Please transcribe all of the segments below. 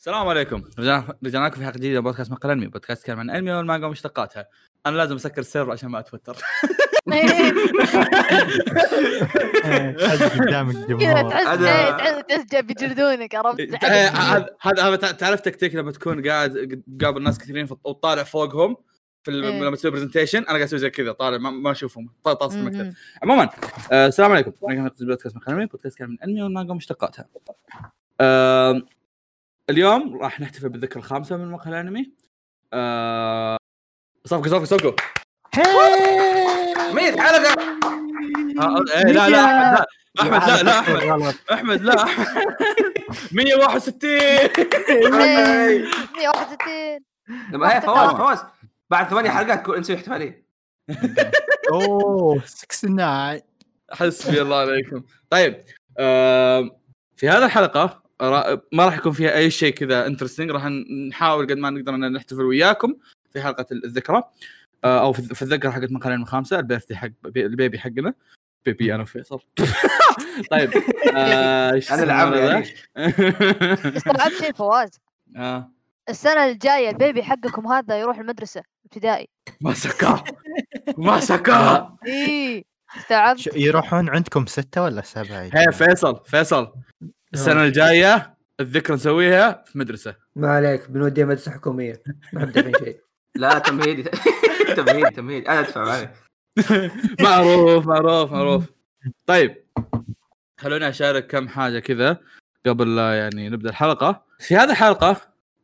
السلام عليكم، رجعنا لكم في حلقه جديده من بودكاست مقال انمي، بودكاست يتكلم عن الانمي والمانجا ومشتقاتها. انا لازم اسكر السيرفر عشان ما اتوتر. قدام الجمهور تحس بيجلدونك، عرفت؟ هذا تعرف تكتيك لما تكون قاعد قابل ناس كثيرين وطالع فوقهم في لما تسوي برزنتيشن. انا قاعد اسوي زي كذا، طالع ما اشوفهم، طاس المكتب. عموما السلام عليكم، انا بودكاست مقال انمي، بودكاست يتكلم عن الانمي والمانجا ومشتقاتها. اليوم راح نحتفل بالذكرى الخامسة من مقهى الانمي. صفقوا مين حلقة؟ لا احمد لا 161 لما هي فواز بعد 8 حلقات نسوي احتفالية. اوه 69. حسبي الله عليكم. طيب في هذه الحلقة ما راح يكون فيها اي شيء كذا انترستينج، راح نحاول قد ما نقدر ان نحتفل وياكم في حلقه الذكرى او في الذكرى حقت مقالين الخامسه، البيرثدي حق البيبي حقنا بيبي انا فيصل. طيب انا العب يعني استوعبت شيء فواز. السنه الجايه البيبي حقكم هذا يروح المدرسه ابتدائي. ما سكا ايه استوعبت. يروحون عندكم 6 ولا 7؟ هي فيصل السنة الجاية الذكرى نسويها في مدرسة. ما عليك، بنوديها مدرسة حكومية، ما بدفع شيء. لا تمهيدي تمهيد أنا أدفع معي. معروف. طيب خلونا أشارك كم حاجة كذا قبل لا يعني نبدأ الحلقة. في هذه الحلقة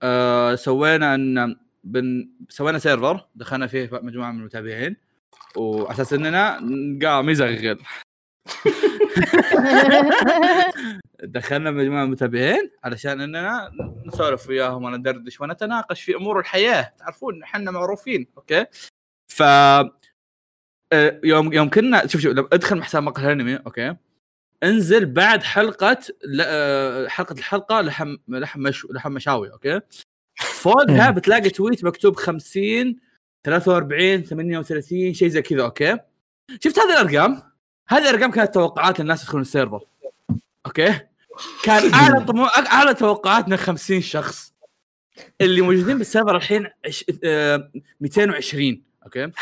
سوينا سيرفر دخلنا فيه مجموعة من المتابعين، وأساس إننا قام يزغل. دخلنا مجموعة متابعين علشان اننا نسولف وياهم وندردش ونتناقش في امور الحياة. تعرفون احنا معروفين اوكي. ف يوم كنا شوف لما ادخل محساب مقهى الانمي اوكي، انزل بعد حلقة الحلقة لحم مشاوي اوكي، فوقها بتلاقي تويت مكتوب 50 43 38 شيء زي كذا اوكي. شفت هذه الارقام؟ هذه الارقام كانت توقعات الناس يدخلون السيرفر اوكي. كان اعلى توقعاتنا 50 شخص، اللي موجودين بالسيرفر الحين 220 اوكي.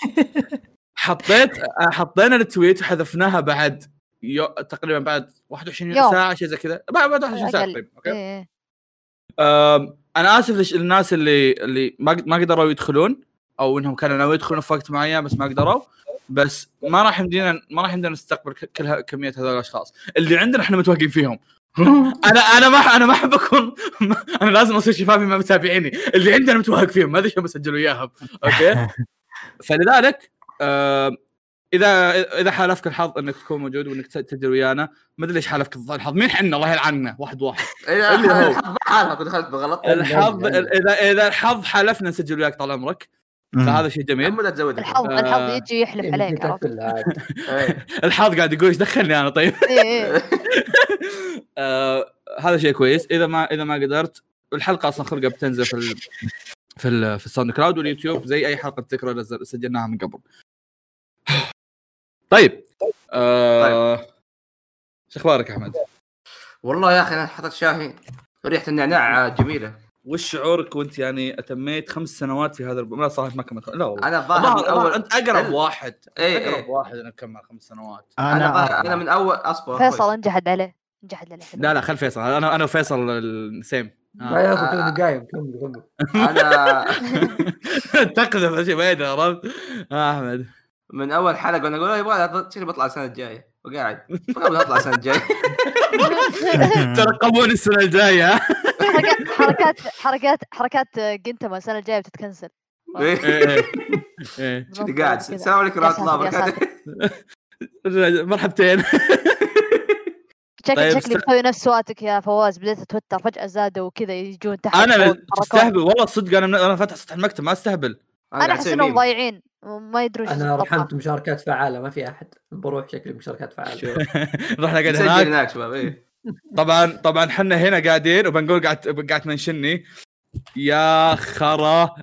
حطينا التويت وحذفناها بعد تقريبا بعد 21 ساعه شيء زي كذا، بعد 21 ساعه تقريبا اوكي. انا اسف للناس اللي ما قدروا يدخلون، او انهم كانوا ناويين يدخلون في وقت معين بس ما قدروا. بس ما راح يمدينا نستقبل كل كميه هذول الاشخاص اللي عندنا احنا متوقفين فيهم. انا ما احب اكون انا لازم اصير شفافي مع متابعيني اللي عندنا متوقف فيهم، ما ادري شو بسجلوا اياهم اوكي. فلذلك اذا حالفك الحظ انك تكون موجود وانك تسجل ويانا، ما ادري ليش حالفك الحظ، مين حنا الله يلعننا واحد اللي هو حالك دخلت بغلط. الحظ اذا الحظ حالفنا نسجل وياك طال عمرك، فهذا شيء جميل. الحظ يجي يحلف عليك. الحظ قاعد يقول ايش دخلني انا طيب. هذا شيء كويس. اذا ما قدرت، الحلقه اصلا خلقها بتنزل في الساوند كلاود واليوتيوب زي اي حلقه ذكرى سجلناها من قبل. طيب شو اخبارك احمد؟ والله يا اخي انا حطيت شاهي ريحه النعناع جميله. وش شعورك وانت يعني اتميت 5 سنوات في هذا لا صراحه ما كملت. لا والله انا ظاهر اول انت اقرب واحد انا كمل 5 سنوات. انا من اول اصبر فيصل انجحد عليه. لا خل فيصل، انا وفيصل السيم. ما ياخذ توني قايم كمل. انا تقدم شيء بعيد عرفت. احمد من اول حلقه وانا اقول يبغى شكلي بطلع السنه الجايه وقاعد قبل اطلع السنه الجايه. ترقبون السنه الجايه. حركات جنتما السنه الجايه بتتكنسل. شو قاعد السلام عليكم ورحمه الله وبركاته. مرحبتين. شكلي بتسوي نفس سواتك يا فواز، بديت اتوتر فجاه زادوا وكذا يجون تحت. انا استهبل والله صدق، انا فاتح سطح المكتب ما استهبل. انا احس انهم ضايعين وما يدرون. انا رحمت مشاركات فعاله، ما في احد بروح شكلي مشاركات فعاله. رحنا قاعد هناك شباب. طبعا حنا هنا قاعدين وبنقول قاعد منشني يا خرا.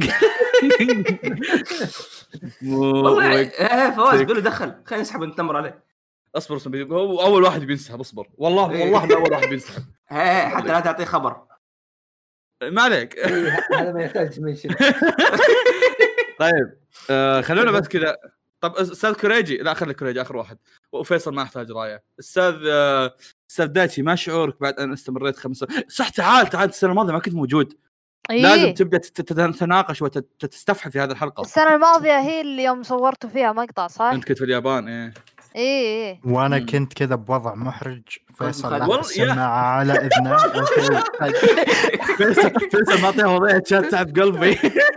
والله فواز قول له دخل خلينا نسحب التمر عليه. اصبر هو اول واحد بينسحب. اصبر والله اول واحد بينسحب. حتى لا تعطيه خبر. ما عليك. هذا ما يحتاج منشن. طيب خلونا بس كذا. طب استاذ كوريجي، لا خلي كوريجي اخر واحد، وفيصل ما يحتاج رايه. استاذ دايتشي، ما شعورك بعد ان استمريت 5 سنوات؟ صح، تعال السنه الماضيه ما كنت موجود. لازم تبدا تتناقش وتستفحل في هذه الحلقه. السنه الماضيه هي اللي يوم صورتوا فيها مقطع، صح؟ انت كنت في اليابان. ايه وانا كنت كذا بوضع محرج. فيصل والله السماعه على اذنه. فيصل ما طيها وضعيه شات تعب قلبي.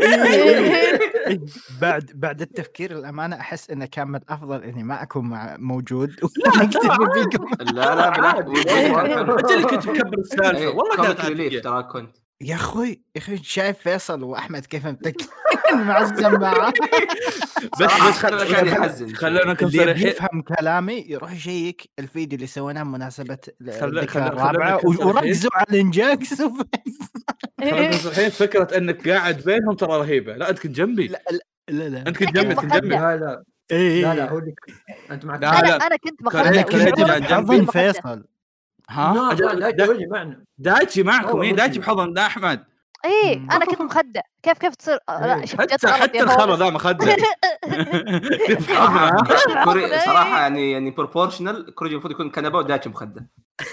بعد التفكير الامانه احس انه كان من الافضل اني ما اكون موجود. لا انت اللي كنت مكبر السالفه. والله كانت ريليف ترى كنت. يا اخوي شايف فيصل واحمد كيف متكين مع السماعه. بس كان يحزن. خلونا نكون اللي صريحين. يفهم كلامي يروح يشيك الفيديو اللي سويناه بمناسبه الذكرى خلونا الرابعه نكون وركزوا على الانجاكس. الحين فكره انك قاعد بينهم ترى رهيبه. لا انت كنت جنبي. لا انت كنت جنبي. لا لا هو اللي انت معك. انا كنت مخدة حضن فيصل. ها دايتشي معكم. دايتشي بحضن احمد. ايه انا كنت مخدة. كيف تصير؟ لا حتى الخرا ذا مخدة. صراحه يعني بروبورشنال. كوريجي المفروض يكون كنبه ودايتشي مخدة.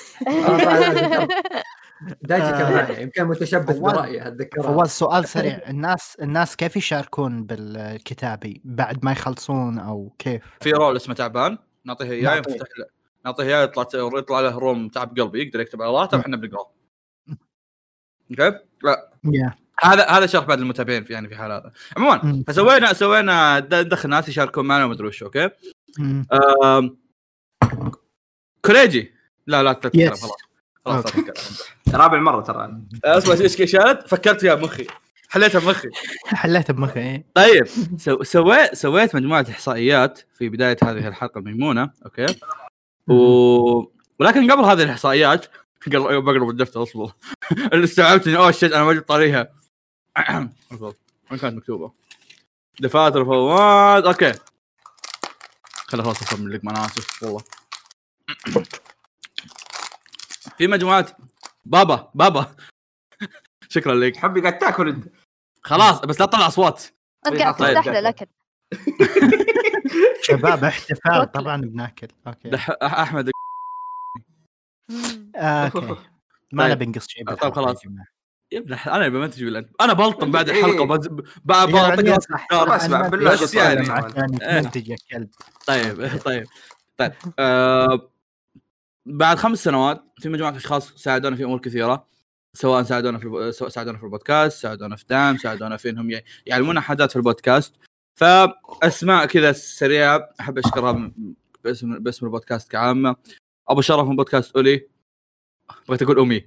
دايتشي كان معي يمكن متشبث برأيي. اتذكر فواز سؤال سريع. الناس كيف يشاركون بالكتابي بعد ما يخلصون او كيف؟ في رول اسمه تعبان نعطيه اياه، يفتح له نعطيه اياه، يطلع له روم تعب قلبي يقدر يكتب عضلاته واحنا بنقراه. اوكي لا هذا شرح بعد المتابعين في في حال هذا. عموما فسوينا ندخل ناس يشاركون معنا وما ادري وش. اوكي كوريجي لا تتكلم خلاص رابع مره ترى. اسمع ايش شالت فكرت فيها بمخي، حليتها بمخي. طيب سويت مجموعه احصائيات في بدايه هذه الحلقه الميمونه. اوكي ولكن قبل هذه الاحصائيات بقرب الدفتر اصبر. اللي استوعبت اني الشيء انا ما جبت طاريها. وين كانت مكتوبه؟ دفاتر فواز. اوكي خلاص اصمم لك، انا اسف والله. في مجموعات بابا شكرا لك حبي قاعد تاكل انت. خلاص بس لا تطلع اصوات. انت قاعد تفتح له الاكل. شباب احتفال طبعا بناكل. اوكي احمد اوكي ما نبي نقص شيء. طيب خلاص يا ابن انا بمنتج ولا انا بلطم بعد الحلقه بعطيك اسمع بالله يعني منتج يا كلب. طيب بعد 5 سنوات في مجموعه اشخاص ساعدونا في امور كثيره، سواء ساعدونا في البودكاست، ساعدونا في دعم، ساعدونا في انهم يعلمونا حاجات في البودكاست. فاسماء كذا سريعه احب اشكرها باسم البودكاست كعامه. ابو شرف من بودكاست اولي، بغيت اقول امي،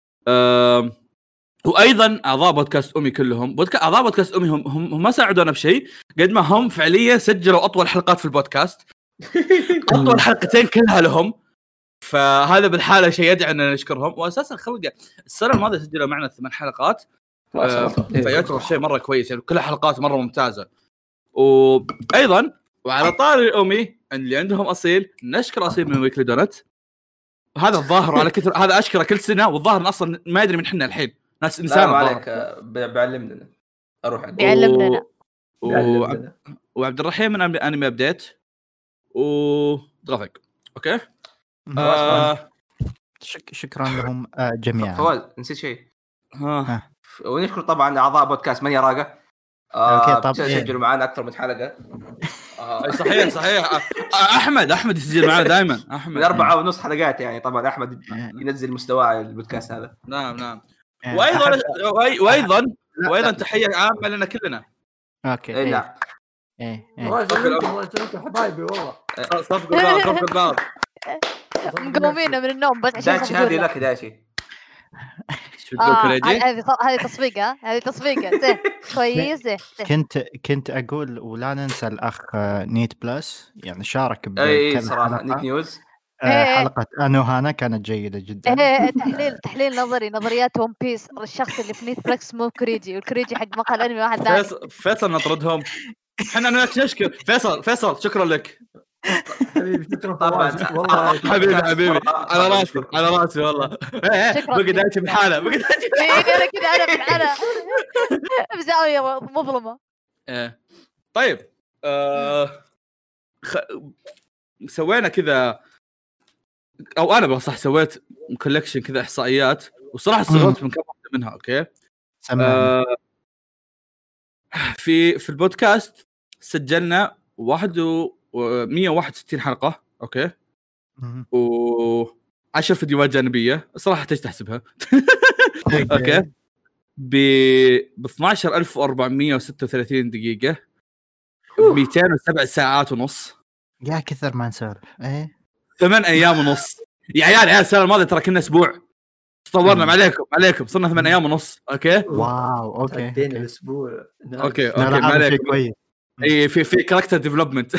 وايضا اعضاء بودكاست امي كلهم. اعضاء بودكاست امي هم ما ساعدونا بشيء قد ما هم فعليا سجلوا اطول حلقات في البودكاست. اطول حلقتين كلها لهم، فهذا بالحاله شيء يدعي ان نشكرهم. واساسا خلق السنه الماضيه سجلوا معنا 8 حلقات، فيعتبر شيء مره كويس يعني، كل حلقات مره ممتازه. وايضا وعلى طاري امي اللي عندهم اصيل، نشكر اصيل من ويكلي دونت. هذا الظاهر على كثر، هذا اشكره كل سنه، والظاهر اصلا ما يدري من حنا الحين ناس انسان. عليك بيعلمنا اروح بيعلمنا. وعبد الرحيم من انمي ابديت وغفق. اوكي شكرا لهم جميعا. فواز نسيت شيء. ونشكر طبعا اعضاء بودكاست من يراقه. طبعا سجلوا معنا اكثر من حلقه. صحيح احمد يسجل معنا دائما. احمد 4.5 حلقات يعني. طبعا احمد ينزل مستوى البودكاست هذا. نعم. وايضا تحيه عامه لنا كلنا. اوكي نعم. انتم حبايبي والله. صفقوا البعض مقومين من النوم بس عشان داشي. هذه لك داشي. هذه تصفيقه زين كويس. كنت اقول ولا ننسى الاخ نيت بلس، يعني شارك بكذا صراحه نيت نيوز. حلقه انوهانا كانت جيده جدا. تحليل نظريات ون بيس. الشخص اللي في نيت فليكس مو كوريجي، والكوريجي حق مقهى الانمي واحد ثاني. فيصل نطردهم. احنا نشكر فيصل شكرا لك. حبيبي شكرا فواز والله حبيبي على راسي والله. بقى دايتي بالحاله بقى دايتي انا كذا انا بالحاله بزاويه مظلمه. طيب سوينا كذا او انا بصح سويت كولكشن كذا احصائيات وصراحه استغربت من كم واحده منها. اوكي في البودكاست سجلنا 161 حلقه. اوكي و10 فيديوهات جانبيه صراحه تحسبها. اوكي ب 12436 دقيقه 207 ساعات ونص. يا كثر ما نسولف. 8 ايام ونص يا عيال. السنه الماضيه ترى كنا اسبوع تطورنا. عليكم صرنا 8 ايام ونص. اوكي واو اوكي عدينا الاسبوع. اوكي ما عليك كويس. اي في كاركتر ديفلوبمنت.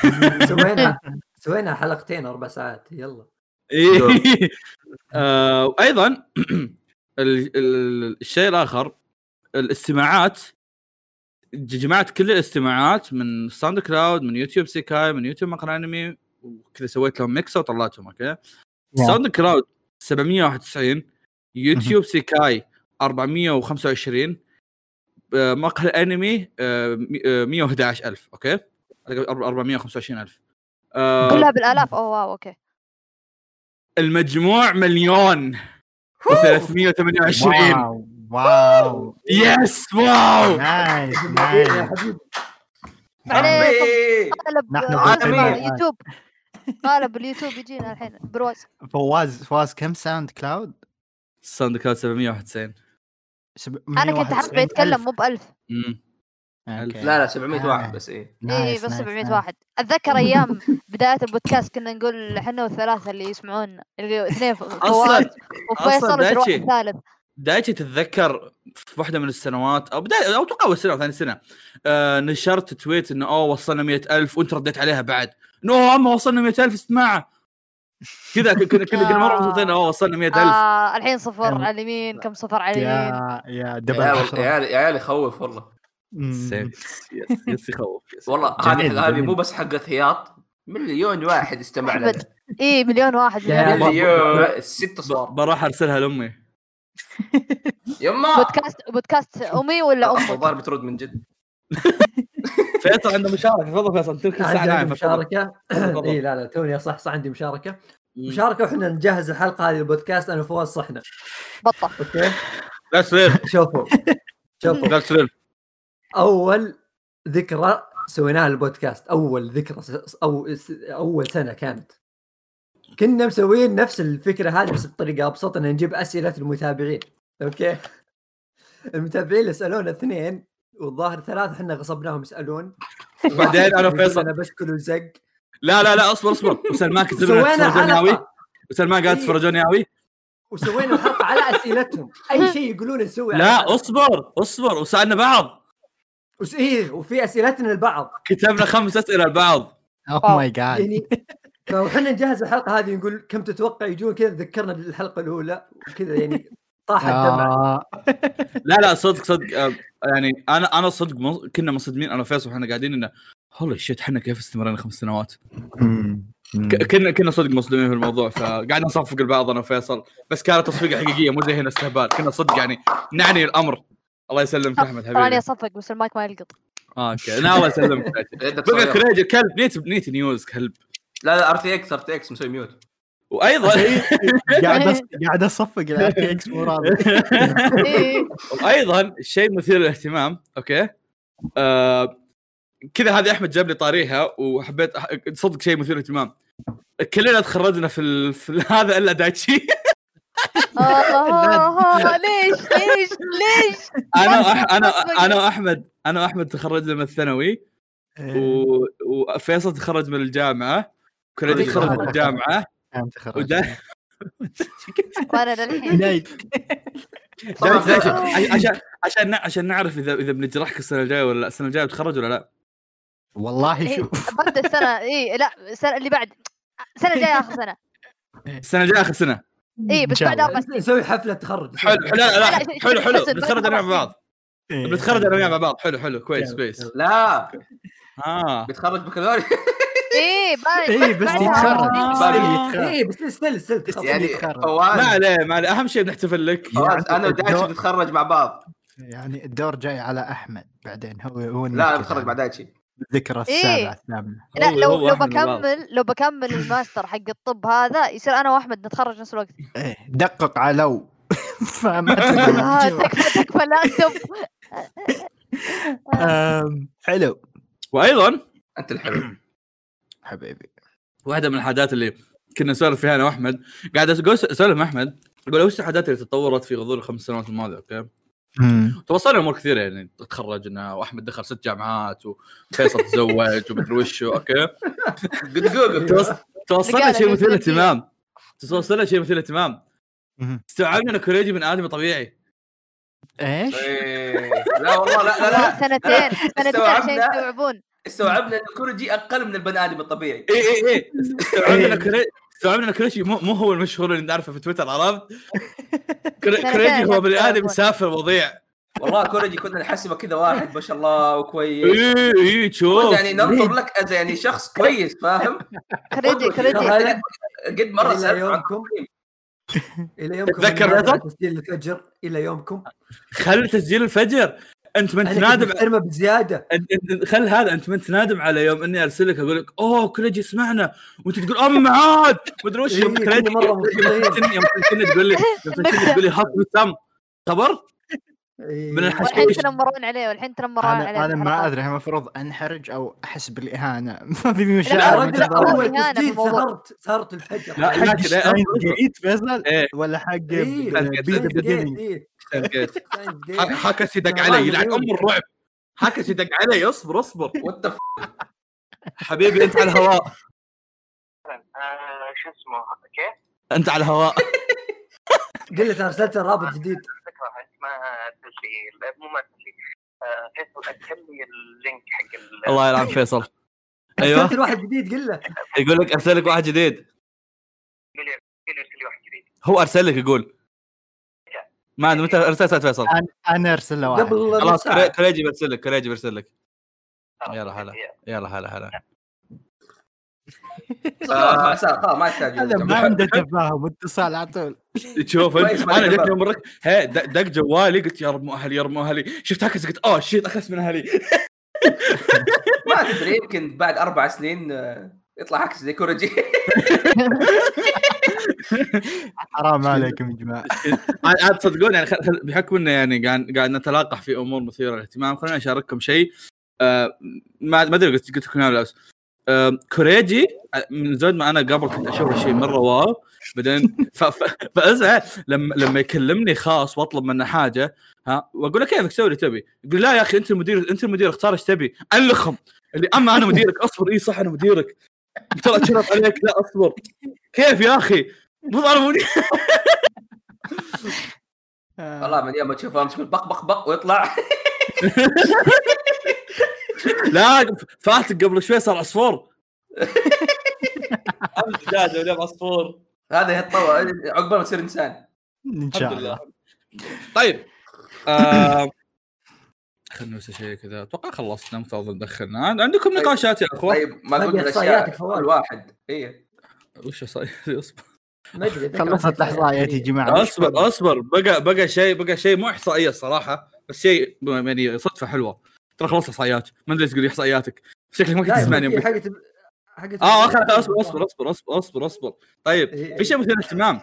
سوينا حلقتين 4 ساعات يلا. ايضا الشيء الاخر الاستماعات. جمعت كل الاستماعات من ساوند كلاود من يوتيوب سيكاي من يوتيوب مقهى انمي وكذا سويت لهم ميكس وطلعتهم. اوكي ساوند كلاود 791 يوتيوب سيكاي 425 مقهى انمي 111,000. اوكي 425,000 كلها بالالاف. واو اوكي المجموع 1,328,000. واو يس واو نايس يا حبيبي. يوتيوب قالب اليوتيوب يجينا الحين برواز. فواز كم ساوند كلاود؟ ساوند كلاود 791. انا كنت حاب يتكلم مو ب1000. لا 700 واحد بس. ايه بس 700 واحد. اتذكر ايام بدايه البودكاست كنا نقول احنا والثلاثه اللي يسمعون اللي اثنين فواز وفيصل وواحد ثالث. دايتي تتذكر في واحدة من السنوات أو بداية أو توقع أول سنة أو ثاني سنة نشرت تويت إنه وصلنا 100,000 وأنت رديت عليها بعد إنه أما وصلنا 100,000 استماع كذا. كنا مرة مبسوطين وصلنا 100,000. الحين صفر على اليمين كم صفر على اليمين. يا دبل يا عيال يخوف والله. يس يخوف والله. هذه مو بس حقة هياط. مليون واحد استمع لنا. مليون واحد. مليون 6 صور. بروح أرسلها لأمي. يما بودكاست امي ولا امك؟ الظاهر بترد من جد. فيصل عنده مشاركه. تفضل فيصل تلك الساعه نايم. مشاركه. اي لا توني صح عندي مشاركه وإحنا نجهز الحلقه هذه البودكاست انا وفواز صحنا بطه. اوكي لا سرير. شوفوا لا سرير. اول ذكرى سويناها للبودكاست اول ذكرى اول سنه كانت كنا مسوين نفس الفكره هذه بس بطريقه ابسط ان نجيب اسئله المتابعين. اوكي المتابعين يسالون 2 والظاهر 3 احنا غصبناهم يسالون. بعدين انا فيصل انا بس كله زق. لا اصبر وسلمان كتبنا فرجونياوي وسلمان قالت فرجونياوي وسوينا الحلقه على اسئلتهم اي شيء يقولون نسوي. لا اصبر وسالنا بعض وفي اسئلتنا البعض كتبنا 5 اسئله البعض. اوه ماي جاد. يعني فاحنا نجهز الحلقه هذه نقول كم تتوقع يجون كذا. ذكرنا بالحلقه الاولى وكذا يعني طاح الدمع. لا صدق يعني انا صدق كنا مصدمين انا وفيصل واحنا قاعدين انه هولي شيت احنا كيف استمرنا 5 سنوات. كنا صدق مصدومين في الموضوع فقعدنا نصفق البعض انا وفيصل بس كانت تصفيقه حقيقيه مو زي هنا استهبال. كنا صدق يعني نعني الامر. الله يسلمك احمد حبيبي. انا اصفق بس المايك ما يلقط. اوكي انا الله يسلمك. بقى كريج الكلب نيت نيوز كلب. لا ار تي اكس مسوي ميوت. وايضا قاعد اصفق الار تي اكس مو راضي. وايضا الشيء مثير للاهتمام. اوكي كذا هذه احمد جاب لي طاريها وحبيت صدق شيء مثير للاهتمام. كلنا تخرجنا في هذا الا دايتشي. ليش انا واحمد تخرجنا من الثانوي وفيصل تخرج من الجامعه كريدي تخرج من الجامعه وانا للحين عشان نعرف اذا بنجرحك السنه الجايه ولا السنه الجايه بتخرج ولا لا. والله شوف بعد السنه لا السنه اللي بعد السنه الجايه اخر سنه. السنه الجايه اخر سنه. بس بعد 4 سنين نسوي حفله تخرج. حلو بنتخرج انا مع بعض. بنتخرج انا مع بعض. حلو كويس. لا بتخرج بكالوريوس. ايه بس يتخرج بس ستيل يعني ما عليه اهم شيء بنحتفل لك يعني انا ودايتشي بنتخرج مع بعض يعني الدور جاي على احمد بعدين هو لا بتخرج مع دايتشي ذكرى السابعة الثامنة. لا لو بكمل الماستر حق الطب هذا يصير انا واحمد نتخرج نفس الوقت. ايه دقق على لو فما تكفى لا تب. حلو. وايضا انت الحلو حبيبي. واحده من الحاجات اللي كنا نسولف فيها انا واحمد قاعد اسولف مع احمد اقول وش الحاجات اللي تطورت في غضون ال5 سنوات الماضيه. اوكي توصلنا امور كثيره يعني تخرجنا واحمد دخل 6 جامعات وفيصل تزوج ومدري وش. اوكي توصلنا شيء مثير اهتمام استوعبنا ان كوريجي من ادمي طبيعي. ايش؟ لا والله لا سنتين عشان استوعبنا ان كوريجي اقل من البني ادم الطبيعي. ايه استوعبنا ان كوريجي مو هو المشهور اللي نعرفه في تويتر. عرفت كوريجي هو بني ادم مسافر وضيع. والله كوريجي كنا نحسبه كذا واحد ما شاء الله وكويس. ايه شوف يعني ننظر لك از يعني شخص كويس فاهم. كوريجي قد مره سالفكم الى يومكم تذكر تسجيل الفجر الى يومكم خلي تسجيل الفجر. انت ما انت نادم ترمى بزياده. خل هذا انت ما انت نادم على يوم اني ارسل لك اقول لك اوه كوريجي اسمعنا وانت تقول معاد ما ادري وش كوريجي مره ممكن تقول لي حط سم خبر من الحشيش. والحين تنمرون عليه انا ما ادري المفروض انحرج او احس بالاهانه. ما في مشاعر. صارت الفجر لا جيت فيصل ولا حق حكس يدق علي يلعن ام الرعب. حكس يدق علي اصبر حبيبي انت على الهواء. شو اسمه كيف انت على الهواء. قلت ارسلت رابط جديد ما تسجيل مو ما تسجيل فيصل ارسل لي اللينك حق الله يلعن فيصل. ايوه ارسلت واحد جديد قل له يقول لك ارسل لك واحد جديد. قل لي ارسل لي واحد جديد. هو ارسل لك يقول ما متى ارسلت فيصل؟ انا ارسل له واحد خلاص كوريجي برسل لك يلا هلا خلاص ما يحتاج. هذا ما عنده تفاهم واتصال على طول. تشوف انا جت يوم مرك دق جوالي قلت يا رب مو اهلي شفت هكذا قلت شيت اخس من اهلي. ما تدري يمكن بعد 4 سنين يطلع عكس زي كوريجي. حرام عليكم يا جماعه. عاد تصدقون يعني بحكم انه يعني قاعد نتلاقح في امور مثيره للاهتمام خلينا اشارككم شيء ما ادري قلت لكم ولا كوريجي من زود ما انا قبل كنت اشوف شيء مره واو بعدين فازعل لما يكلمني خاص واطلب منه حاجه واقول له كيفك تسوي اللي تبي يقول لا يا اخي انت المدير اختار ايش تبي الخم اللي اما انا مديرك اصبر صح انا مديرك ترى اشرف عليك لا اصبر كيف يا اخي مو انا مدير. والله من يوم ما تشوفه مش بق ويطلع. لا فاتك قبل شوي صار عصفور. امجد ولا عصفور هذا يتطور عقبال ما تصير انسان ان شاء الله. طيب خلنا نسوي شيء كذا اتوقع خلصنا مفضل دخلنا عندكم نقاشات يا اخوان. طيب ما قلنا الاشياء الواحد وش اصبر خلصت الاحصائيات يا جماعه. اصبر بقى شيء مو احصائيه الصراحه بس شيء يعني صدفه حلوه ترى خلص احصائيات ما ادري تقول احصائياتك شكلك ما كنت تسمعني. اصبر طيب في شيء مثير اهتمام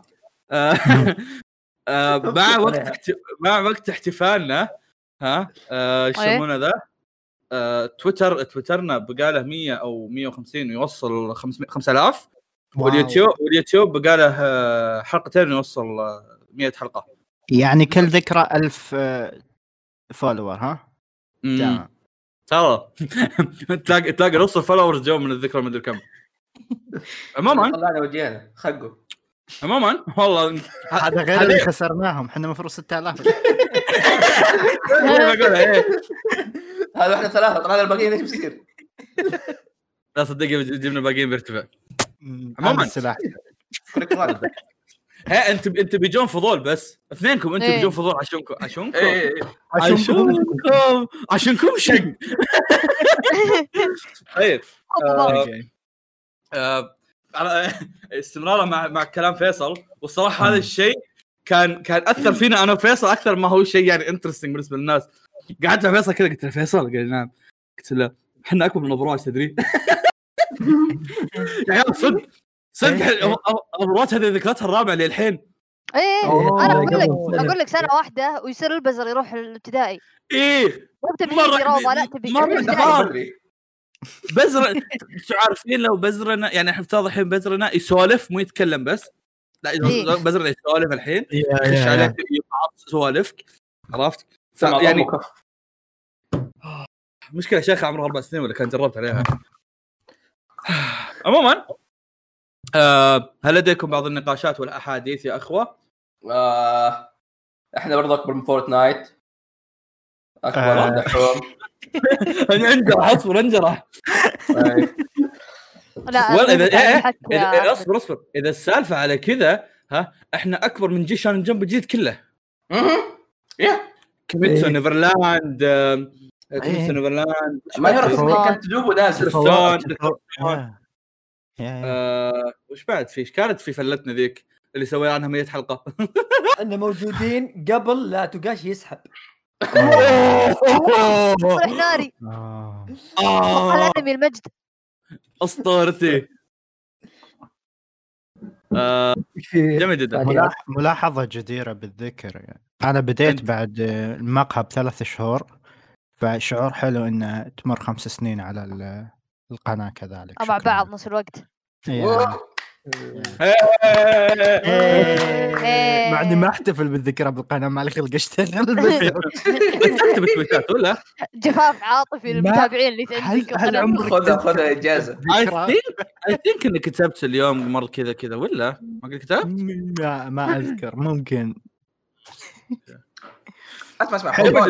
مع وقت احتفالنا ايش يسمونه ذا تويترنا بقاله 100 او 150 ويوصل 5000 واليوتيوب بقاله حلقتين يوصل 100 حلقه يعني كل ذكرى 1000 فولور ها تمام. ترى تلاقي نص الفولورز جو من الذكرى ما ادري كم. عموما طلعنا وجهنا خقوا عموما والله هذا غير اللي خسرناهم احنا المفروض 6000. هذا احنا 3 طلعنا الباقيين ايش بيصير؟ لا صدق جبنا الباقيين بيرتفع. عموما السلاح ها انت بيجون فضول بس اثنينكم انتم بيجون فضول عشانكم شق. طيب على استمرارا مع كلام فيصل، والصراحه هذا الشيء كان اثر فينا انا وفيصل اكثر ما هو شيء يعني انترستنج بالنسبه للناس. قعدت مع فيصل كذا قلت له فيصل، قال نعم، قلت له احنا اكبر من ابراج تدري. يعني صدق ابراج هذه ذكرتها الرابعه للحين. ايه انا اقول لك سنه واحده ويصير البزر يروح الابتدائي. ايه مره لا تبي بزر. شو عارفين لو بزرنا يعني احنا افترض الحين بزرنا يسولف مو يتكلم بس، لا إذا بزرنا يسولف الحين يخش عليك يقعد سوالفك، عرفت؟ يعني مشكله شيخ عمره 4 سنين ولا كان جربت عليها. عموما هل لديكم بعض النقاشات والاحاديث يا اخوه؟ احنا برضه اكبر من فورتنايت، اكبر من دحوم. انجرح اصبر انجرح. لا اذا اصبر اذا السالفه على كذا ها احنا اكبر من جيشان جنب جديد كله. كيميتسو نيفرلاند، كيميتسو نيفرلاند ما يعرف كانت تدوب ونازل. وش بعد فيش كانت في فلتنا ذيك اللي سوينا عنها 100 حلقه. احنا موجودين قبل لا توغاشي يسحب. صلح ناري الانمي المجد اسطورتي. جميل جدا. ملاحظه جديره بالذكر يعني انا بديت بعد المقهى ب3 شهور، فشعور حلو انه تمر 5 سنين على القناه كذلك مع بعض نص الوقت. مع اني ما احتفل بالذكرى بالقناه، ما لي خلق اشتغل بس تكتب تويتات ولا جفاف عاطفي للمتابعين اللي عندك. خذ اجازه. I think انك كتبت اليوم مره كذا ولا ما قلت كتبت؟ ما اذكر، ممكن. اسمع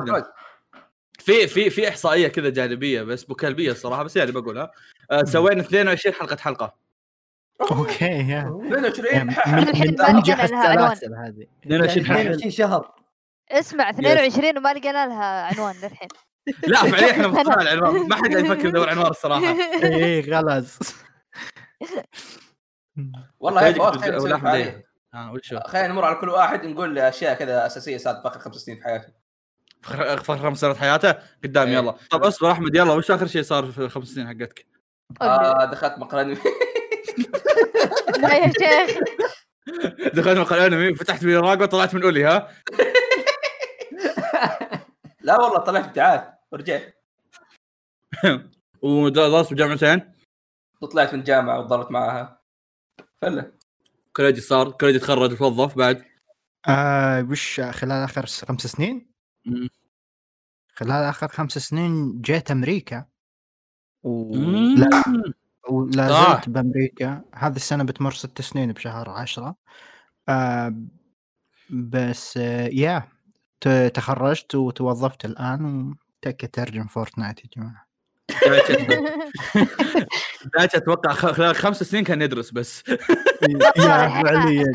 في احصائيه كذا جانبيه بس بكلبيه الصراحه، بس يعني بقولها. سوينا 22 حلقه. اوكي يا 22 من انجح السلاسل هذه. 22 شهر. اسمع 22 وما لقينا لها عنوان للحين. لا فعليا احنا مختار العنوان، ما حد قاعد يفكر يدور عنوان الصراحه. ايه خلاص والله خلينا نمر على كل واحد نقول اشياء كذا اساسيه صارت في اخر 5 سنين في حياته. اخر 5 سنوات حياته قدام. يلا طب اصبر احمد، يلا وش اخر شيء صار في 5 سنين حقتك؟ دخلت مقهى انمي. لا يا شيخ دخلت مقهى انمي وفتحت ميراغو وطلعت من اولي ها. لا والله طلعت ابتعاث ورجعت. ودرست بجامعتين. طلعت من الجامعه وضلت معاها فله. كوليجي صار كوليجي تخرج وتوظف بعد. وش خلال اخر 5 سنين؟ خلال اخر 5 سنين جيت امريكا ولا زلت بامريكا. هذه السنه بتمر 6 سنين بشهر 10. بس تخرجت وتوظفت الان وتك ترجم فورتنايت يا جماعه. بدأت اتوقع خلال 5 سنين كان ندرس بس. فعليا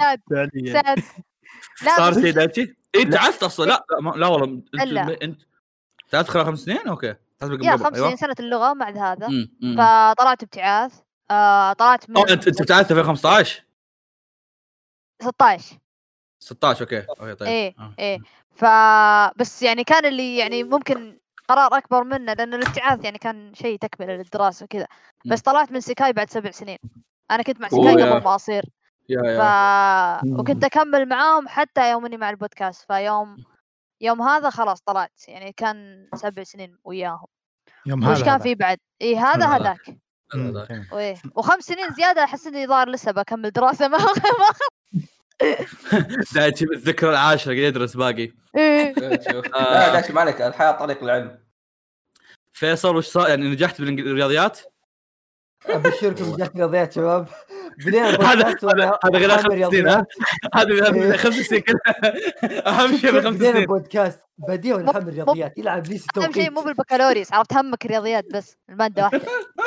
صار شيء داتشي. انت عرفت اصلا؟ لا والله انت تعرف خلال 5 سنين. اوكي يا 5 سنين سنه اللغه مع هذا. فطلعت ابتعاث. طلعت من انت ابتعثت في 15 16 اوكي طيب. ايه فبس يعني كان اللي يعني ممكن قرار اكبر منه، لان الابتعاث يعني كان شيء تكمله للدراسه وكذا. بس طلعت من سيكاي بعد 7 سنين. انا كنت مع سيكاي قبل ما اصير وكنت اكمل معاهم حتى يوم اني مع البودكاست. يوم هذا خلاص طلعت، يعني كان 7 سنين وياهم. وش كان في بعد هذاك و5 سنين زياده. احس اني ظاهر لسه بكمل دراسه ما دايتشي بالذكرى العاشرة قاعد يدرس باقي. لا دايتشي ما عليك، الحياة طريق العلم. فيصل وش صار؟ يعني نجحت بالرياضيات؟ أبشركم نجحت بالرياضيات شباب. هذا غير 5 سنين. هذا 5 سنين كلها أهم شيء ب5 سنين. بدينا بودكاست بديه ونحمل الرياضيات يلعب ليس توقيت. أهم شيء مو بالبكالوريوس، عرفت همك الرياضيات بس المادة واحدة.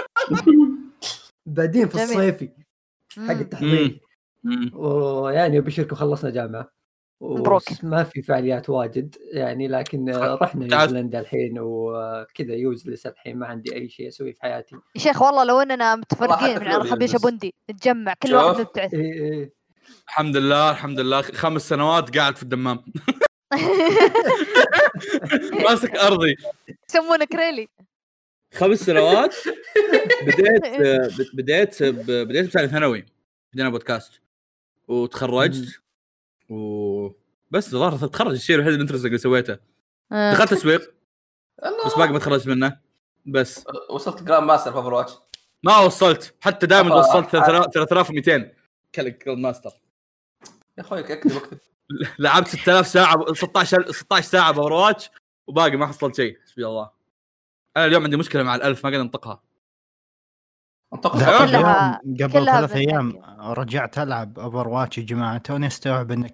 بعدين في الصيفي حق التحضير. ويعني أبشركم خلصنا جامعة. مبروك. ما في فعاليات واجد يعني، لكن رحنا نيوزيلندا الحين وكذا يوزلس الحين، ما عندي اي شيء اسويه في حياتي يا شيخ. والله لو اننا متفرقين من على خبيشه بندي نتجمع كل واحد نبتعث. إيه. الحمد لله الحمد لله 5 سنوات قاعد في الدمام ماسك ارضي. يسمونه كريلي. 5 سنوات. بديت بثاني ثانوي بدينا بودكاست وتخرجت وبس. ظهر تخرج الشيء الوحيد الانترست اللي سويته. دخلت تسويق بس باقي ما تخرجت منه. بس وصلت جراند ماستر في اوفر واتش؟ ما وصلت حتى، دائما وصلت 3200 جراند ماستر. يا اخوي اكتب لعبت 6000 ساعه 16 ساعه باوفر واتش وباقي ما حصلت شيء. سبحان الله. انا اليوم عندي مشكله مع ال1000 ما قاعد انطقها. قبل 3 أيام رجعت ألعب أوفر واتش يا جماعة. توني استوعب إن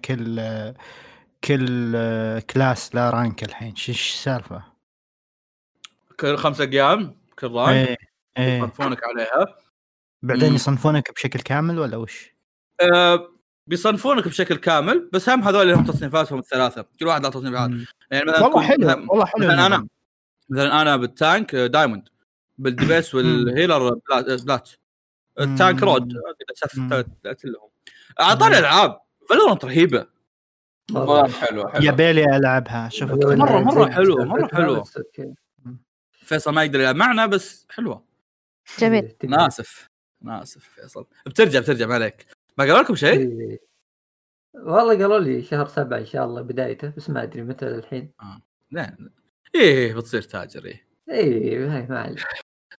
كل كلاس لا رانك الحين. شيش سالفة؟ كل 5 أيام كل رانك يصنفونك عليها، بعدين يصنفونك بشكل كامل ولا وش؟ بيصنفونك بشكل كامل، بس هم هذول لهم تصنيفاتهم الثلاثة، كل واحد له تصنيفات. يعني مثلا والله حلو والله حلو. مثلا أنا بالتانك دايموند، بالدبيس والهيلر بلات، التانك رود سفت لهم. أعطاني ألعاب فالورانت رهيبة. حلو يبالي ألعبها. شوف مرة حلوة. فيصل ما يقدر يلعب معنا بس حلوة. جميل. ناسف فيصل. بترجع ما عليك. ما قالوا لكم شيء؟ والله قالوا لي شهر 7 إن شاء الله بدايته، بس ما أدري متى الحين. لا إيه بتصير تاجر. إيه هاي ما عليك.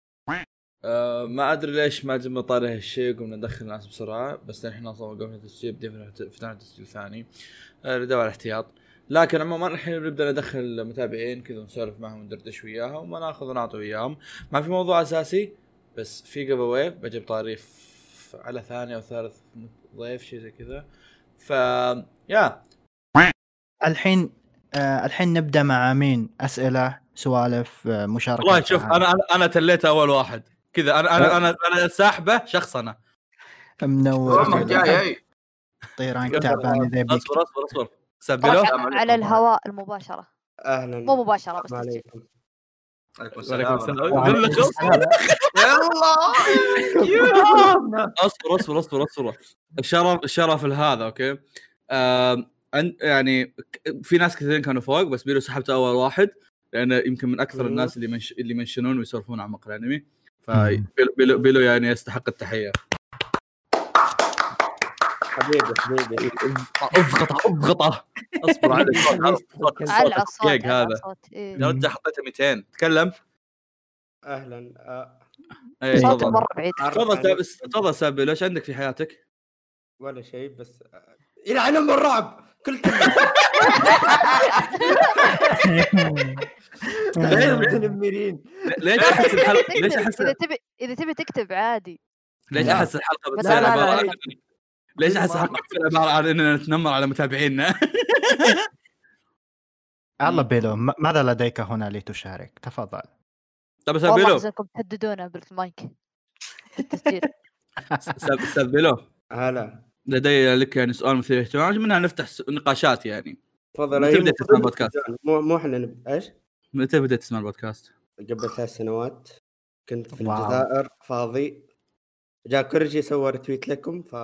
ما أدري ليش ما جبنا طاري هالشيء. قمنا ندخل الناس بسرعة، بس الحين أصلا وقفنا تسجيل، بدينا فتحنا تسجيل ثاني لدواء الاحتياط. لكن عموما الحين نبدأ ندخل متابعين كذا ونسولف معهم وندردش وياهم وما ناخذ ونعطي وياهم. ما في موضوع أساسي، بس في جيف أواي بجيب طاري على ثاني أو ثالث ضيف شيء زي كذا. يا الحين نبدأ مع مين؟ أسئلة، سوالف، مشاركة. والله شوف أنا تليت أول واحد كذا. أنا ساحبة شخص. أنا منور جاي طيران تعبان ذا بيك. اصبر سبلو على الهواء المباشرة. اهلا مو مباشرة بس. عليكم. عليكم السلام. اصبر الشرف هذا اوكي. يعني في ناس كثيرين كانوا فوق، بس بيلو سحبت اول واحد لانه يمكن من اكثر الناس اللي منشنون ويسولفون عن مقال انمي. فبيلو يعني يستحق التحيه. حبيبي اضغطه اصبر على الصوت هذا. يا رجال حطيته 200. تكلم. اهلا. صوتك مره بعيد. تفضل سابي، ليش عندك في حياتك؟ ولا شيء، بس يلعن ام الرعب كل كلمه. متنمرين. ليش احس الحلقه ليش احس اذا تبي تكتب عادي. ليش احس الحلقه بتصير عباره ليش احس الحلقه عباره عن اننا نتنمر على متابعينا؟ الله بيلو، ماذا لديك هنا لتشارك؟ تفضل. طب سبيلو، والله انكم تهددونا بالمايك التسجيل. سبيلو هلا، لدي لك يعني سؤال مثير اهتمام، منها نفتح نقاشات يعني. تفضل. متى بديت تسمع البودكاست؟ مو احنا ايش؟ متى بديت تسمع البودكاست؟ قبل 3 سنوات كنت في الجزائر فاضي، جاء كرجي سوى رتويت لكم ف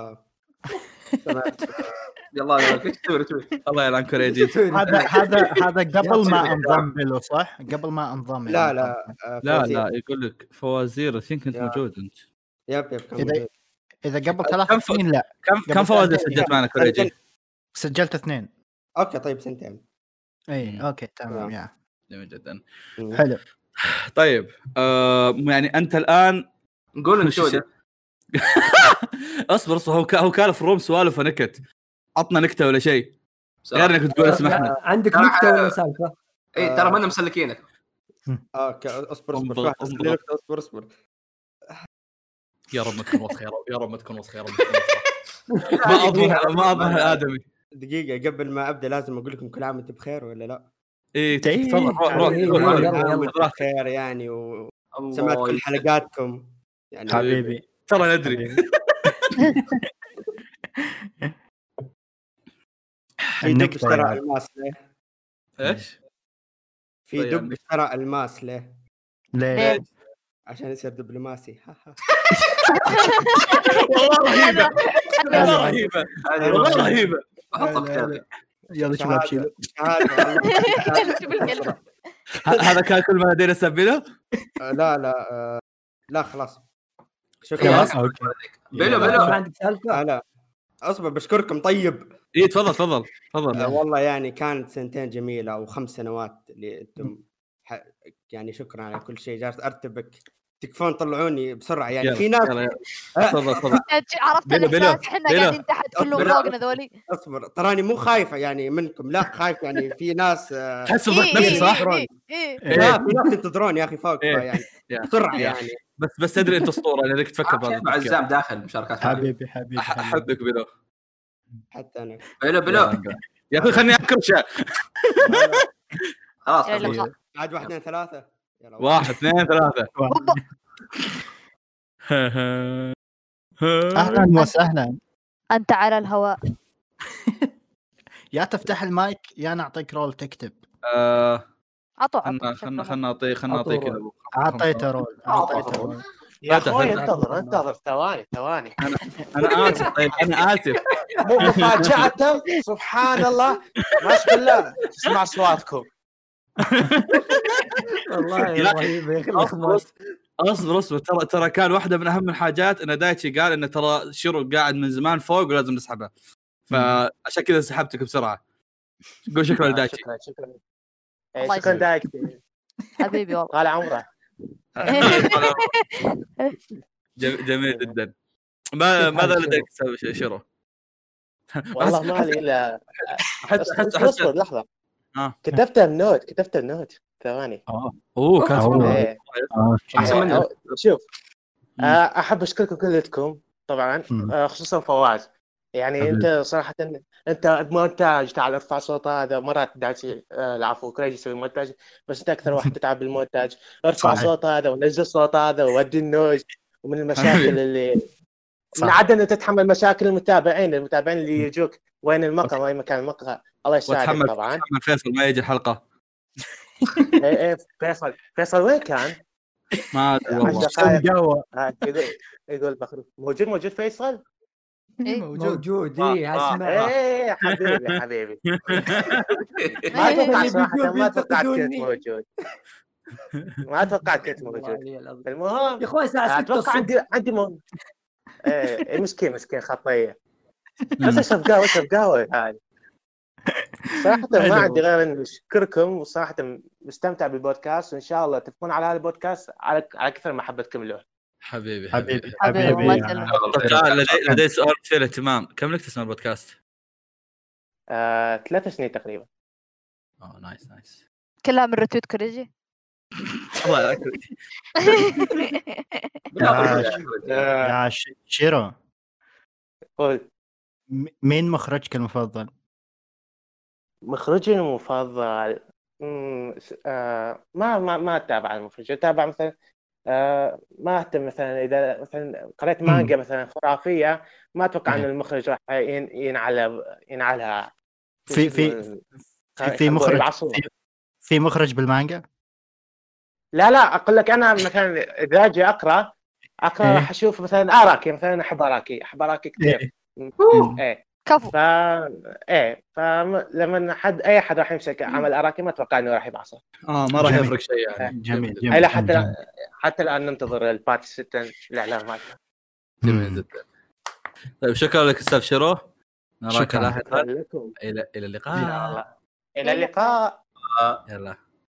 يلا كتب الله يلعن كوريجي. هذا قبل ما انضم له، صح؟ قبل ما انضم. لا يقول لك فوازير ثينك انت موجود انت. يب اذا قبل 3 سنين. لا كم فوازير سجلت معنا كوريجي؟ سجلت 2. اوكي طيب 2 اي اوكي تمام. يا جميل جدا. حلو. طيب يعني انت الان نقول نشوده. اصبر هو كان في الروم سوالف ونكت. عطنا نكته ولا شيء غير انك تقول اسمحنا. عندك نكته ولا سالفه؟ اي ترى ما مسلكينك. اوكي اصبر يا رب ما تكون وسخ، يا رب ما تكون وسخ، ما اظهر ادمي. دقيقه قبل ما ابدا لازم اقول لكم كل عام وانتم بخير ولا لا؟ ايه تفضل روح بخير يعني، وسمعت كل حلقاتكم يعني. حبيبي ترى ندري. في دب اشترى الماس ليه؟ ايش؟ في دب اشترى الماس ليه؟ ليه؟ عشان يصير دبلوماسي. والله رهيبه والله رهيبه والله رهيبه. يلا شباب شيلوا. هذا كان كل ما لدينا سبيله. لا خلاص شكرا. بلو ما عندك سالفه؟ لا اصبر بشكركم. طيب ايه تفضل والله يعني كانت سنتين جميله او 5 سنوات اللي انتم يعني شكرا على كل شيء. جالس ارتبك تكفون طلعوني بسرعه يعني. في ناس تفضل عرفت الاحساس احنا قاعدين تحت كلهم فوقنا ذولي. اصبر تراني مو خايفه يعني منكم، لا خايف يعني في ناس تحس بضغط نفسي صح؟ لا في ناس ينتظرون يا اخي فوق يعني بسرعه يعني. بس تدري انت اسطوره انك تفكر بعض عزام داخل مشاركات. حبيبي احبك بلو. حتى انا بلو يا اخي خليني اكرش. خلاص عاد 1 2 3 يلا 1 2 3. اهلا وسهلا. انت على الهواء. يا تفتح المايك يا نعطيك رول تكتب. خلنا نعطيك كذا. اعطيته رول. يا اخوي انتظر ثواني انا اسف. طيب انا اسف. مفاجأة سبحان الله ما شاء الله اسمع اصواتكم. والله رهيب يا اخي. اصبر ترى كان واحده من اهم الحاجات ان دايتشي قال انه ترى شيرو قاعد من زمان فوق ولازم نسحبه، فعشان كذا سحبتك بسرعه. قول شكرا لدايتشي. شكرا دايتشي حبيبي والله طال عمره. جميل جدا. ماذا لديك شيرو؟ والله ما لي الا اصبر لحظه. كتبت النوت ثواني. شوف احب اشكركم كلكم طبعا، خصوصا فواز. يعني انت صراحه انت المونتاج تاع ارفع صوت هذا مرات دايتشي العفو كريجي يسوي مونتاج، بس انت اكثر واحد تتعب بالمونتاج. ارفع صوت هذا ونزل صوت هذا وودي النويز. ومن المشاكل اللي من عدم تتحمل مشاكل المتابعين اللي يجوك وين المقهى وين مكان المقهى. الله يساعدك طبعا. فيصل ما يجي الحلقه. ايه فيصل وين كان؟ ما ادري والله. يقول بخرج موجود فيصل. موجود اسمع. ايه حبيبي ما توقعت صراحه ما توقعت كنت موجود. المهم يا اخوي ساعه 6 اتوقع عندي ايه مسكين خطيه. بس اشرب قهوه هذه. صراحه ما عندي غير ان اشكركم، وصراحه مستمتع بالبودكاست، وان شاء الله تكون على هذا البودكاست على كثر محبتكم له. حبيبي لدي سؤال كثير اهتمام. كم لك تسمع البودكاست؟ 3 سنين تقريبا. نايس. كلها من رتويت كريجي. الله ياكلك. يا شيرو قول. مين مخرجك المفضل؟ مخرجي المفضل ما اتابع المخرج. اتابع مثلا ما اهتم مثلا اذا مثلا قرأت مانجا مثلا خرافيه ما اتوقع ان المخرج راح ينعلها في مخرج بالمانجا. لا اقول لك انا مثلا اذا اجي اقرا راح اشوف مثلا اراكي. مثلا احب اراكي كثير. كفو. فلما اي حد راح يمسك عمل اراكي ما اتوقع انه راح يبعصر. ما راح يفرق شيء يعني. جميل. حتى الان ننتظر البارت 6 الاعلان مالته. جميل جدا. طيب شكرا لك استاذ شيرو. نراك لاحقا. الى اللقاء. الى اللقاء. يلا.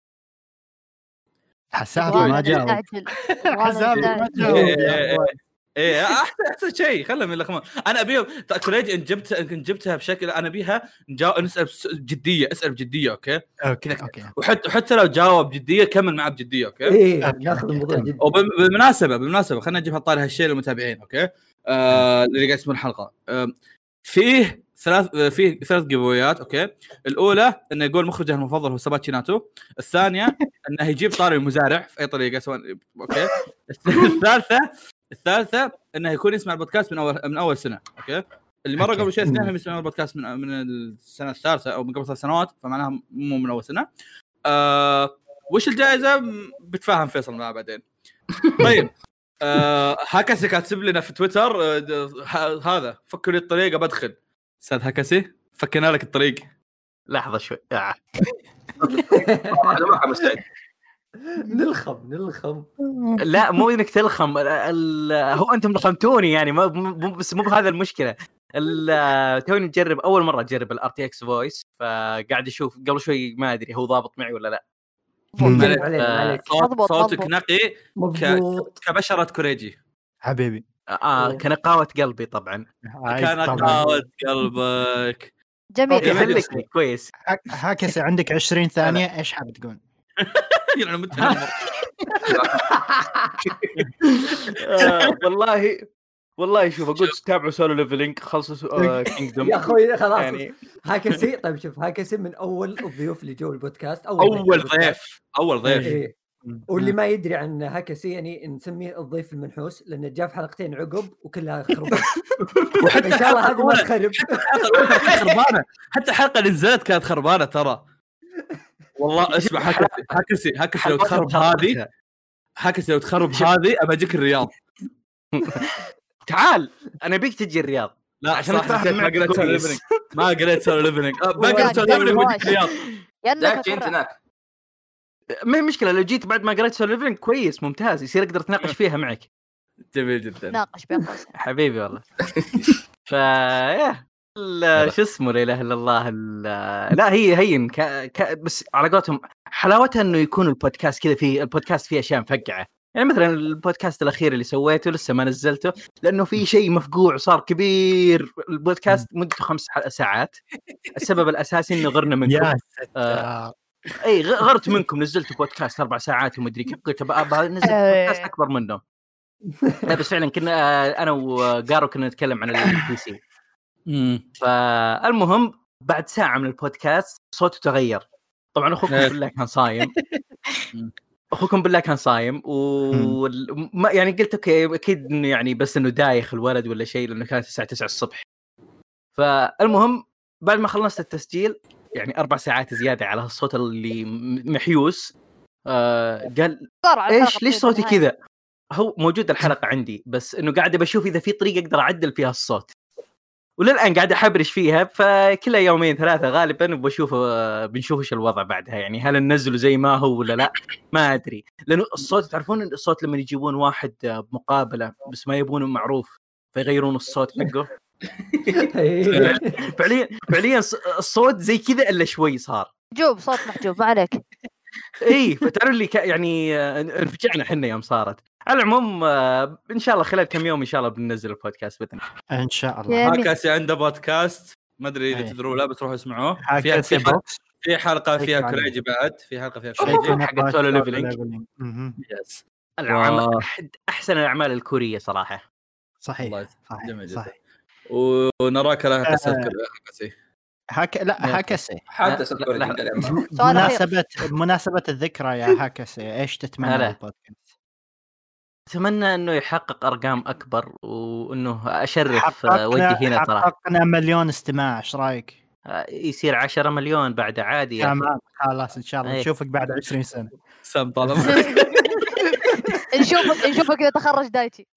حساب ما جاء. حساب ما جاء. ايه احسن شيء خلهم يلخمون. انا ابيهم كوريج ان جبتها بشكل انا بيها نسال جديه. اسال بجديه. اوكي. وحتى لو جاوب بجديه كمل معه بجديه. اوكي. ايه ناخذ الموضوع جدي. وبالمناسبه خلينا نجيب هالطاري هالشيء للمتابعين. اوكي. اللي قاعد يسمعون الحلقه فيه ثلاث جيفويات. اوكي. الاولى انه يقول مخرجه المفضل هو سباتشي ناتو. الثانيه انه يجيب طاري المزارع في اي طريقه سواء. اوكي. الثالثه انه يكون يسمع البودكاست من اول سنه. اوكي. اللي مره قبل شيء اثنين يسمعون البودكاست من السنه الثالثه او من قبل 3 سنوات، فمعناها مو من اول سنه. وش الجائزه بتفهم فيصل معاه بعدين. طيب هاكسي كاتب لنا في تويتر هذا فكوا لي الطريقه بدخل. استاذ هاكسي فكنا لك الطريق. لحظه شوي انا ما مستعد. نلخم لا مو انك تلخم، هو انتم لخمتوني يعني بس مو بهذا المشكله. توني نجرب اول مره اجرب الار تي اكس فويس، فقاعد اشوف قبل شوي ما ادري هو ضابط معي ولا لا. صوتك نقي كبشرة كوريجي حبيبي. كنقاوة قلبي طبعا. كنقاوة قلبك جميل. كويس. هاكسي عندك 20 ثانية ايش حاب تقول؟ يعني متنمر. والله شوف اقول تابعوا سولو ليفلينج خلصوا كينجدوم يا اخوي خلاص يعني. هاكسي طيب شوف هاكسي من اول الضيوف اللي جو البودكاست اول ضيف إيه. واللي ما يدري عن هاكسي يعني نسميه الضيف المنحوس لانه جاء في حلقتين عقب وكلها خربانه. وحتى ان شاء الله هذه ما تخرب. حتى الحلقه اللي نزلت كانت خربانه ترى والله. اسمع هاكسي لو تخرب هذه ابى اجيك الرياض. تعال انا بيك تجي الرياض. لا عشان ما قريت سولو ليفلينج باقي سولو ليفلينج الرياض انت هناك. ما مشكله لو جيت بعد ما قريت سولو ليفلينج كويس ممتاز، يصير اقدر اتناقش فيها معك. جميل جدا. ناقش بين قوسين حبيبي والله. شو اسمه لا اله الا الله. لا هي هين بس على قولتهم حلاوتها انه يكون البودكاست كذا، فيه البودكاست فيه اشياء مفقعه. يعني مثلا البودكاست الاخير اللي سويته لسه ما نزلته لانه في شيء مفقوع صار كبير. البودكاست مدته 5 ساعات. السبب الاساسي انه غرنا منكم. اي غرت منكم، نزلت بودكاست 4 ساعات ومدري كيف. قلت ابغى نزل بودكاست اكبر منه. لا بس فعلا كنا انا وقارو كنا نتكلم عن البي سي. فالمهم بعد ساعه من البودكاست صوته تغير. طبعا اخوكم بالله كان صايم وما يعني قلت اوكي اكيد انه يعني بس انه دايخ الولد ولا شيء، لانه كانت الساعه 9 الصبح. فالمهم بعد ما خلصت التسجيل يعني 4 ساعات زياده على الصوت اللي محيوس، قال ايش ليش صوتي كذا؟ هو موجود الحلقه عندي بس انه قاعد بشوف اذا في طريقه اقدر اعدل فيها الصوت، وللان قاعد احبرش فيها. فكلها 2 3 غالبا بنشوف ايش الوضع بعدها. يعني هل ننزله زي ما هو ولا لا ما ادري، لانه الصوت تعرفون الصوت لما يجيبون واحد بمقابله بس ما يبونه معروف فيغيرون الصوت حقه. فعليا الصوت زي كذا الا شوي صار صوت محجوب ما عليك. اي فتعرف لي يعني انفجعنا احنا يوم صارت. على العموم ان شاء الله خلال كم يوم ان شاء الله بننزل البودكاست باذن الله ان شاء الله. هاكسي عنده بودكاست ما ادري اذا تدروا لا بس روحوا اسمعوه. في حلقه فيها كوريجي بعد، في حلقه فيها كوريجي حق سولو ليفلينج. يس احسن الاعمال الكوريه صراحه. صحيح جميل جدا. ونراك لها قصه هاكسي. هاكسي حدث مناسبة الذكرى يا هاكسي ايش تتمنى البودكاست؟ اتمنى انه يحقق ارقام اكبر وانه اشرف وجهي هنا صراحه. حققنا 1,000,000 استماع، ايش رايك؟ يصير 10 مليون بعد عادي. تمام خلاص ان شاء الله نشوفك بعد 20 سنه. سام طالما نشوفك اذا تخرج دايتي.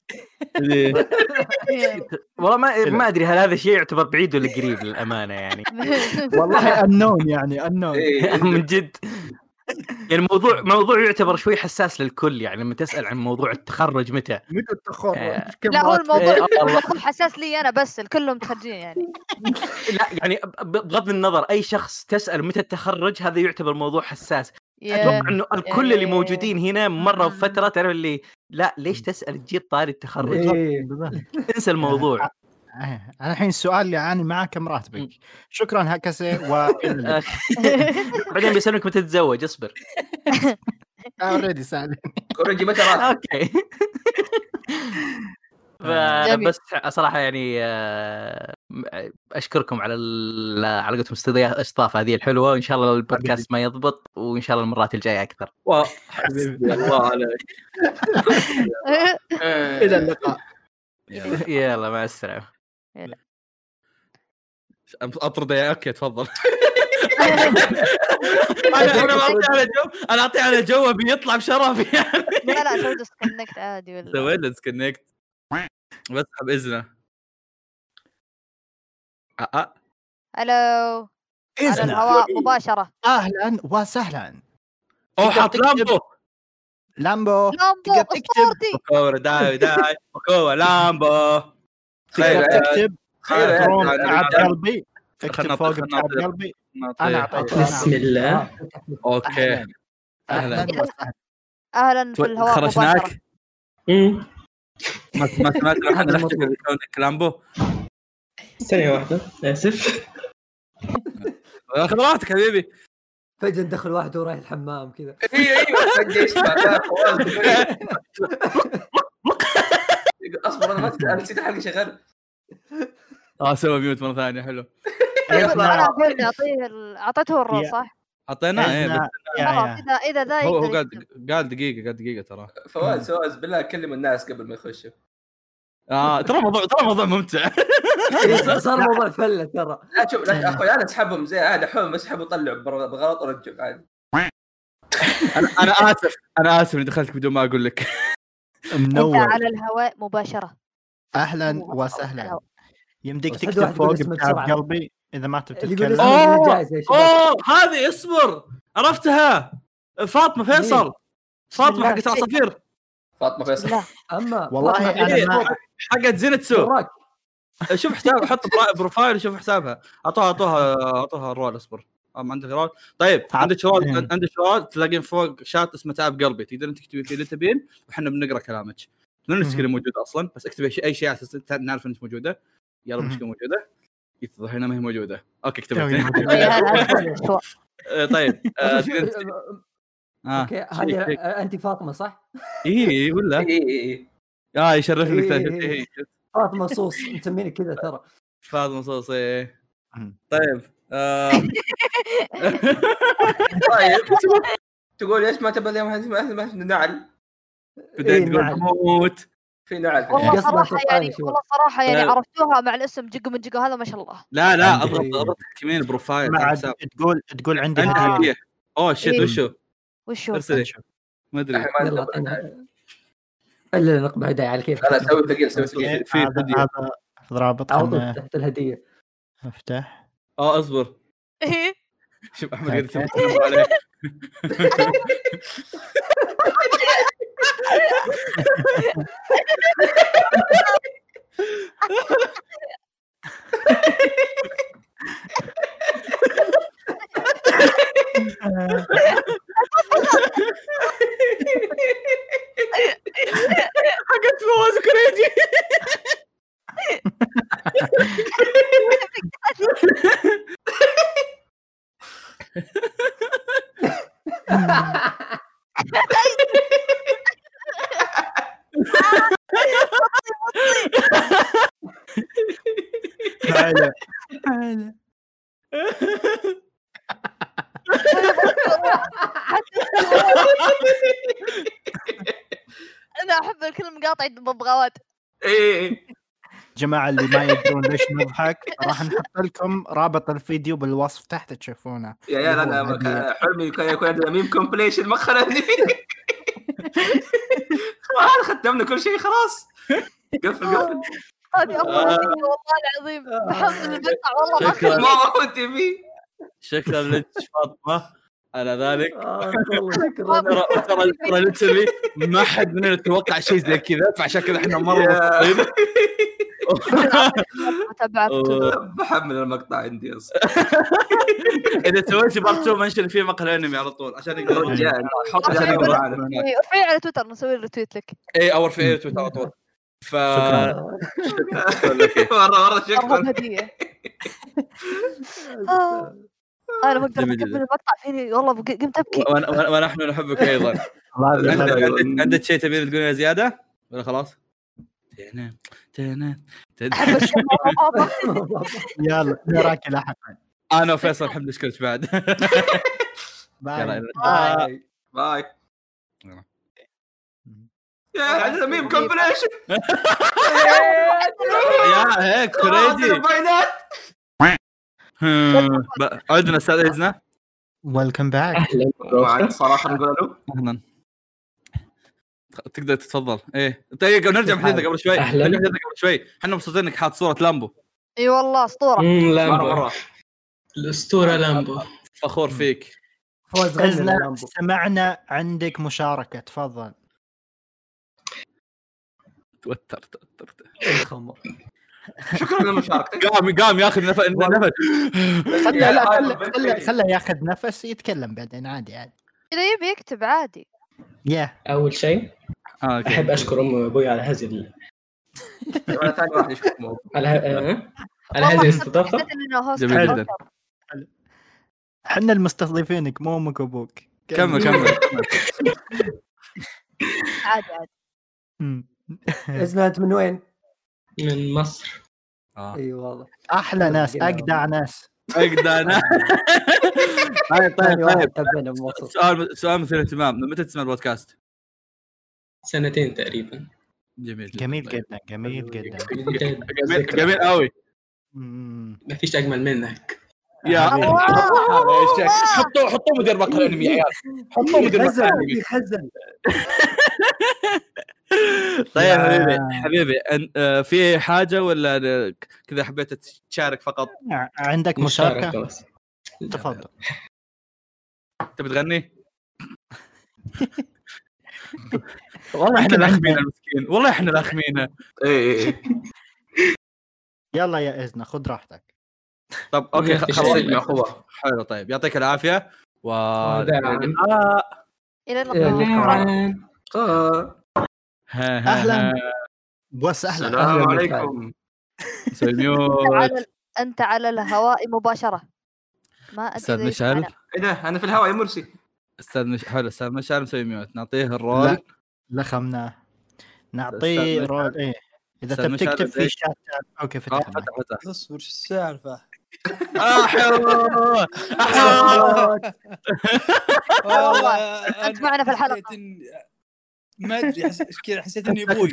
والله ما ادري هل هذا الشيء يعتبر بعيد ولا قريب للامانه يعني. والله النون من جد. يعني موضوع يعتبر شوي حساس للكل. يعني لما تسأل عن موضوع التخرج متى التخرج لا هو الموضوع حساس لي أنا بس الكل متخرجين يعني. لا يعني بغض النظر أي شخص تسأل متى التخرج هذا يعتبر موضوع حساس. أتوقع إنه الكل اللي موجودين هنا مرة بفترة تعرف اللي لا ليش تسأل تجيب طاري التخرج انسى الموضوع. أنا الحين السؤال اللي أعاني معاه كم راتبك؟ شكرا هاكسي بعدين بيسألونك متى تتزوج اصبر. أوريدي سألني كوريجي متى راتب؟ أوكي. بس صراحة يعني أشكركم على قولتهم استضافة هذه الحلوة، وإن شاء الله البودكاست ما يضبط وإن شاء الله المرات الجاية أكثر. حبيبي الله عليك. إلى اللقاء. يلا مع السلامة. اطرد يا اوكي تفضل. انا اعطي على جو بيطلع بشرف يعني. لا سوي ديسكونكت عادي ولا سوي ديسكونكت بس باذنه. الو على الهواء مباشره. اهلا وسهلا. حط لامبو تقدر تكتب كوره داي كوره لامبو. تقدر تكتب تعب قلبي. اكتب فوق تعب قلبي. انا اعطيك بسم الله. اوكي اهلا وسهلا. اهلا في الهواء خرجناك. ما سمعت احد نحكي كونك لامبو. ثانية واحدة اسف. خذ راحتك حبيبي. فجأة دخل واحد ورايح الحمام كذا. فجأة يسمع اصبر انا نسيت الحلقة شغال. سوى ميوت مرة ثانية. حلو. انا اقول اعطيته الرول صح؟ اعطيناه اذا ذا هو قال دقيقة ترى. فواز بالله كلم الناس قبل ما يخشوا. ترى موضوع ممتع. صار موضوع فله ترى. لا شوف لا اخوي انا اسحبهم زي عادي احاول اسحب وطلع بغلط ورجع عادي. انا اسف اني دخلت بدون ما اقول لك. منور على الهواء مباشرة. اهلا وسهلا. يمديك تكتب فوق بتعب قلبي اذا ما تبي تتكلم. هذه اصبر عرفتها. فاطمة فيصل. فاطمة حقت عصافير. فاطمة فيصل. اما والله انا حقت زينتسو. شوف حسابها حط بروفايل شوف حسابها. اعطوها الرول. اصبر ما عندك رول. طيب عندك رول تلاقين فوق شات اسمه تعب قلبي تقدرين تكتبين فيه اللي تبين وحنا بنقرا كلامك. من المشكله موجوده اصلا بس اكتبي اي شيء على اساس نعرف انك موجوده. يلا مشكله موجوده يتظهر هنا ما هي موجوده. اوكي كتبت. طيب اوكي هذه انت فاطمه صح؟ اي ولا يشرفني انك فاطمه صوص مسمينك كذا ترى. فاطمه صوص. طيب طيب تقول ايش ما تبى اليوم هذه نعل بدأت تقول موت في نعل. والله صراحه يعني عرفتوها مع الاسم جيجو من جيجو هذا ما شاء الله. لا اضغط كمان البروفايل تقول عندي هديه. شيت وشو ارسل ما ادري الا نقبع هدايا على كيف. لا سوي ثقيل في هذا رابط تحت الهديه. افتح اصبر شوف احمد قاعد يتكلم عليه. حقت فواز كريجي. انا احب الكل مقاطع ببغاوات. جماعه اللي ما يدرون ليش نضحك راح نحط لكم رابط الفيديو بالوصف تحت تشوفونه. يا انا حلمي يكون عندنا ميم كومبليشن مخرج. خلاص ختمنا كل شيء خلاص. قفل هذه افضل والله العظيم. الحمد لله والله ما كنت فيه. شكرا لك فاطمه على ذلك. ترى ليترلي ما حد مننا يتوقع شيء زي كذا فعشان كذا احنا مره بحمل المقطع عندي اصلا. اذا سويتي بارت 2 منشن فيه مقهى انمي على طول عشان يقدر حط عشان يقدر ارفعي على تويتر نسوي ريتويت لك. اور في تويتر على طول. مره شكرا. انا ما اقدر اكمل المقطع فيني والله قمت ابكي. ونحن نحبك ايضا. عندك شيء تبين تقولين زياده ولا خلاص؟ يلا نراك لاحقا. انا وفيصل نحب نشكرك بعد. باي. يا عندنا ميم كومبليشن. يا هيك كريدي عندنا استاذ إذنا ويلكم باك. اهلا معك صراحه نقول له اهلا تقدر تتفضل. ايه طيب نرجع محدثنا قبل شوي. احنا مبسوطين انك حاط صوره لامبو. اي والله اسطوره. مره الاسطوره لامبو. فخور فيك. إذنا سمعنا عندك مشاركه تفضل. توترت شكرا لمشاركتك. قام ياخذ نفس خله ياخذ نفس يتكلم بعدين عادي اذا يبي يكتب عادي. اول شيء احب اشكر ام ابوي على هذه ثاني واحد يشكر على هذه الاستضافه. جميل جدا. احنا المستضيفينك مو امك وابوك. كمل عادي إذن أنت من وين؟ من مصر. اي والله احلى ناس اجدع ناس. طيب سؤال مثير اهتمام. متى تسمع البودكاست؟ 2 سنين تقريبا. جميل جدا جميل قوي. ما فيش اجمل منك يا حطوا مدير مقهى الانمي يا عيال. حطوا مدير مقهى الانمي. طيب حبيبي في حاجه ولا كذا حبيت تشارك فقط؟ عندك مشاركه تفضل. تبي تغني؟ والله احنا لاخمينه المسكين. والله احنا لاخمينه. ايه يلا يا إذن خذ راحتك. طب اوكي خلاص يا اخوه. حلو طيب يعطيك العافيه الى اللقاء. اهلا بس اهلا. السلام عليكم. انت على الهواء مباشره. ما استاذ مشعل. ايه ده انا في الهواء يا مرسي. استاذ مشعل مسوي ميوت. نعطيه الرول. لخمناه نعطيه رول. ايه اذا تبي تكتب في الشات. اوكي فتح اصبر شو السالفه. والله انت معنا في الحلقه. ما ادري كذا حسيت اني ابوي.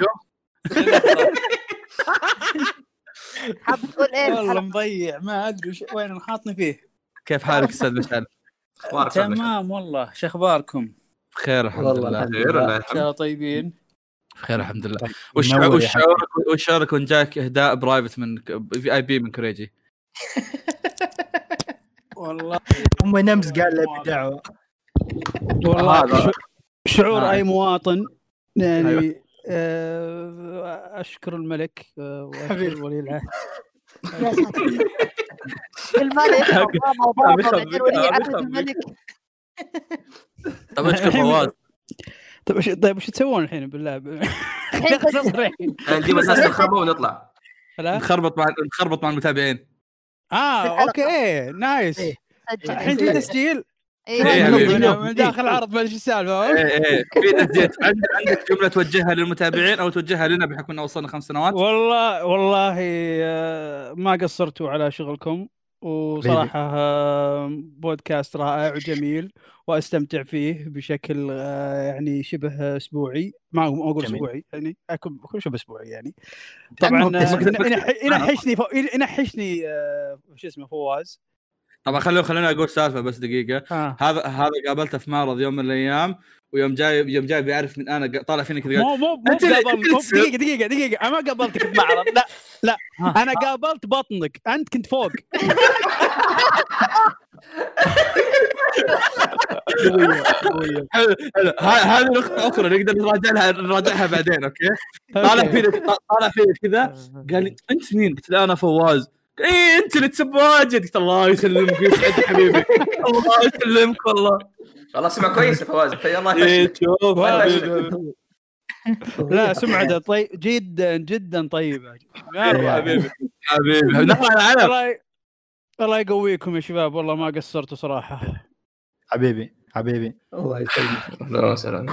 حاب تقول ايه؟ والله مضيع ما ادري وين نحاطني فيه. كيف حالك استاذ مشعل؟ تمام والله. شو اخباركم؟ بخير الحمد لله. ان شاء الله طيبين. بخير الحمد لله. وش شعورك وان جاك اهداء برايفت من في اي بي من كريجي؟ والله هم نمز قال لي بدعوه. والله شعور اي مواطن يعني. اشكر الملك واشكر ولي العهد. الملك. طب اشكر فواز. طيب وش تسوون الحين بالله؟ نجيب الناس الخربة ونطلع نخربط مع المتابعين. اوكي نايس. الحين في تسجيل. من داخل عرض ما ادري ايش السالفه. في تسجيل. عندك جمله توجهها للمتابعين او توجهها لنا بحكم ان وصلنا 5 سنوات؟ والله ما قصرتوا على شغلكم وصراحه بودكاست رائع وجميل واستمتع فيه بشكل يعني شبه اسبوعي. ما اقول اسبوعي يعني كل شبه اسبوعي يعني. طبعا ينحشني شو اسمه فواز. طبعا خلينا اقول سالفه بس دقيقه. هذا قابلته في معرض يوم من الايام ويوم جاي بيعرف من انا طالع فيني كذا. مو دقيقه انا ما قابلتك في معرض. لا انا قابلت بطنك انت كنت فوق. هذه نقطه اخرى نقدر نراجعها بعدين. اوكي طالع فيني كذا قال لي انت مين؟ قلت له انا فواز. ايه انت اللي تسب واجد. قلت الله يسلمك ويسعدك حبيبي. الله يسلمك والله. والله سمع كويس يا فواز. الله شوف لا سمعته طيب جدا طيبه حبيبي. الله يقويكم يا شباب. والله ما قصرتوا صراحه. حبيبي الله يسلمك. اهلا وسهلا.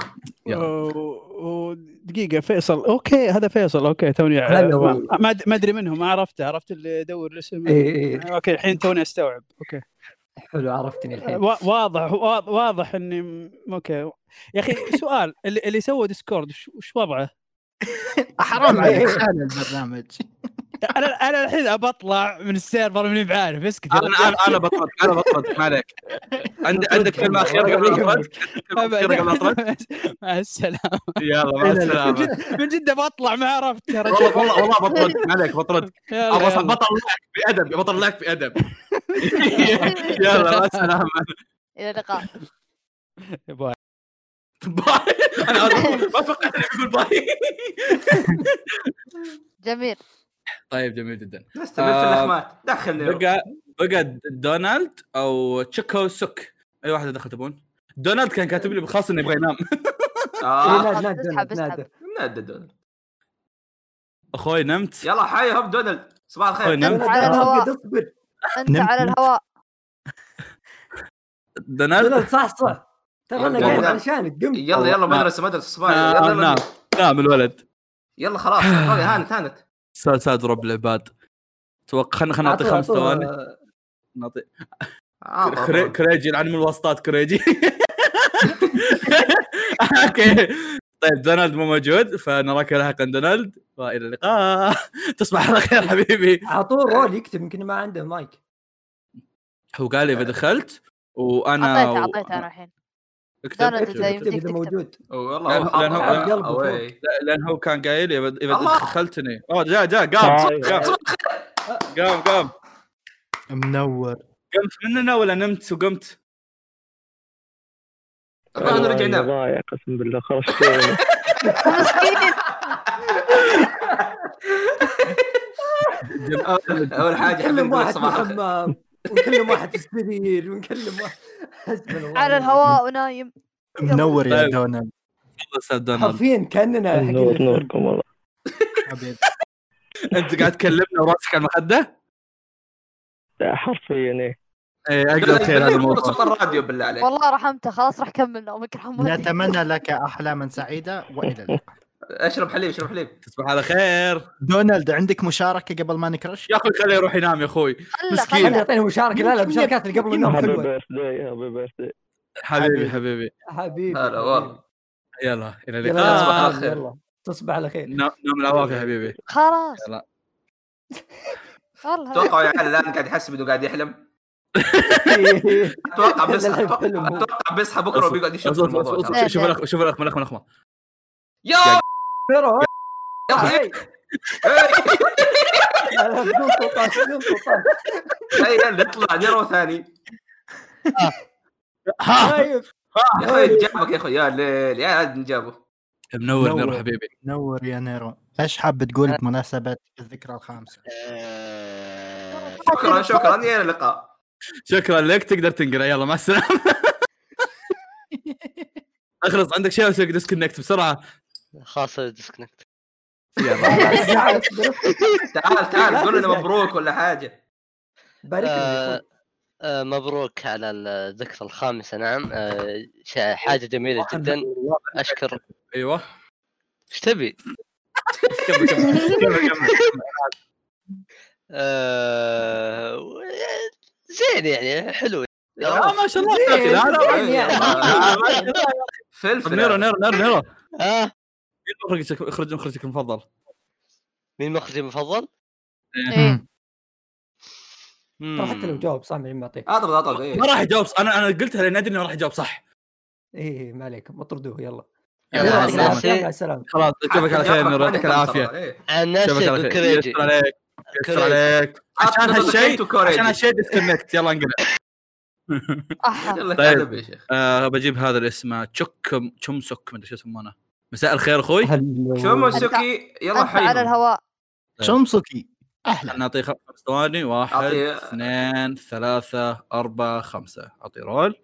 دقيقه فيصل. اوكي هذا فيصل. اوكي توني ما ادري منهم. ما عرفت اللي يدور الاسم. اوكي الحين توني استوعب. اوكي حلو عرفتني الحين. واضح اني اوكي يا اخي. سؤال اللي سوى ديسكورد وش وضعه؟ حرام عليك خان البرنامج. انا الحين ابى اطلع من السيرفر ماني بعارف. اسكت انا بطرد ما عليك. عندك كلمه اخيره قبل اطرد؟ مع السلامه. يلا مع السلامه. من جد بطلع ما عرفت. والله بطرد ما عليك. بطرد بطلعك بأدب. يلا مع السلامه. الى اللقاء. باي. انا ما توقعت انك تقول باي. جميل. طيب جميل جدا. نستمر في اللخمات. دخلني. بقى دونالد او تشيكو سك. اي واحد دخل تبون. دونالد كان كاتب لي بخاص انه يبغى ينام. نادر اخوي نمت. يلا حي هوب دونالد صباح الخير. انت على الهواء. دونالد صح ترى انا قاعد علشانك. قم يلا مدرسه صباح. يلا نام الولد. يلا خلاص هانت ساد رب العباد. توقع خلنا نعطي 5 ثواني. نعطي كريجي العن من الوسطات كريجي. اوكي طيب دونالد مو موجود فنراك لاحقا دونالد والى اللقاء. تصبح على خير حبيبي. اعطوه رول يكتب يمكن ما عنده مايك. هو قال لي اذا دخلت وانا اعطيته انا الحين. دونالد اذا موجود. والله لان هو كان قايل لي اذا دخلتني. جاء قام منور. قمت مننا ولا نمت وقمت؟ انا رجع نام. ضايع قسم بالله خلاص. اول حاجه كلم واحد حمام ونكلم واحد في السرير ونكلم واحد على الهواء ونايم. منور يا دونالد. حرفيا كاننا نوركم والله حبيبي. انت قاعد تكلمنا وراسك على المخده حرفيا. ايه اقدر خير هذا الموضوع. صوت الراديو بالله عليك. والله رحمته خلاص راح كمل نومك. رحمته. نتمنى لك احلاما سعيده والى اللقاء. اشرب حليب تصبح على خير. دونالد عندك مشاركه قبل ما نكرش؟ يا اخوي خليه يروح ينام يا اخوي مسكين. يعطيني مشاركه. لا مشاركات اللي قبل النوم حلوه. حبيبي هلا والله. يلا الى اللقاء. تصبح على خير. نوم العوافي حبيبي. خلاص يلا. والله يا الان قاعد يحسب انه قاعد يحلم. اتوقع بيصحى بكره وبيقعد يشوف الموضوع. شوف الاخ ملخمه. يا اخي تخيل نطلع نيرو ثاني. يا اخوي جابك يا اخوي يا ليل يا عاد نجابه. منور نيرو حبيبي. منور يا نيرو. ايش حاب تقول بمناسبه الذكرى الخامسة؟ شكرا يا اللقاء. شكرا لك. تقدر تنقرا. يلا مع السلامه. اخلص عندك شيء وسوي ديسكونكت بسرعه. خاص ديسكونكت. تعال قول لنا مبروك ولا حاجه. بارك مبروك على الذكرى الخامسة. نعم حاجة جميلة جدا. أشكر. أيوة إيش تبي؟ كمل زين يعني حلو. ما شاء الله. فلفل. نيرو اخرج مخرجك المفضل. مين مخرجي المفضل؟ ترى حتى لو جاوب صح ما يعطيك. اضرب ما راح يجاوب. انا قلتها لان ادري انه راح يجاوب صح. ايه ما عليك اطردوه. يلا السلام. خلاص اشوفك على خير نور. يعطيك العافيه. عن نفسك كريجي. يسر عليك عشان هالشيء ديسكونكت. يلا انقلع. طيب بجيب هذا الاسم تشمسك ما ادري شو اسمه. انا مساء الخير اخوي تشمسكي. يلا حي على الهواء. تشمسكي اهلا. نعطيه 5 ثواني. 1 2 3 4 5. اعطي رول.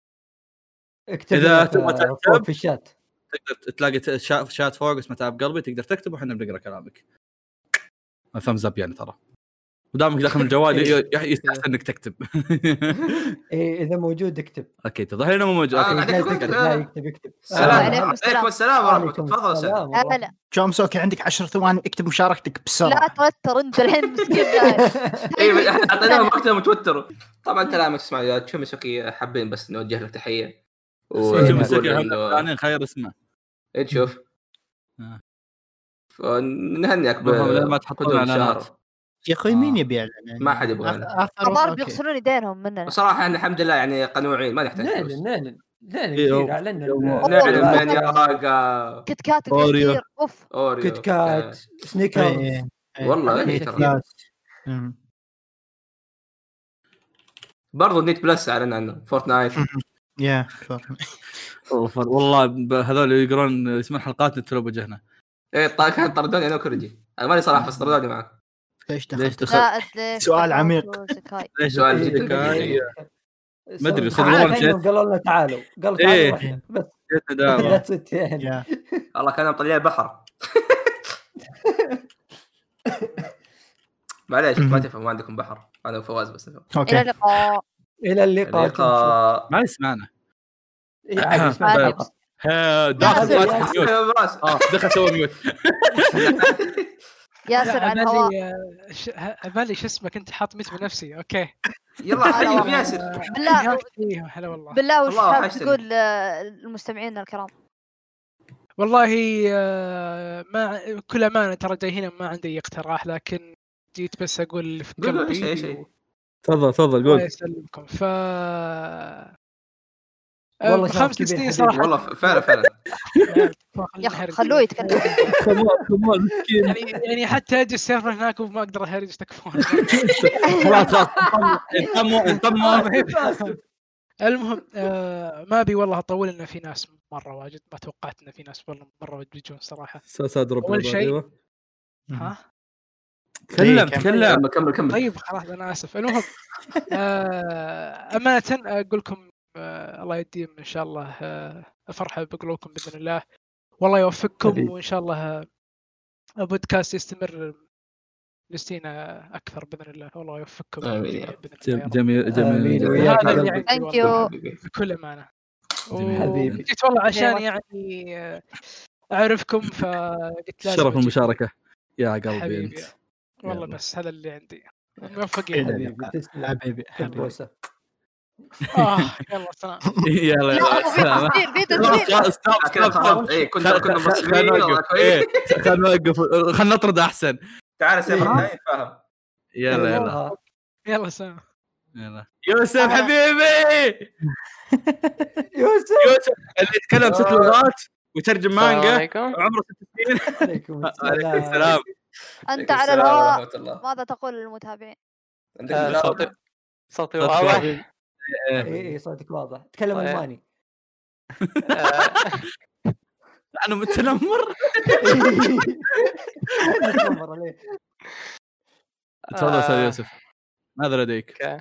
اذا تبغى تكتب في الشات تقدر تلاقي شات فوق اسمه تعب قلبي. تقدر تكتب وحنا بنقرا كلامك. ثامز اب يعني ترى. ودامك داخل الجوال يستحسن انك تكتب. ايه اذا موجود اكتب. اوكي تظهر لنا مو موجود. اكتب. عليكم السلام ورحمه الله. تفضل. شومسوكي عندك 10 ثواني اكتب مشاركتك بسرعه. لا توتر انت الحين مسكين. ايوه اعطيناهم وقتهم وتوتروا. طبعا كلامك تسمع يا شومسوكي. حابين بس نوجه لك تحيه. وشومسوكي خير اسمه. تشوف نهنيك ما تحطون اعلانات. يا اخوي مين يبي يعلن يعني؟ ما حد يبغى الظاهر بيغسلون يدينهم مننا بصراحه احنا الحمد لله يعني قنوعين ما نحتاج فلوس. نعلن كثير اعلنا نعلن مانيا راقا كيت كات كثير اوف كيت كات سنيكرز والله ترى برضو نيت بلس اعلن عنه فورتنايت يا والله هذول يقرون يسمعون حلقات نتلو بوجهنا. ايه كان طردوني انا وكورجي انا مالي صراحه بس طردوني معك. ليش سؤال عميق سؤال زكاي ما ادري قالوا لنا تعالوا قالوا تعالوا بس والله كانوا مطلعين البحر معليش ما تفهم ما عندكم بحر انا وفواز بس الى اللقاء الى اللقاء ما يسمعنا دخل سوى ميوت ياسر على الهواء بالي شو اسمك انت حاط ميت بنفسي اوكي يلا حبيب ياسر بالله هلا والله بالله وش حاب تقول للمستمعين الكرام؟ والله ما كل امانه ترى جاي هنا ما عندي اقتراح لكن جيت بس اقول في قلبي تفضل قول الله يسلمكم والله 5 سنين صراحه والله فعلا يا خلوه يتكلم يعني حتى اجي السيرفر هناك وما اقدر اهرج تكفون خلاص انطموا المهم ما ابي والله اطول لنا في ناس مره واجد ما توقعت ان في ناس والله مره بيجون صراحه اول شيء ها تكلم كمل طيب خلاص انا اسف المهم امانه اقول لكم الله يديم ان شاء الله افرح بقلوبكم باذن الله والله يوفقكم وان شاء الله البودكاست يستمر لسنين اكثر باذن الله والله يوفقكم جميل ثانك يو بكل امانه حبيبي جيت والله عشان يعني اعرفكم فقلت لازم شرف المشاركه يا قلبي انت والله بس هذا اللي عندي موفقين حبيبي يلا سلام يلا سلام كنا خلنا نوقف خلنا نطرد احسن تعال سيف فاهم يلا سلام يوسف حبيبي يوسف اللي يتكلم 6 لغات ويترجم مانجا عمره 6 سنين عليكم السلام انت على الهواء ماذا تقول للمتابعين؟ صوتي واضح ايه صوتك واضح تكلم الماني انا متنمر تفضل استاذ يوسف ماذا لديك؟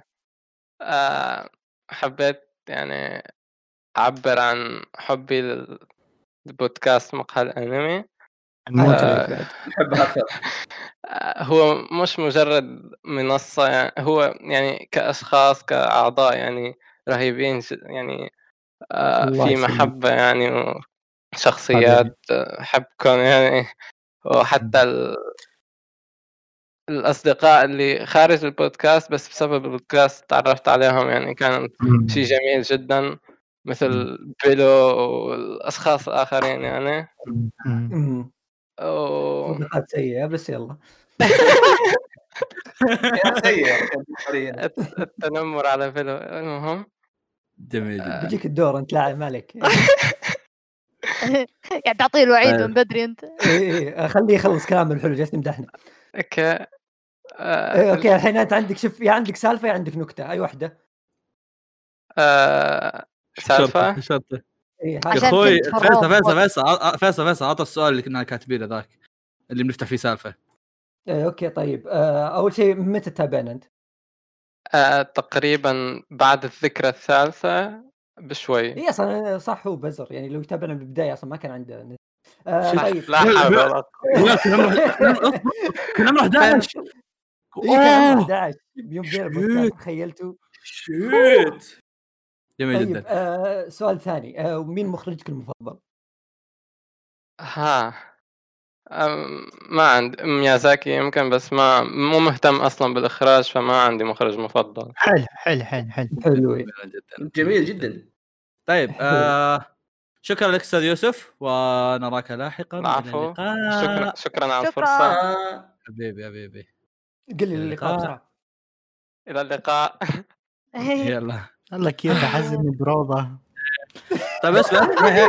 حبيت يعني اعبر عن حبي للبودكاست مقهى الانمي نحبها اكثر هو مش مجرد منصة يعني هو يعني كأشخاص كأعضاء يعني رهيبين يعني في محبة يعني وشخصيات أحبكم يعني وحتى الأصدقاء اللي خارج البودكاست بس بسبب البودكاست تعرفت عليهم يعني كان شيء جميل جدا مثل بيلو والأشخاص الآخرين يعني صدقات سيئة بس يلا التنمر على بيلو المهم جميل جدا بيجيك الدور انت لاعب مالك يعني تعطيه الوعيد من بدري انت ايه خليه يخلص كلامه الحلو جالس نمدحنا اوكي اوكي الحين انت عندك شوف يا عندك سالفه يا عندك نكته اي واحده سالفه شرطه يا اخوي فيصل عطى السؤال اللي كنا كاتبينه ذاك اللي بنفتح فيه سالفه اوكي طيب اول شيء متى تابعنا انت؟ تقريبا بعد الذكرى الثالثة بشوي اي اصلا صح هو بزر يعني لو يتابعنا بالبدايه اصلا ما كان عنده طيب لا حول كنا نروح 11 كان 11 يوم دير البودكاست تخيلتوا شيت جميل جدا سؤال ثاني مين مخرجك المفضل؟ ما عندي ميازاكي يمكن بس مو مهتم اصلا بالاخراج فما عندي مخرج مفضل حلو جدا جميل جدا طيب شكرا لك استاذ يوسف ونراك لاحقا العفو شكرا على الفرصه حبيبي قل لي اللقاء بسرعه. الى اللقاء. يلا الله كيف احزني بروضه. طيب اسمع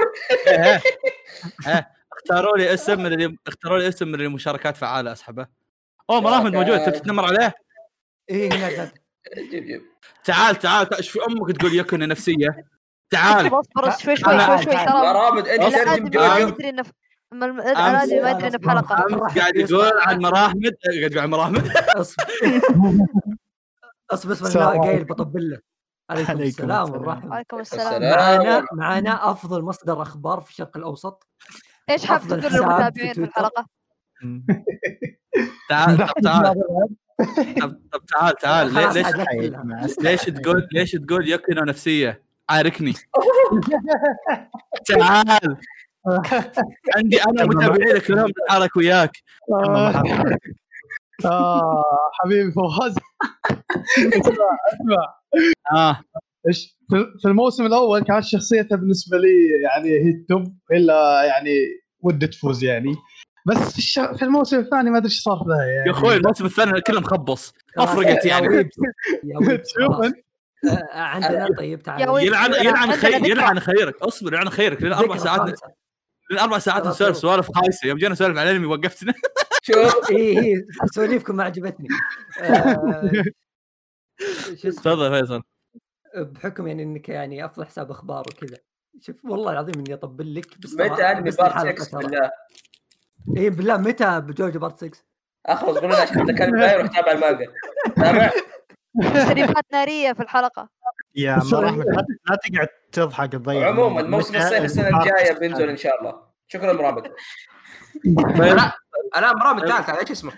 اختاروا لي اسم من المشاركات فعاله اسحبه. مراحمد موجود تتنمر عليه. ايه هنا جيب تعال ايش في امك تقول يكون نفسيه. تعال اصبر شوي ترى مرامد انت ما ادري انه بحلقه. قاعد يقول عن مراحمد اصبر قايل بطبله. عليكم السلام ورحمه. عليكم السلام. معنا افضل مصدر اخبار في الشرق الاوسط. ايش حاب تقول للمتابعين في الحلقه؟ تعال ليش تقول يكون نفسيه عاركني. تعال عندي انا متابعين كلهم بتحرك وياك. حبيبي فواز. اسمع ايش في الموسم الاول كانت شخصيتها بالنسبه لي يعني هي التوب، الا يعني ودي تفوز يعني، بس في الموسم الثاني ما ادري ايش صار لها يعني. يا اخوي الموسم الثاني كله مخبص افرقت يعني. عندنا طيب تعال يلعن خيرك. اصبر يلعن خيرك لين 4 ساعات نسولف سوالف خايسه. يوم جينا نسولف على الانمي وقفتنا. شوف ايه سوالفكم ما عجبتني. تفضل فيصل. بحكم يعني انك يعني افضل حساب اخبار وكذا، شوف والله العظيم اني اطبل لك. بس متى انمي بارت 6 بالله؟ ايه بالله متى بجوجو بارت 6؟ اخلص قولنا عشان اذا كان باير روح تابع المانجا. تابع تسريبات ناريه في الحلقه. يا مرحبا لا تقعد تضحك تضيع. عموما موسم الصيف السنه الجايه بينزل ان شاء الله. شكرا مرابط. انا مرابط تعال ايش اسمه؟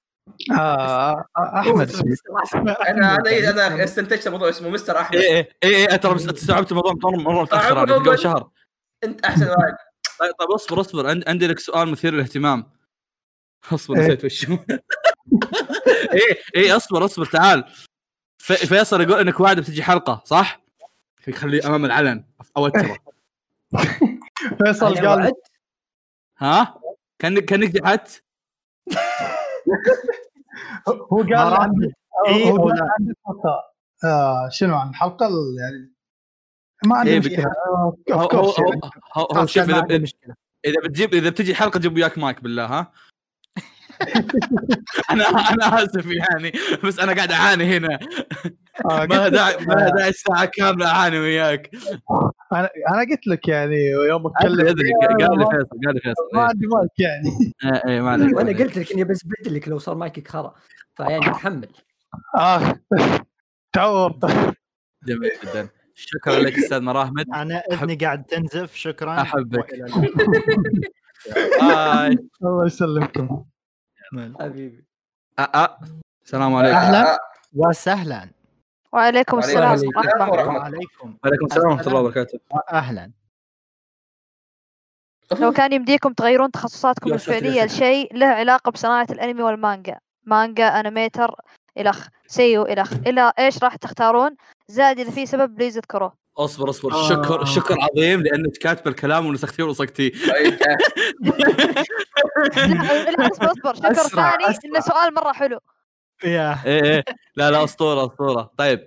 احمد. انا استنتجت موضوع اسمه مستر احمد. ايه ترى استوعبت الموضوع مره متاخر قبل شهر. انت احسن واحد. طيب اصبر عندي لك سؤال مثير للاهتمام. اصبر نسيت وش. ايه اصبر تعال. فيصل يقول انك واعد بتجي حلقه صح؟ خليه امام العلن اوتره. فيصل قال ها كانك جحت. هو قال عندي شنو عن الحلقه يعني ما عندي مشكله. هو شوف اذا بتجي حلقه جيب وياك مايك بالله ها. انا اسف يعني بس انا قاعد اعاني هنا. ما داعي الساعه كامله اعاني وياك. انا قلت لك يعني يوم اتكلم قال لي فيصل ما عندي مايك يعني. اي ما عليك. وانا قلت لك اني بس بدلك لو صار مايكك خرا فيعني تحمل. تعور. جميل جدا. شكرا لك استاذ مراحمد. انا اذني قاعد تنزف. شكرا احبك. الله يسلمكم حبيبي. السلام عليكم. اهلا وسهلا. وعليكم السلام ورحمه الله. وعليكم السلام ورحمه الله وبركاته. اهلا. لو كان يمديكم تغيرون تخصصاتكم الفعليه لشيء له علاقه بصناعه الانمي والمانجا، مانجا انيميتر الخ سيو الى ايش راح تختارون؟ زائد اذا في سبب بليز اذكروه. اصبر شكر عظيم لانك كاتب الكلام ونسختيه ورصقتيه. اصبر شكر ثاني انه سؤال مره حلو. ايه لا اسطوره. طيب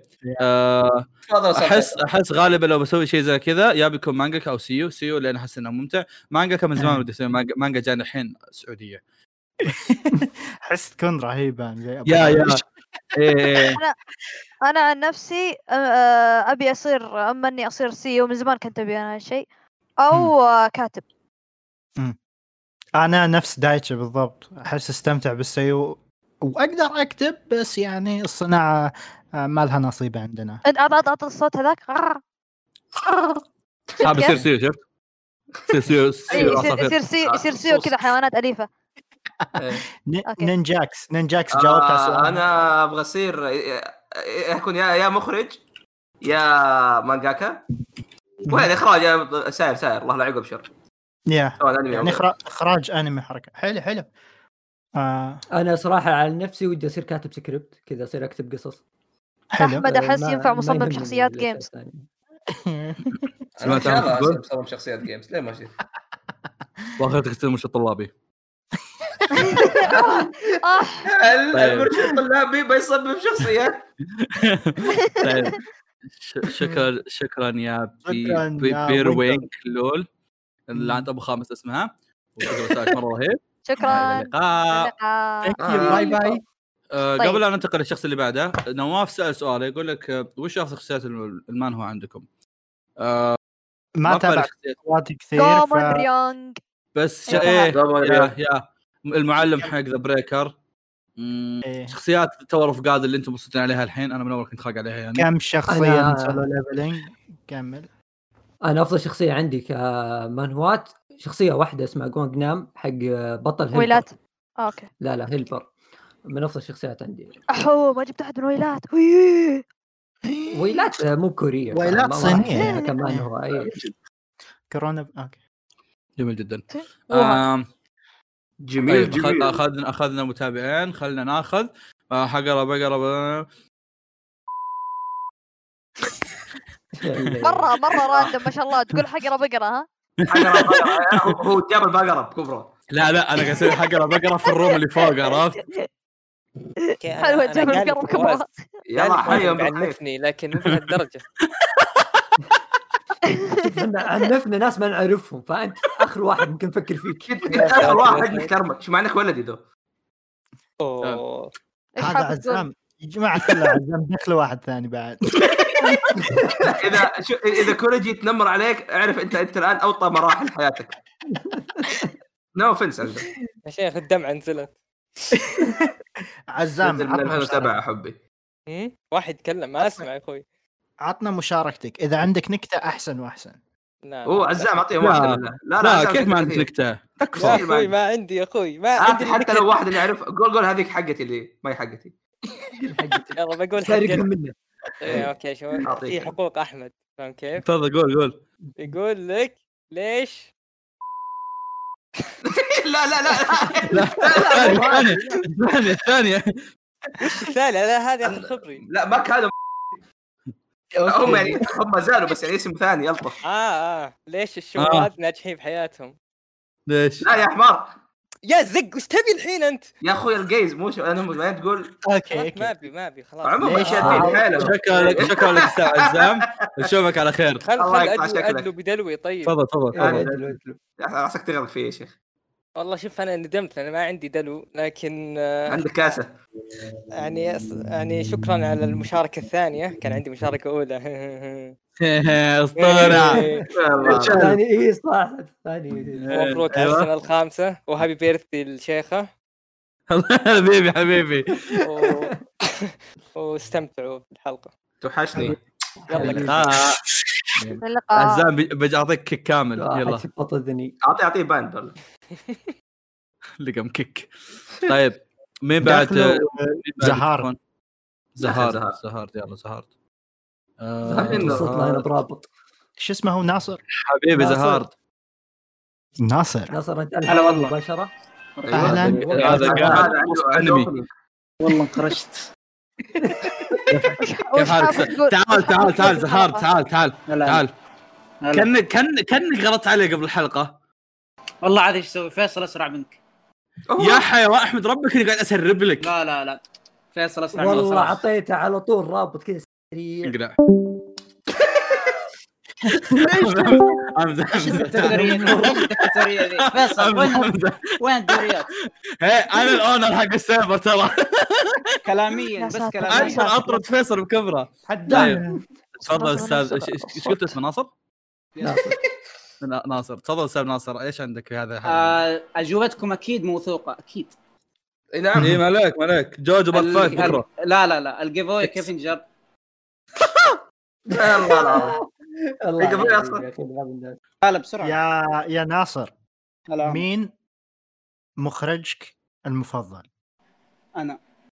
احس غالبا لو بسوي شيء زي كذا يا بيكون مانجا او سيو لان احس انه ممتع. مانجا كان من زمان بدي اسوي مانجا جانا الحين سعوديه. حس تكون رهيبه زي يا انا عن نفسي ابي اصير اني اصير سيو من زمان كنت ابي انا هالشيء او كاتب. انا نفس دايتش بالضبط. احس استمتع بالسيو واقدر اكتب بس يعني الصناعه ما لها نصيب عندنا. اضغط الصوت هذاك. بيصير سيو شفت يصير سيو كذا حيوانات اليفه. نينجاكس جاوبت على السؤال. انا ابغى اصير اكون يا مخرج يا مانجاكا وين اخراج ساير الله لا يعقب شر. يعني اخراج انمي حركه حلو. انا صراحه على نفسي ودي اصير كاتب سكريبت كذا اصير اكتب قصص. احمد احس ينفع مصمم شخصيات جيمز. سمعت انا مصمم شخصيات جيمز ليه ماشي. واخذت تختم مش طلابي. المرشد الطلابي بيصمم شخصيات. طيب شكرا يا بيروينك لول اللي عند ابو خامس اسمها، وشكرا مره رهيب. شكرا. باي باي. قبل أن ننتقل للشخص اللي بعده، نواف سأل سؤال يقول لك وش أفضل شخصيات المانهوا عندكم؟ ما تابع شخصيات كثير بس يا المعلم حق ذا بريكر. شخصيات تو رفقات اللي انتم مبسوطين عليها الحين، انا من اول كنت خاق عليها يعني. كم شخصيه من سولو ليفلينج؟ كمل. انا افضل شخصيه عندي كمانهوات شخصيه واحده اسمها جونغ نام حق بطل هيلبر. ويلات اوكي. لا هيلبر من افضل الشخصيات عندي. ما جبت احد من ويلات. ويلات مو كورية، ويلات صينيه كمان هو كورونا. اوكي جميل جدا. جميل جميل. اخذنا متابعين، خلينا ناخذ حقرة بقرة مرة راندم ما شاء الله. تقول حقرة بقرة ها؟ هو جاب البقرة بكبره. لا انا قاعد اسوي حقرة بقرة في الروم اللي فوق، عرفت؟ حلوة جاب البقرة بكبره. يلا حيا عنفني لكن مو بهالدرجة. عنفنا ناس ما نعرفهم، فانت اخر واحد ممكن نفكر فيك. اخر واحد نحترمك. شو معناك ولدي ذو؟ هذا عزام يا جماعه، كله عزام دخل واحد ثاني بعد. اذا كوريجي يتنمر عليك اعرف انت الان اوطى مراحل حياتك. نو فنس عندك يا شيخ، الدمعة نزلت. عزام من 2007 حبي. واحد يتكلم ما اسمع يا اخوي. عطنا مشاركتك اذا عندك نكته احسن واحسن. هو عزام اعطيه واحده. لا كيف ما عندك نكته؟ تكفى يا اخوي. ما عندي يا اخوي، ما عندي حتى لو واحد اللي يعرف. قول هذيك حقتي اللي ما هي حقتي. يلا بقول حقتي. اوكي شو في حقوق احمد، فاهم كيف؟ تفضل قول. يقول لك ليش لا الثانية وش الثانية؟ لا هذه اخر خبري. لا ما كانوا هم يعني هم زالوا بس يعني اسم ثاني يلطف. ليش الشباب ناجحين بحياتهم؟ ليش؟ لا يا حمار يا زق، وش تبي الحين انت يا اخوي؟ الجيز مو انا ما تقول اوكي ما ابي خلاص. عموما شكرا لك استاذ عزام، نشوفك على خير. خل ادلو بدلوي. طيب تفضل ادلو راسك تغرق فيه يا شيخ. والله شوف انا ندمت، انا ما عندي دلو، لكن عندك كاسه يعني شكرا على المشاركه الثانيه. كان عندي مشاركه اولى. اسطوره. ثاني صح ثاني. مبروك على السنه الخامسه وهابي بيرثدي الشيخه. حبيبي واستمتعوا بالحلقه. توحشني. يلا عزام بجي اعطيك كيك كامل. يلا اعطيه باند لقم كيك. طيب مين بعد؟ زهار. يلا زهار. صوت لاين برابط. شو اسمه هو؟ ناصر حبيبي. زهار ناصر انت هلا والله مباشره. اهلا. هذا قاعد انمي والله انقرشت. كيف حالك؟ تعال زهار. تعال كأنك غلطت عليه قبل الحلقة. والله عاد ايش اسوي؟ فيصل اسرع منك يا حيوان. احمد ربك اني قاعد اسرب لك. لا فيصل اسرع منك والله عطيته على طول رابط كذا سريع. انقلع. فيصل وين الدوريات؟ انا الاونر حق السيرفر ترى. كلاميا بس كلاميا اطرد فيصل بكبره. تفضل استاذ. ايش قلت اسمه؟ ناصر. تفضل استاذ ناصر. ايش عندك في هذا؟ اجوبتكم اكيد موثوقه اكيد. نعم. ايه مالك جوجو بارت 5 بكره. لا الجيفوي كيف انجاب؟ الله لا بسرعه يا ناصر. مين مخرجك المفضل؟ انا.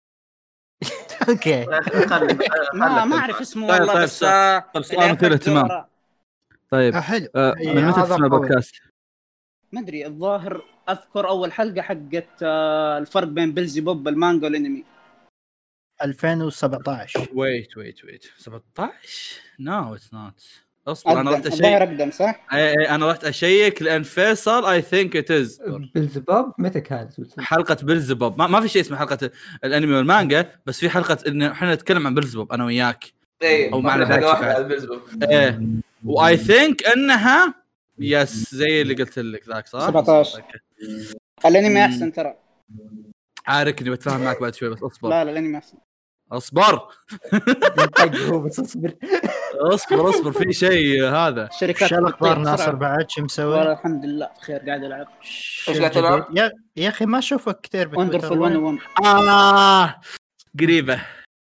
اوكي ما اعرف اسمه والله. بس سؤال مثير اهتمام. طيب حلو. من متى تسمع بودكاست؟ ما ادري، الظاهر اذكر اول حلقه حقت الفرق بين بيلزي بوب المانجا والانمي 2017. ويت 17 نو اتس نوت. اصبر انا رحت الظاهر اقدم صح؟ اي انا رحت اشيك لان فيصل اي ثينك ات از بلزبوب متى كانت حلقه بلزبوب ما في شيء اسمه حلقه الانمي والمانجا بس في حلقه ان احنا نتكلم عن بلزبوب انا وياك او معنا بلزبوب واي ثينك انها يس زي اللي قلت لك ذاك صح 17 الانمي احسن ترى عارف اني بتفاهم معك بعد شوي بس اصبر لا الانمي احسن اصبر هو بس اصبر في شيء هذا شركات الاخبار ناصر بعد شو مسوي؟ والله الحمد لله بخير قاعد العب. ايش قاعد تلعب؟ يا اخي ما اشوفك كثير وندرفول 101 قريبه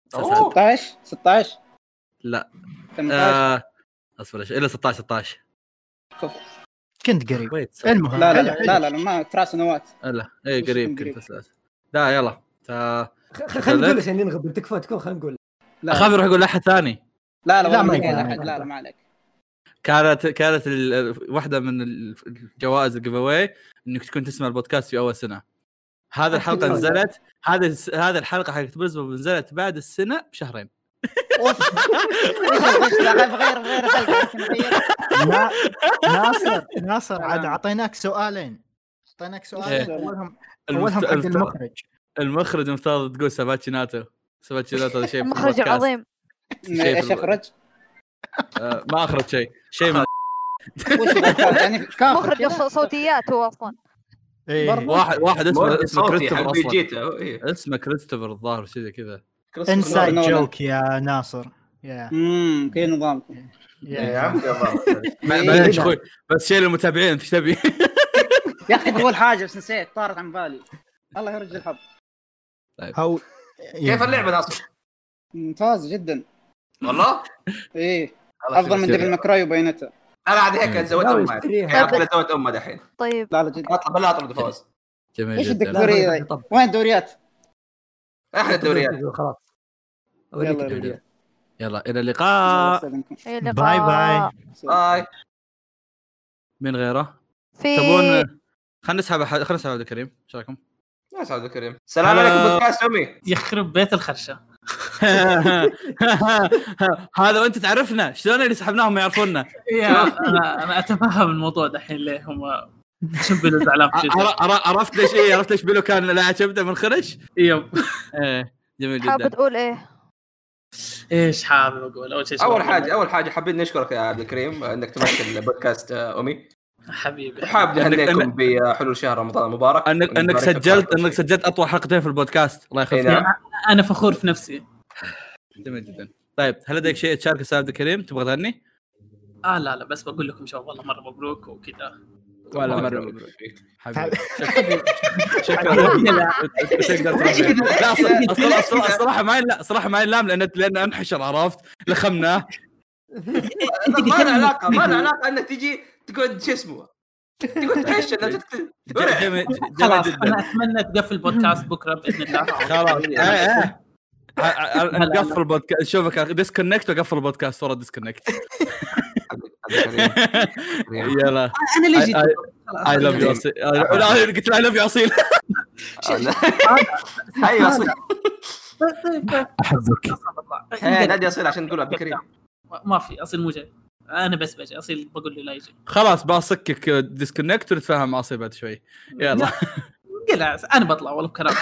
16 لا 18 اصبر الا 16 كنت قريب المهم لا ما 3 سنوات لا اي قريب كنت لا يلا خلينا نقول عشان ننغب تكفى تكون خلينا نقول اخاف اروح اقول لاحد ثاني لا ما عليك كانت واحده من الجوائز الجيف اواي انك تكون تسمع البودكاست في اول سنه. هذه الحلقه نزلت هذه الحلقه حقت بلزبوب نزلت بعد السنه بشهرين. غير ناصر عاد اعطيناك سؤالين اولهم حق المخرج مفترض تقول سباتشي ناتو هذا شيء مخرج عظيم. ايش اخرج؟ ما اخرج شيء من يعني مخرج صوتيات هو اصلا. واحد اسمه كريستوفر اصلا اسمه كريستوفر الظاهر شيء زي كذا. انسايد جوك يا ناصر كي نظامكم يا عم معليش اخوي بس شيء للمتابعين انت تبي يا اخي بقول حاجه بس نسيت طارت عن بالي الله يرجع الحظ. طيب كيف اللعبه ناصر؟ ممتاز جدا والله ايه افضل من ديفل ماكراي وبينتا. انا عاد هيك زودت امها دحين. طيب لا جد اطلع فوز جميل ايش جدا. الدوريات وين الدوريات؟ احلى الدوريات خلاص يلا الى اللقاء. باي من غيره في تبون خلينا نسحب عبد الكريم ايش رايكم؟ يا عبد الكريم السلام عليكم بودكاست امي يخرب بيت الخرشه. هذا وانت تعرفنا شلون اللي سحبناهم ما يعرفونا. انا اتفهم الموضوع دحين ليه هم شو بيلو زعلان عرفت ليش بيلو كان لا عجبته من خرش. ايوه جميل جدا. حابب تقول ايش حابب اقول؟ اول حاجه حابين نشكرك يا عبد الكريم انك تمثل بودكاست امي حبيبي. حابب نهنيكم بحلول شهر رمضان المبارك انك سجلت اطول حلقتين في البودكاست. الله يخليك. انا فخور في نفسي. جميل جدا. طيب هل لديك شيء تشارك استاذ عبد الكريم؟ تبغى تغني؟ لا بس بقول لكم شو والله مره مبروك وكذا. ولا مره مبروك حبيبي. لا صراحه ما يلام لان انحشر عرفت لخمناه. ما له علاقه انك تيجي تقعد شو اسمه تقعد تحش خلاص انا اتمنى تقفل بودكاست بكره باذن الله. خلاص نقفل البودكاست. شوفك ديسكونكت وقفل البودكاست ورا ديسكونكت. يلا انا اللي جيت اي لاف يو اصيل. قلت اي لاف يو اصيل. هاي اصيل احبك. نادي اصيل عشان نقول عبد الكريم ما في اصيل مو جاي. انا بس بجي اصيل بقول له لا يجي. خلاص بصكك ديسكونكت ونتفاهم مع اصيل بعد شوي. يلا قلع انا بطلع والله بكلام.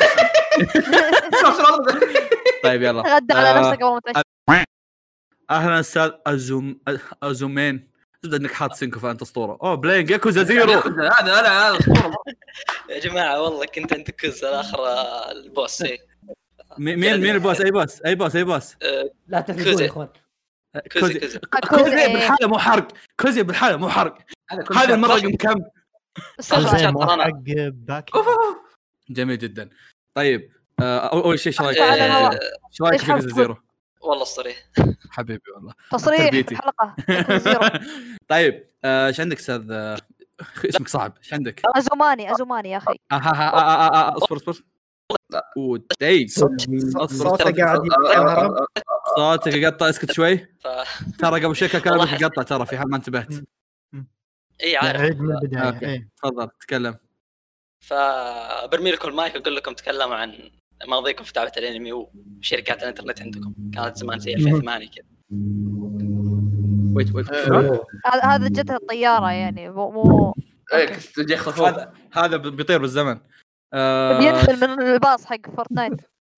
طيب يلا غدا على نفسك قبل ما تعيش. اهلا استاذ ازومين. تبدا انك حاط سينكو فانت اسطوره. بلاينج ياكوزا زيرو. هذا اسطوره يا جماعه والله كنت عند كوز الاخر البوس. مين البوس؟ اي بوس لا تحرقوا يا اخوان. كوزي بالحاله مو حرق. كوزي بالحاله مو حرق. هذه المره كم حق باكي. جميل جدا. طيب اول شيء ايش رايك في كوزا زيرو؟ والله صريح حبيبي والله تصريح الحلقه زيرو. طيب ايش عندك استاذ؟ اسمك صعب. ايش عندك؟ ازوماني يا اخي. اصبر وداي صوتك قاعد صوتك يقطع. اسكت شوي ترى قبل شوي كلامك يقطع ترى في حال ما انتبهت. اي عارف من البدايه. تفضل تكلم. فبرمي لكم المايك واقول لكم تكلموا عن ماضيكم في تعبة الانمي وشركات الانترنت عندكم. كانت زمان زي 2008 كذا. ويت هذا جتها الطياره يعني مو تجي يخطفوه. هذا بيطير بالزمن. بينزل من الباص حق فورتنايت.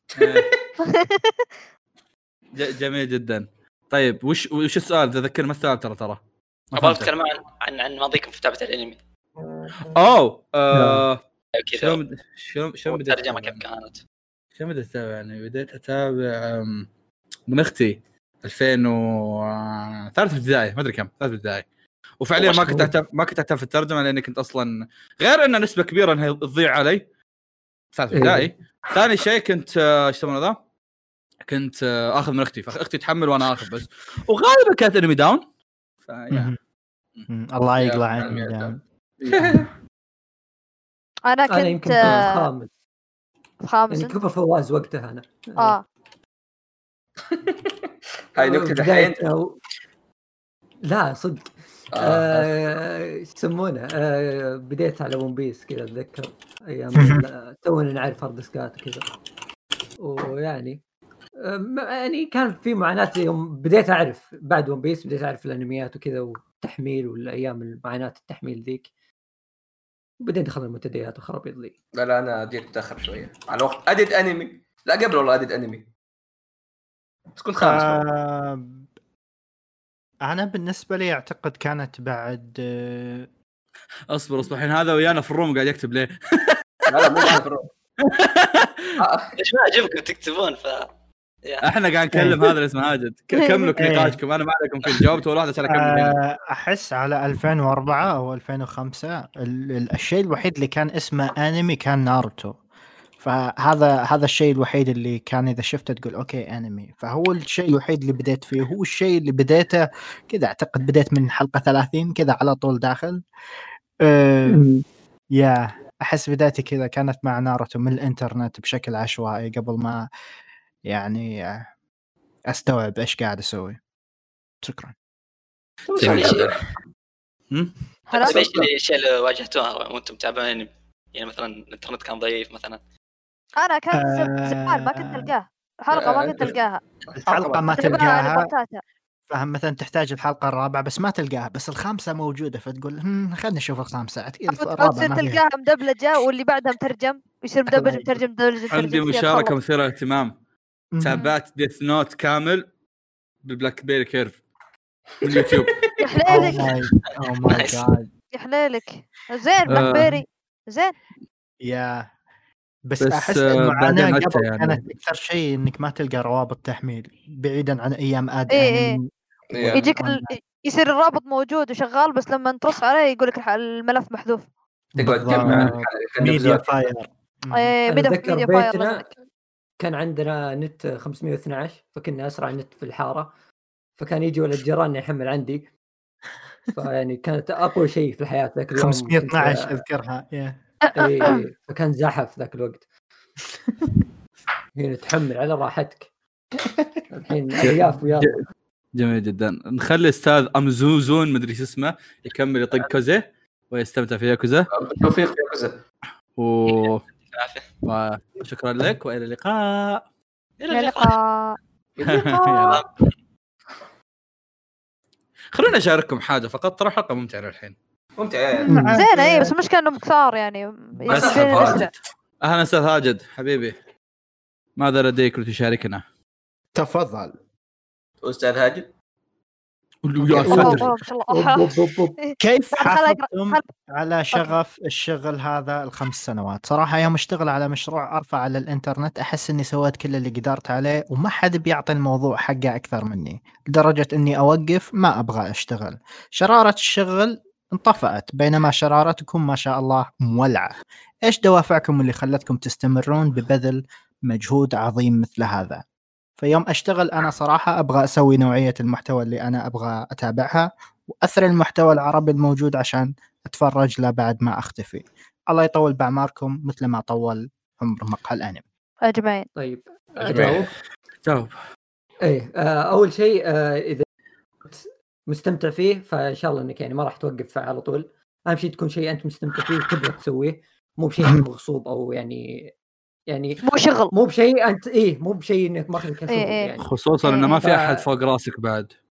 جميل جدا. طيب وش السؤال؟ تذكر ما السؤال ترى ابغى اتكلم عن ماضيكم في متابعه الانمي. شلون بديت الترجمه كيف كانت؟ شلون بديت اتابع؟ يعني بديت اتابع من اختي 2003 ابتدائي، ما ادري كم، 3 ابتدائي. وفعليا ما كنت اتابع في الترجمه لاني كنت اصلا غير ان نسبه كبيره انها تضيع علي 3 ابتدائي. ثاني شيء كنت ايش يسمونه ذا، كنت اخذ من اختي، فاختي تحمل وانا اخذ بس، وغالبا كانت انمي داون. الله يقلع عني داون. انا كنت يمكن خامس يعني كبر فواز وقتها انا. هاي نكتة الحين لا صدق. يسمونه بديت على ون بيس كذا اتذكر ايام تونا نعرف هاردسكات وكذا، ويعني يعني كان في معاناة يوم بديت اعرف بعد ون بيس، بديت اعرف الانميات وكذا والتحميل والايام المعاناة التحميل ذيك، وبعدين دخلنا المنتديات وخرابيط ذي. لا انا جيت متاخر شويه على وقت اديت انمي. لا قبل والله اديت انمي، بس كنت خامس. انا بالنسبه لي اعتقد كانت بعد اصبر الحين هذا ويانا في الروم قاعد يكتب ليه. لا مو في الروم. ليش ما اعجبكم تكتبون؟ احنا قاعد نكلم هذا اللي اسمه هاجد. كملوا نقاشكم، انا ما عليكم في جاوبت ولا واحد عشان اكمل. احس على 2004 او 2005 الشيء الوحيد اللي كان اسمه انمي كان ناروتو، فهذا الشيء الوحيد اللي كان اذا شفته تقول اوكي انمي، فهو الشيء الوحيد اللي بديت فيه، هو الشيء اللي بديته كذا. اعتقد بديت من حلقه 30 كذا على طول داخل. يا احس بدايتي كذا كانت مع ناروتو من الانترنت بشكل عشوائي قبل ما يعني استوعب ايش قاعد اسوي. شكرا. ايش الاشياء اللي واجهتوها وانتم تتابعون؟ يعني مثلا الانترنت كان ضعيف مثلا. انا كان زمان ما كنت القاه حلقه، ما كنت القاها الحلقه ما تلقاها، فهم مثلا تحتاج الحلقه الرابعه بس ما تلقاها، بس الخامسه موجوده فتقول خلينا نشوف الخامسه. الرابعه ما تلقاها مدبلجه واللي بعدها مترجم، يصير مدبلج مترجم عندي مشاركه مثيره الاهتمام. تابعت ديث نوت كامل بالبلاك بيري كيرف من اليوتيوب. يا حليلك يا حليلك. زين بلاك بيري زين. يا بس احس المعاناه قبل كانت اكثر شيء انك ما تلقى روابط تحميل بعيدا عن ايام يعني يجيك يصير الرابط موجود وشغال، بس لما ترص عليه يقول لك الملف محذوف. تقعد تجمع ميديا فاير. ميديا فاير. كان عندنا نت 512 فكنا اسرع نت في الحاره، فكان يجي ولد جيراننا يحمل عندي، فيعني كانت اقوى شيء في الحياه ذاك اليوم. 512 اذكرها. اي فكان زحف ذاك الوقت. هنا تحمل على راحتك. الحين الياف ويلا. جميل جدا. نخلي استاذ امزوزون مدري ايش اسمه يكمل يطق كوزه ويستمتع في ياكوزا. بالتوفيق يا كوزا. وشكرا لك والى اللقاء. الى اللقاء. خلونا اشارككم حاجه فقط، ترى حلقه ممتعه الحين. ممتعه زين. اي بس المشكله انهم كثار يعني. اهلا استاذ هاجد حبيبي، ماذا لديك لتشاركنا؟ تفضل استاذ هاجد. كيف حافظتم على شغف الشغل هذا ال5 سنوات؟ صراحة يوم اشتغل على مشروع أرفع على الإنترنت أحس إني سويت كل اللي قدرت عليه، وما حد بيعطي الموضوع حقه أكثر مني، لدرجة إني أوقف ما أبغى أشتغل. شرارة الشغل انطفأت بينما شرارتكم ما شاء الله مولعة. إيش دوافعكم اللي خلتكم تستمرون ببذل مجهود عظيم مثل هذا؟ فيوم أشتغل أنا صراحة أبغى أسوي نوعية المحتوى اللي أنا أبغى أتابعها، وأثر المحتوى العربي الموجود عشان أتفرج له بعد ما أختفي. الله يطول بأعماركم مثل ما طول عمر مقهى الأنمي أجمعين. طيب جاوب. إيه أول شيء إذا مستمتع فيه فإن شاء الله إنك يعني ما راح توقف على طول. أهم شيء تكون شيء أنت مستمتع فيه وتبغى تسويه، مو بشيء مغصوب أو يعني مو شغل، مو بشيء انت مو بشيء انك ماخذ كسب يعني. خصوصا انه ما في احد فوق راسك بعد.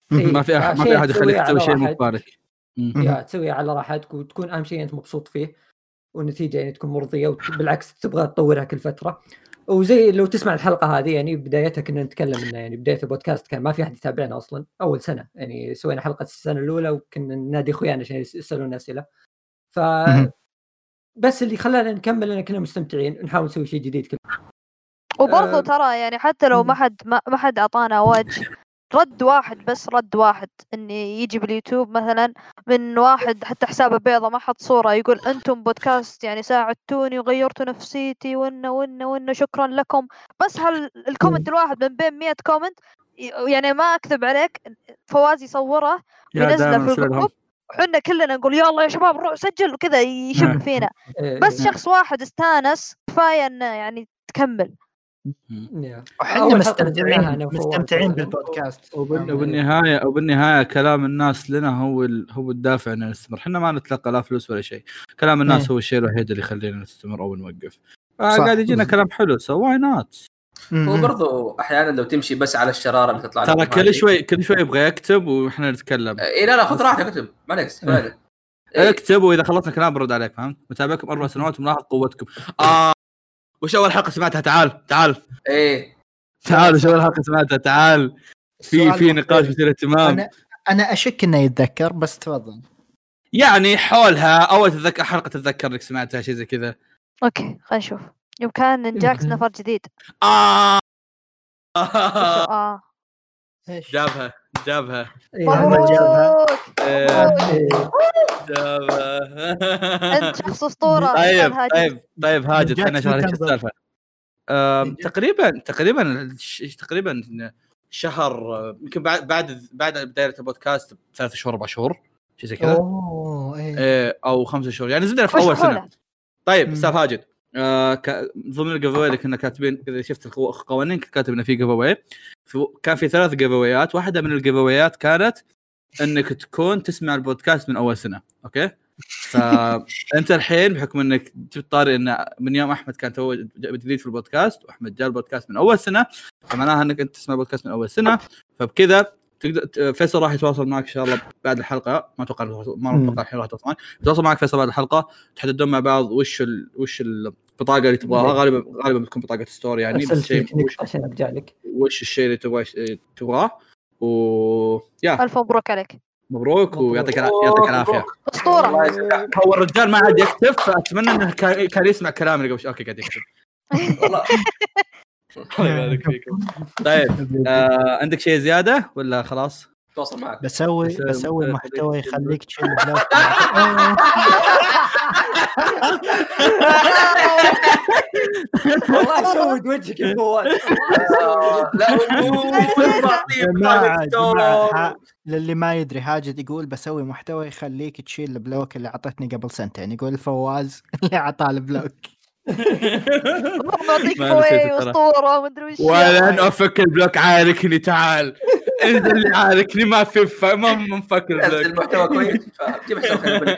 ما في احد يخليك تسوي شيء مو ببالك. يا تسوي على راحتك وتكون اهم شيء انت مبسوط فيه والنتيجه يعني تكون مرضيه وبالعكس تبغى تطورها كل فتره. وزي لو تسمع الحلقه هذه يعني بدايتها كنا نتكلم انه يعني بدايه البودكاست كان ما في احد يتابعنا اصلا اول سنه، يعني سوينا حلقه السنه الاولى وكنا ننادي اخويانا عشان يسالونا اسئله. ف بس اللي خلانا نكمل ان كنا مستمتعين نحاول نسوي شيء جديد كل. وبرضه ترى يعني حتى لو ما حد اعطانا وجه، رد واحد اني يجي باليوتيوب مثلا من واحد حتى حسابه بيضة ما حط صورة يقول انتم بودكاست يعني ساعدتوني وغيرتوا نفسيتي وإنه شكرا لكم. بس الكومنت الواحد من بين 100 كومنت يعني ما اكذب عليك فواز يصوره وينزله في الجروب وحنا كلنا نقول يلا يا شباب روح سجل وكذا يشب فينا. بس شخص واحد استانس كفاية انه يعني تكمل. احنا مستمتعين بالبودكاست وبالنهايه كلام الناس لنا هو الدافع ان نستمر. احنا ما نتلقى لا فلوس ولا شيء، كلام الناس هو الشيء الوحيد اللي يخلينا نستمر او نوقف. قاعد يجينا كلام حلو واي نوت. وبرضه احيانا لو تمشي بس على الشراره اللي تطلع ترى كل شوي يبغى يكتب واحنا نتكلم. اي لا خذ راحتك اكتب ما نقص اكتب واذا خلصنا كلام برد عليك. فهمت؟ متابعكم 4 سنوات وملاحظ قوتكم. وش اول حلقه سمعتها؟ تعال ايه تعال وش اول حلقه سمعتها؟ تعال في نقاش مثير اهتمام. انا اشك انه يتذكر بس تفضل. يعني حولها اول حلقه تتذكر انك سمعتها شيء زي كذا. اوكي خلينا نشوف. يوم كان جاكس نفر جديد. جابها جابها انت شخص اسطوره. طيب هاجد انا شارك السالفه. تقريبا شهر يمكن بعد بدايه البودكاست 3 شهور 4 شهور شيء زي كذا. او 5 شهور يعني زدنا في اول سنه. طيب استاذ هاجد ضمن الجيفاوي اللي كنا كاتبين اذا شفت القوانين كاتبنا فيه جيفاوي. كان في 3 جيفاويات. واحده من الجيفاويات كانت انك تكون تسمع البودكاست من اول سنه. اوكي فانت الحين بحكم انك طاري ان من يوم احمد كان تو جديد في البودكاست واحمد جاء البودكاست من اول سنه فمعناها انك انت تسمع البودكاست من اول سنه. فبكذا تقدر فيصل راح يتواصل معك ان شاء الله بعد الحلقه. ما اتوقع الحين راح يتواصل معك فيصل بعد الحلقه تحددون مع بعض وش البطاقه اللي تبغاها. غالبا بتكون بطاقه ستور يعني بس شيء عشان ارجع لك وش الشيء اللي تبغاه. يا الف مبروك عليك. مبروك ويعطيك العافيه. اسطوره. هو الرجال ما عاد يكتب فاتمنى انه كان يسمع كلامي قبل. اوكي قاعد يكتب والله. الله يبارك فيكم. طيب عندك شيء زياده ولا خلاص؟ تواصل معك. بسوي محتوى يخليك تشيل بلاك. والله سود وجهك يا فواز. لا للي ما يدري هاجد يقول بسوي محتوى يخليك تشيل البلوك اللي عطتني قبل سنتين. يقول فواز اللي عطاه البلوك. معطيك فوي اسطوره ما ادري وش. ولا افك البلوك عاركني تعال انزل اللي عاركني ما في ما مفكر البلوك. المحتوى كويس جيب حساب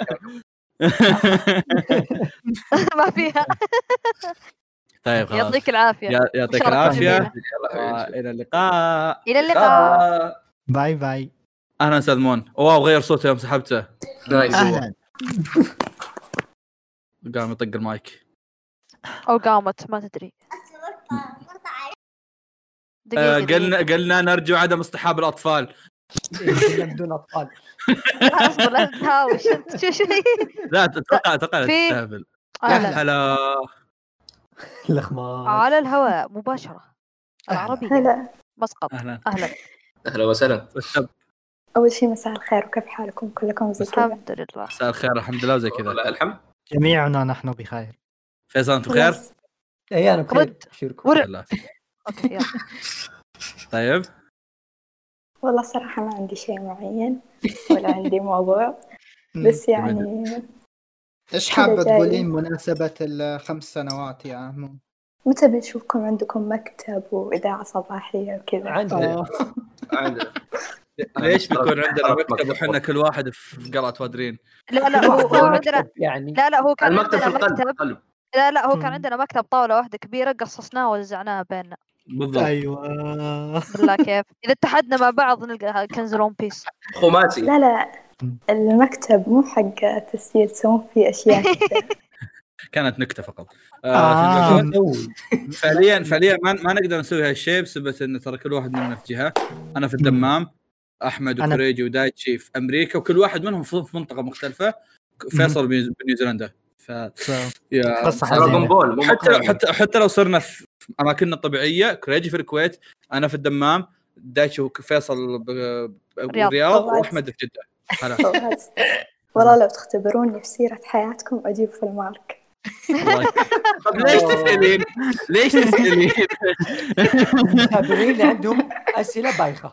ما فيها. طيب خلاص يعطيك العافيه. يعطيك العافيه. الى اللقاء. باي. اهلا استاذ مون. واو غير صوته يوم سحبته. اهلا. قام يطق المايك او قامت ما تدري. قلنا نرجو عدم اصطحاب الاطفال. بدون اطفال. اصبر لا تهاوش انت شو شيء. لا اتوقع تستهبل. هلا الاخمار على الهواء مباشره العربيه مسقط. اهلا وسهلا. اول شيء مساء الخير وكيف حالكم كلكم زي كذا؟ الحمد لله مساء الخير الحمد لله وزي كذا. الحمد جميعنا نحن بخير. فيصل انت بخير؟ اي انا بخير. اوكي يلا. طيب والله صراحة ما عندي شيء معين ولا عندي موضوع بس يعني ايش حابة تقولين مناسبة ال5 سنوات يا عمو؟ متى بنشوفكم عندكم مكتب وإذاعة صباحية وكذا؟ عندنا ليش بيكون عندنا مكتب وحنا كل واحد في قلعة وادرين؟ لا هو عندنا يعني لا هو كان المكتب في القلب. لا هو كان عندنا مكتب طاولة واحدة كبيرة قصصناها ووزعناها بيننا. بالضبط. ايوه لا كيف اذا اتحدنا مع بعض نلقى كنز ون بيس خماسي. لا المكتب مو حق تسجيل تسوون فيه اشياء كذا. كانت نكته فقط. فعليا ما نقدر نسوي هالشيء بسبب ان ترى كل واحد مننا في جهه. انا في الدمام، احمد وكريجي ودايتشي في امريكا، وكل واحد منهم في منطقه مختلفه. فيصل بنيوزيلندا. يا حتى لو صرنا في اماكننا الطبيعيه، كريجي في الكويت، انا في الدمام، دايتشي وفيصل بالرياض، واحمد في جده. والله لو تختبروني في سيرة حياتكم أجيب في المارك. ليش تسألين؟ المتابعين عندهم أسئلة بايخة.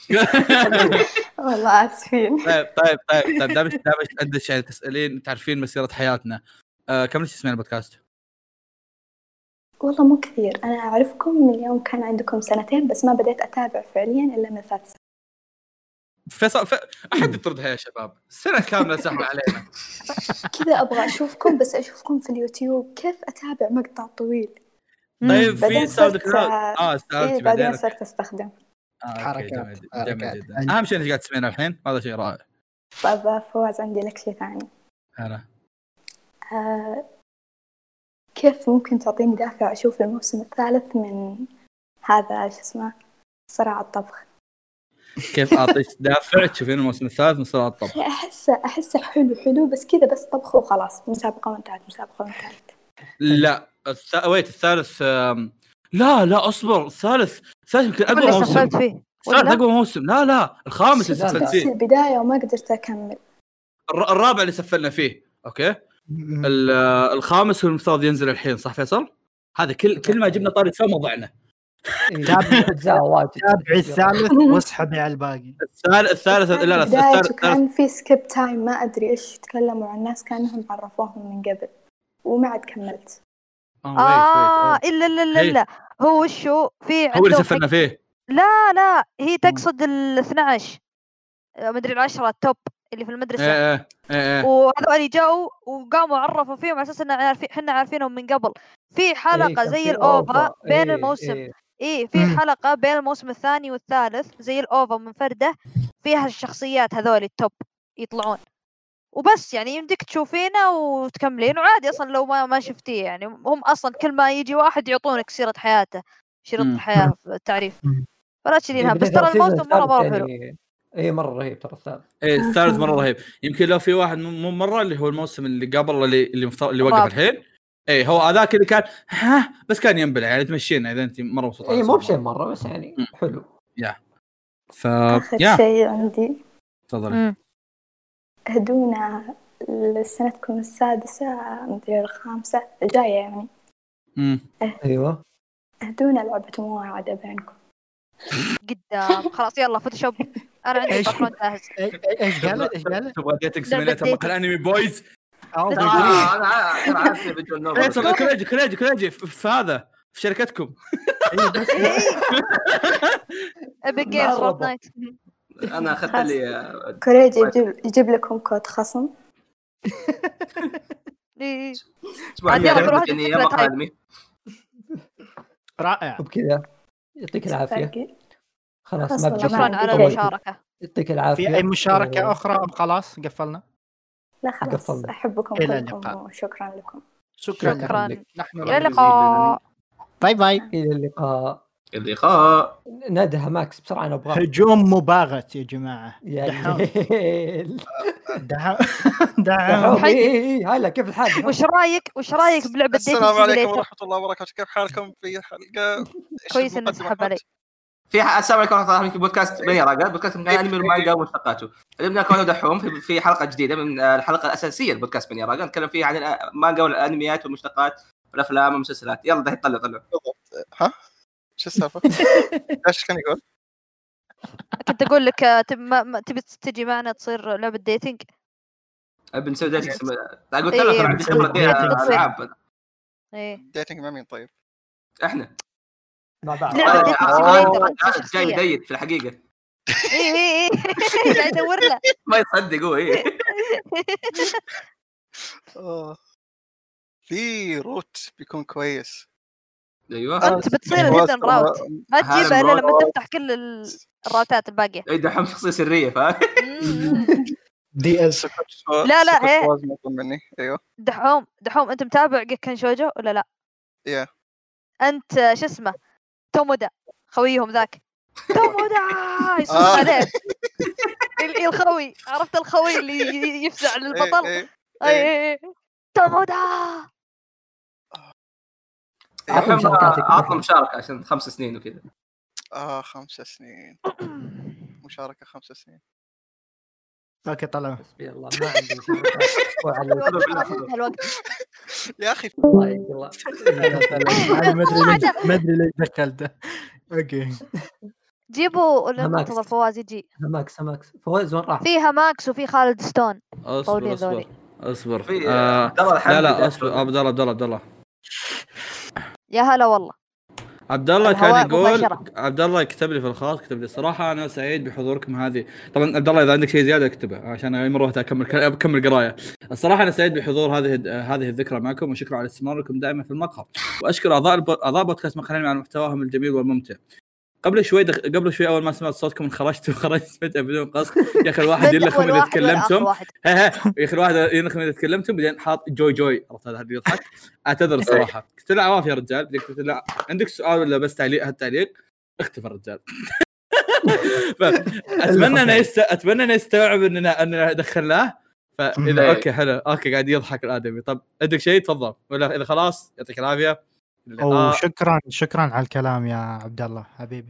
والله آسفين. طيب دامش عندك شيء تسألين، تعرفين مسيرة حياتنا. كم تسمعين البودكاست؟ والله مو كثير، أنا أعرفكم من يوم كان عندكم 2 بس ما بديت أتابع فعليا إلا من 3 سنين. فيصل أحد يطردها يا شباب، سنة كاملة سحب علينا. كذا أبغى أشوفكم، بس أشوفكم في اليوتيوب كيف أتابع مقطع طويل. طيب في ساوند كلاود بعدين صرت أستخدم حركات جدا. أهم شيء إنك قاعد تسمعنا الحين، هذا شيء رائع. طيب فواز، عندي لك شيء ثاني. هلا. كيف ممكن تعطيني دافع أشوف الموسم الثالث من هذا إيش اسمه صراع الطبخ؟ كيف أعطيك دافع تشوفين الموسم الثالث من صراع الطبخ؟ أحسه حلو بس كذا، بس طبخ وخلاص، مسابقة وانتهت. لا الثالث لا أصبر، الثالث يمكن أقوى موسم. الثالث أقوى موسم. لا الخامس اللي سفلت فيه البداية وما قدرت أكمل. الرابع اللي سفلنا فيه. أوكي. الخامس هو المفترض ينزل الحين، صح فيصل؟ هذا كل ما جبنا طاري سوا موضوعنا. تابع الثالث واسحبي على الباقي. الثالث لا الثالث كان في سكيب تايم، ما أدري إيش يتكلموا عن الناس كانهم عرفوهم من قبل وما عاد كملت. إلا هو وشو في هو اللي سفلنا فيه. لا هي تقصد 12 مدري 10 التوب اللي في المدرسة. وهذول جاءوا وقاموا عرفوا فيهم على أساس إن إحنا عارفينهم من قبل. في حلقة زي الأوفا بين الموسم. في حلقة بين الموسم الثاني والثالث زي الأوفا منفردة فيها الشخصيات هذول التوب يطلعون وبس. يعني يمديك تشوفينه وتكملين وعادي أصلا لو ما شفتيه. يعني هم أصلا كل ما يجي واحد يعطونك سيرة حياته، شريط الحياة التعريف، فلا تشيلينها. بس ترى الموسم مرة حلو. مرة رهيب ترى الثالث. الثالث مرة رهيب. يمكن لو في واحد مو مرة اللي هو الموسم اللي قبل اللي وقف الحين. هو هذاك اللي كان بس كان ينبلع، يعني تمشينا اذا انت مره مبسوطه. مو بشيء مره بس يعني حلو. آخر شيء عندي تفضلي. هدونا لسنتكم السادسة مدري الخامسة الجاية يعني. ايوه هدونا لعبة مواعدة بينكم قدام. خلاص يلا فوتوشوب. انا عندي بكرون جاهز. ايش قالت تبغى ديتك سيميليتر مقال انمي بويز. انا عارف بجون نوبل. كريجي في هذا في شركتكم. ابيك جيمز فورتنايت. انا اخذت لي كريجي يجيب لكم كود خصم. رائع. وبكذا يعطيك العافيه. خلاص ما شكرا على المشاركه. يعطيك العافيه. في اي مشاركه اخرى خلاص قفلنا؟ لا خلاص احبكم كلكم وشكرا لكم. شكرا لك. نحن الى اللقاء. باي الى اللقاء. نادها ماكس بسرعه نبغى هجوم مباغت يا جماعه. دعم هلا كيف الحال؟ وش رايك بلعبه ديتنج؟ السلام عليكم ورحمه الله وبركاته. كيف حالكم في حلقه كويس انك سحب علي في السلام عليكم ورحمه الله. بودكاست بني راقد، بودكاست من انمي والمانجا ومشتقاته. اليوم كنا دحوم في حلقه جديده من الحلقه الاساسيه البودكاست بني راقد، نتكلم فيها عن المانجا والانميات والمشتقات والافلام والمسلسلات. يلا ده طلع ها شو السالفه؟ ايش كان يقول؟ كنت اقول لك تبي تجي معنا تصير لعبه ديتنج. بنسوي ديتنج. قلت له عندي خبره فيها العاب. ديتنج مع مين طيب؟ احنا مع بعض. جاي ديت في الحقيقه. جاي ادور له ما يصدق هو. في روت بيكون كويس. ايوه انت بتصير الهيدن راوت ما تجيبها الا لما تفتح كل الراوتات الباقيه. اي دحوم شخصيه سريه فاهم. دي اس لا هي مني. ايوه دحوم انت متابع جيكن شوجو ولا لا؟ يا انت شو اسمه تومودا خويهم ذاك تومودا يصوت عليه الخوي، عرفت الخوي اللي يفزع للبطل؟ اي تومودا. عطنا مشاركه عشان 5 سنين وكذا. 5 سنين مشاركه 5 سنين. اوكي طلعوا يلا ما عندي مشاركه الوقت يا اخي والله ما ادري ليش دخلته. اوكي جيبوا المنتظر فواز يجي. هماكس فواز وين راح؟ فيها ماكس وفي خالد ستون. اصبر لا اصبر. عبد الله يا هلا والله. عبد الله كان يقول عبد الله يكتب لي في الخاص، كتب لي الصراحه انا سعيد بحضوركم هذه. طبعا عبد الله اذا عندك شيء زياده اكتبه عشان انا مره اكمل قرايه. الصراحه انا سعيد بحضور هذه الذكرى معكم، وشكرا على استمراركم دائما في المقهى، واشكر اعضاء بودكاست مقهى على محتواهم الجميل والممتع. قبل شوي اول ما سمعت صوتكم خرجت فجأة بدون قصد. يا اخي الواحد يلخم اذا تكلمتم، يا اخي الواحد يلخم اذا تكلمتم بعدين حاط جوي عرفت هذا اللي يضحك. اعتذر الصراحه. قلت له عواف يا رجال، قلت له عندك سؤال ولا بس تعليق اختفى الرجال. اتمنى انه يستوعب اننا دخلناه. فاذا اوكي حلو اوكي قاعد يضحك الادمي. طب عندك شيء تفضل، ولا اذا خلاص يعطيك العافيه. شكرا على الكلام يا عبد الله حبيبي.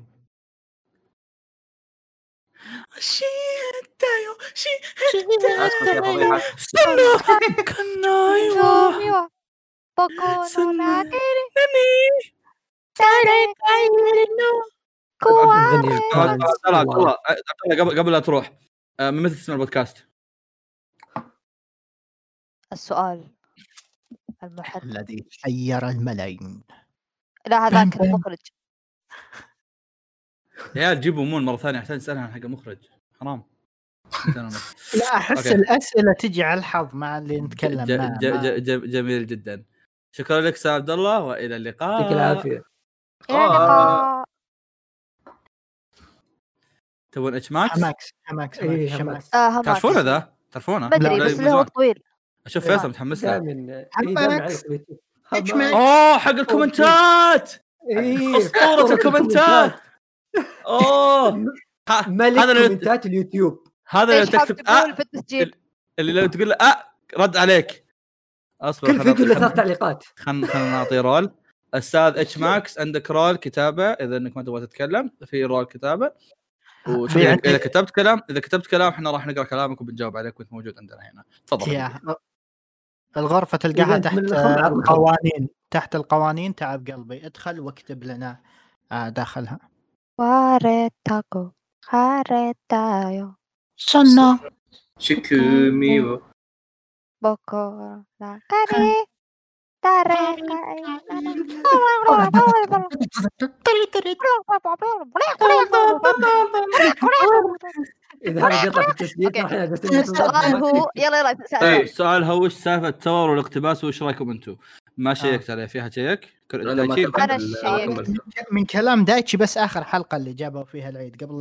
قبل لا تروح من متى تسمع البودكاست؟ السؤال المحدد الذي حير الملايين. لا هذاك المخرج يا جيبوا مون مرة ثانية عشان نسألها عن حق المخرج. حرام. لا أحس الأسئلة تجي على الحظ مع اللي نتكلم جميل جدا. شكرا لك سيد عبد الله وإلى اللقاء. يعطيك العافية. تبون اتش ماكس؟ هماكس تعرفون هذا؟ تعرفونه؟ بدري بس له طويل. أشوف فيصل متحمس له. هماكس حق الكومنتات. أسطورة الكومنتات. ملك كومنتات اليوتيوب. هذا اللي تكتب في التسجيل اللي لو تقول رد عليك. أصبر كل فيديو له 3 تعليقات. خلنا نعطي رول. أستاذ اتش ماكس عندك رول كتابة إذا إنك ما تبغى تتكلم في رول كتابة. إذا كتبت كلام إحنا راح نقرأ كلامك وبنجاوب عليك وأنت موجود عندنا هنا. تفضل. الغرفة تلقاها تحت القوانين تعب قلبي. ادخل واكتب لنا داخلها. واريتاكو خاريتايو سنة شكوميو بوكو لا كاري إذا هذا يطلع في التسجيل السؤال هو يلا السؤال هو وش سالفة التور والاقتباس وش رايكم انتم؟ ما شيكت عليه فيها شيك؟ من كلام دايتشي بس آخر حلقة اللي جابوا فيها العيد قبل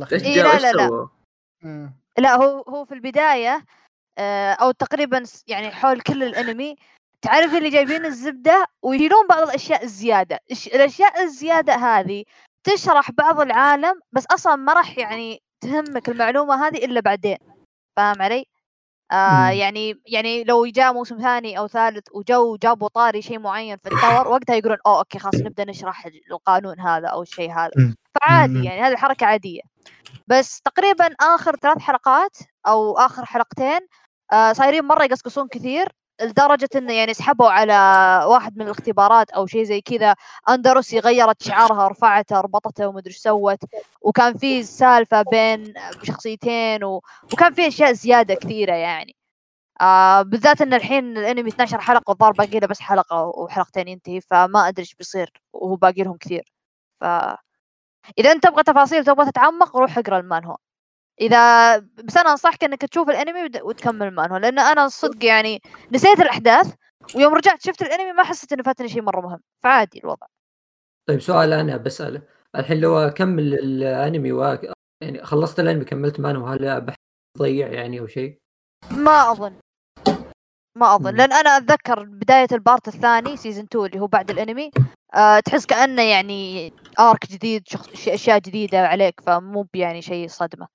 لا هو في البداية أو تقريبا يعني حول كل الأنمي تعرف اللي جايبين الزبدة ويشيلون بعض الأشياء الزيادة. الأشياء الزيادة هذه تشرح بعض العالم بس أصلا ما راح يعني تهمك المعلومة هذه إلا بعدين. فاهم علي؟ يعني لو جاء موسم ثاني أو ثالث جابوا طاري شيء معين في التور وقتها يقولون أوكي خلاص نبدأ نشرح القانون هذا أو الشيء هذا. فعادي يعني هذه حركة عادية. بس تقريبا آخر 3 حلقات أو آخر حلقتين صايرين مرة يقصقصون كثير لدرجة إنه يعني سحبوا على واحد من الاختبارات أو شيء زي كذا. أندروسي غيرت شعارها رفعته ربطته ومدري إيش سوت وكان في سالفة بين شخصيتين وكان في أشياء زيادة كثيرة يعني. بالذات إن الحين الأنمي 12 حلقة والظاهر باقي له بس حلقة وحلقتين ينتهي فما أدري إيش بيصير وهو باقي لهم كثير. إذا أنت تبغى تفاصيل تبغى تتعمق روح اقرأ المانهوا. إذا بس أنا أنصحك إنك تشوف الأنمي وتكمل المانهوا لأن أنا صدق يعني نسيت الأحداث ويوم رجعت شفت الأنمي ما حسيت إنه فاتني شيء مرة مهم فعادي الوضع. طيب سؤال انا بساله الحين، لو اكمل الانمي يعني خلصت الانمي كملت مانو، هل بضيع يعني او شيء؟ ما اظن لان انا اتذكر بدايه البارت الثاني سيزون 2 اللي هو بعد الانمي، تحس كانه يعني ارك جديد، اشياء جديده عليك، فمو يعني شيء صدمه.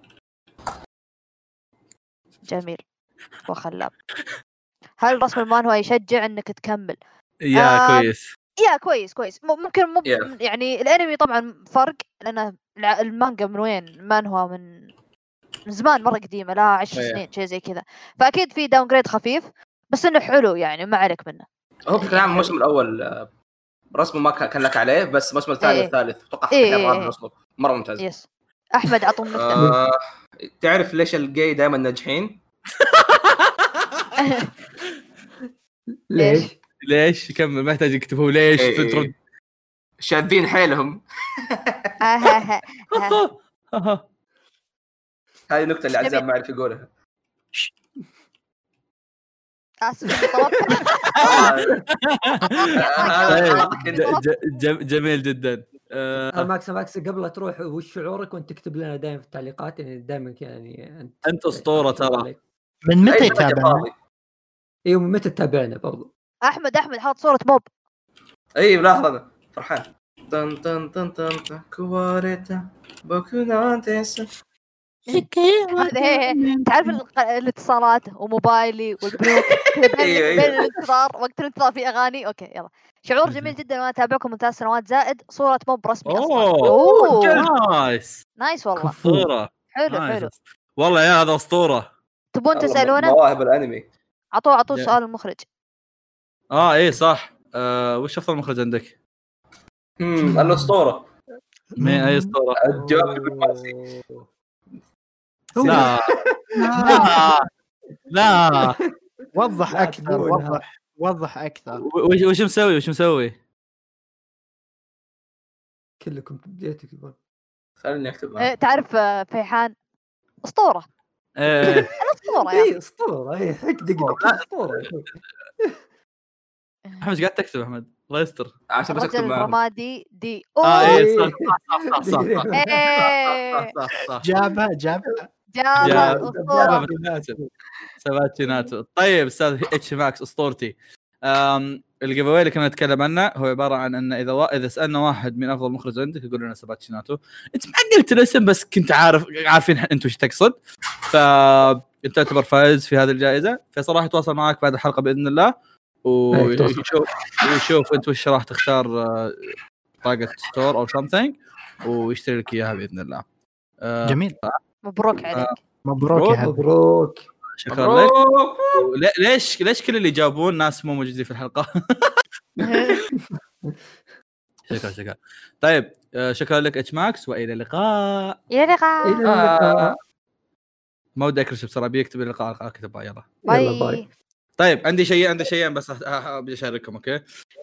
جميل وخلاب. هل رسم المانهوا يشجع انك تكمل؟ كويس. كويس. ممكن يعني الانمي طبعا فرق، لان المانجا من وين؟ المانهوا من زمان مره قديمه، لها 10 سنين شيء زي كذا، فاكيد في داون جريد خفيف، بس انه حلو يعني ما عليك منه. هو بشكل عام الموسم الاول رسمه ما كان لك عليه، بس الموسم الثاني والثالث اتوقع كان الرابع رسمه مره ممتاز. يس. احمد عطهم نكته. تعرف ليش الجاي دائما ناجحين؟ ليش كمل، ما يحتاج يكتبوا ليش ترد. شاذين حيلهم. هذه النكته اللي عزام ما يعرف يقولها. اسف جميل جدا. ماكس قبل لا تروح، وش شعورك وانت تكتب لنا دائما في التعليقات؟ يعني دائما يعني انت اسطوره ترى. من متى يتابعنا؟ ايوه من متى تتابعنا برضو؟ احمد حاط صوره موب. اي لاحظ فرحان. تن تن تن تن كواريتا بوكونانتس. تعرف الاتصالات وموبايلي والبنوك بين الانتظار، وقت الانتظار في اغاني. اوكي يلا، شعور جميل جدا وانا اتابعكم من 3 سنوات، زائد صوره موب رسمي اصلا. نايس والله، اسطوره. حلو والله يا هذا اسطوره. تبون تسالونه مواهب الانمي؟ عطوه سؤال المخرج. ايه صح. وش افضل مخرج عندك؟ الاسطوره. مين اي اسطوره؟ الجواب الفارسي. لا وضح اكثر، وضح اكثر. وش مسوي كلكم بديتوا تكتبون، خليني اكتبها. تعرف فيحان اسطوره. الاسطوره يعني اسطوره. حق دقيقه اسطوره. احمد قاعد تكتب احمد، الله يستر عشان بس اكتب معه. رمادي دي صح. جابها سباتشيناتو. طيب استاذ اتش ماكس اسطورتي، الجيف اواي اللي كنا نتكلم عنه هو عباره عن ان اذا سالنا واحد من افضل مخرج عندك يقول لنا سباتشيناتو. انت ما قلت الاسم بس كنت عارفين انت وش تقصد، فانت تعتبر فائز في هذه الجائزه. فصراحه يتواصل معك بعد الحلقه باذن الله ويشوف انت وش راح تختار، طاقه ستور او something، ويشتري لك اياها باذن الله. جميل. مبروك عليك. مبروك. شكرا لك. ليش كل اللي جابون ناس مو موجودين في الحلقه؟ شكرا. طيب شكرا لك اتش ماكس، والى اللقاء. ما ودي اكرش بسرعه، بيكتب اللقاء كتبها. يلا باي. طيب عندي شيئين بس بدي اشارككم. اوكي.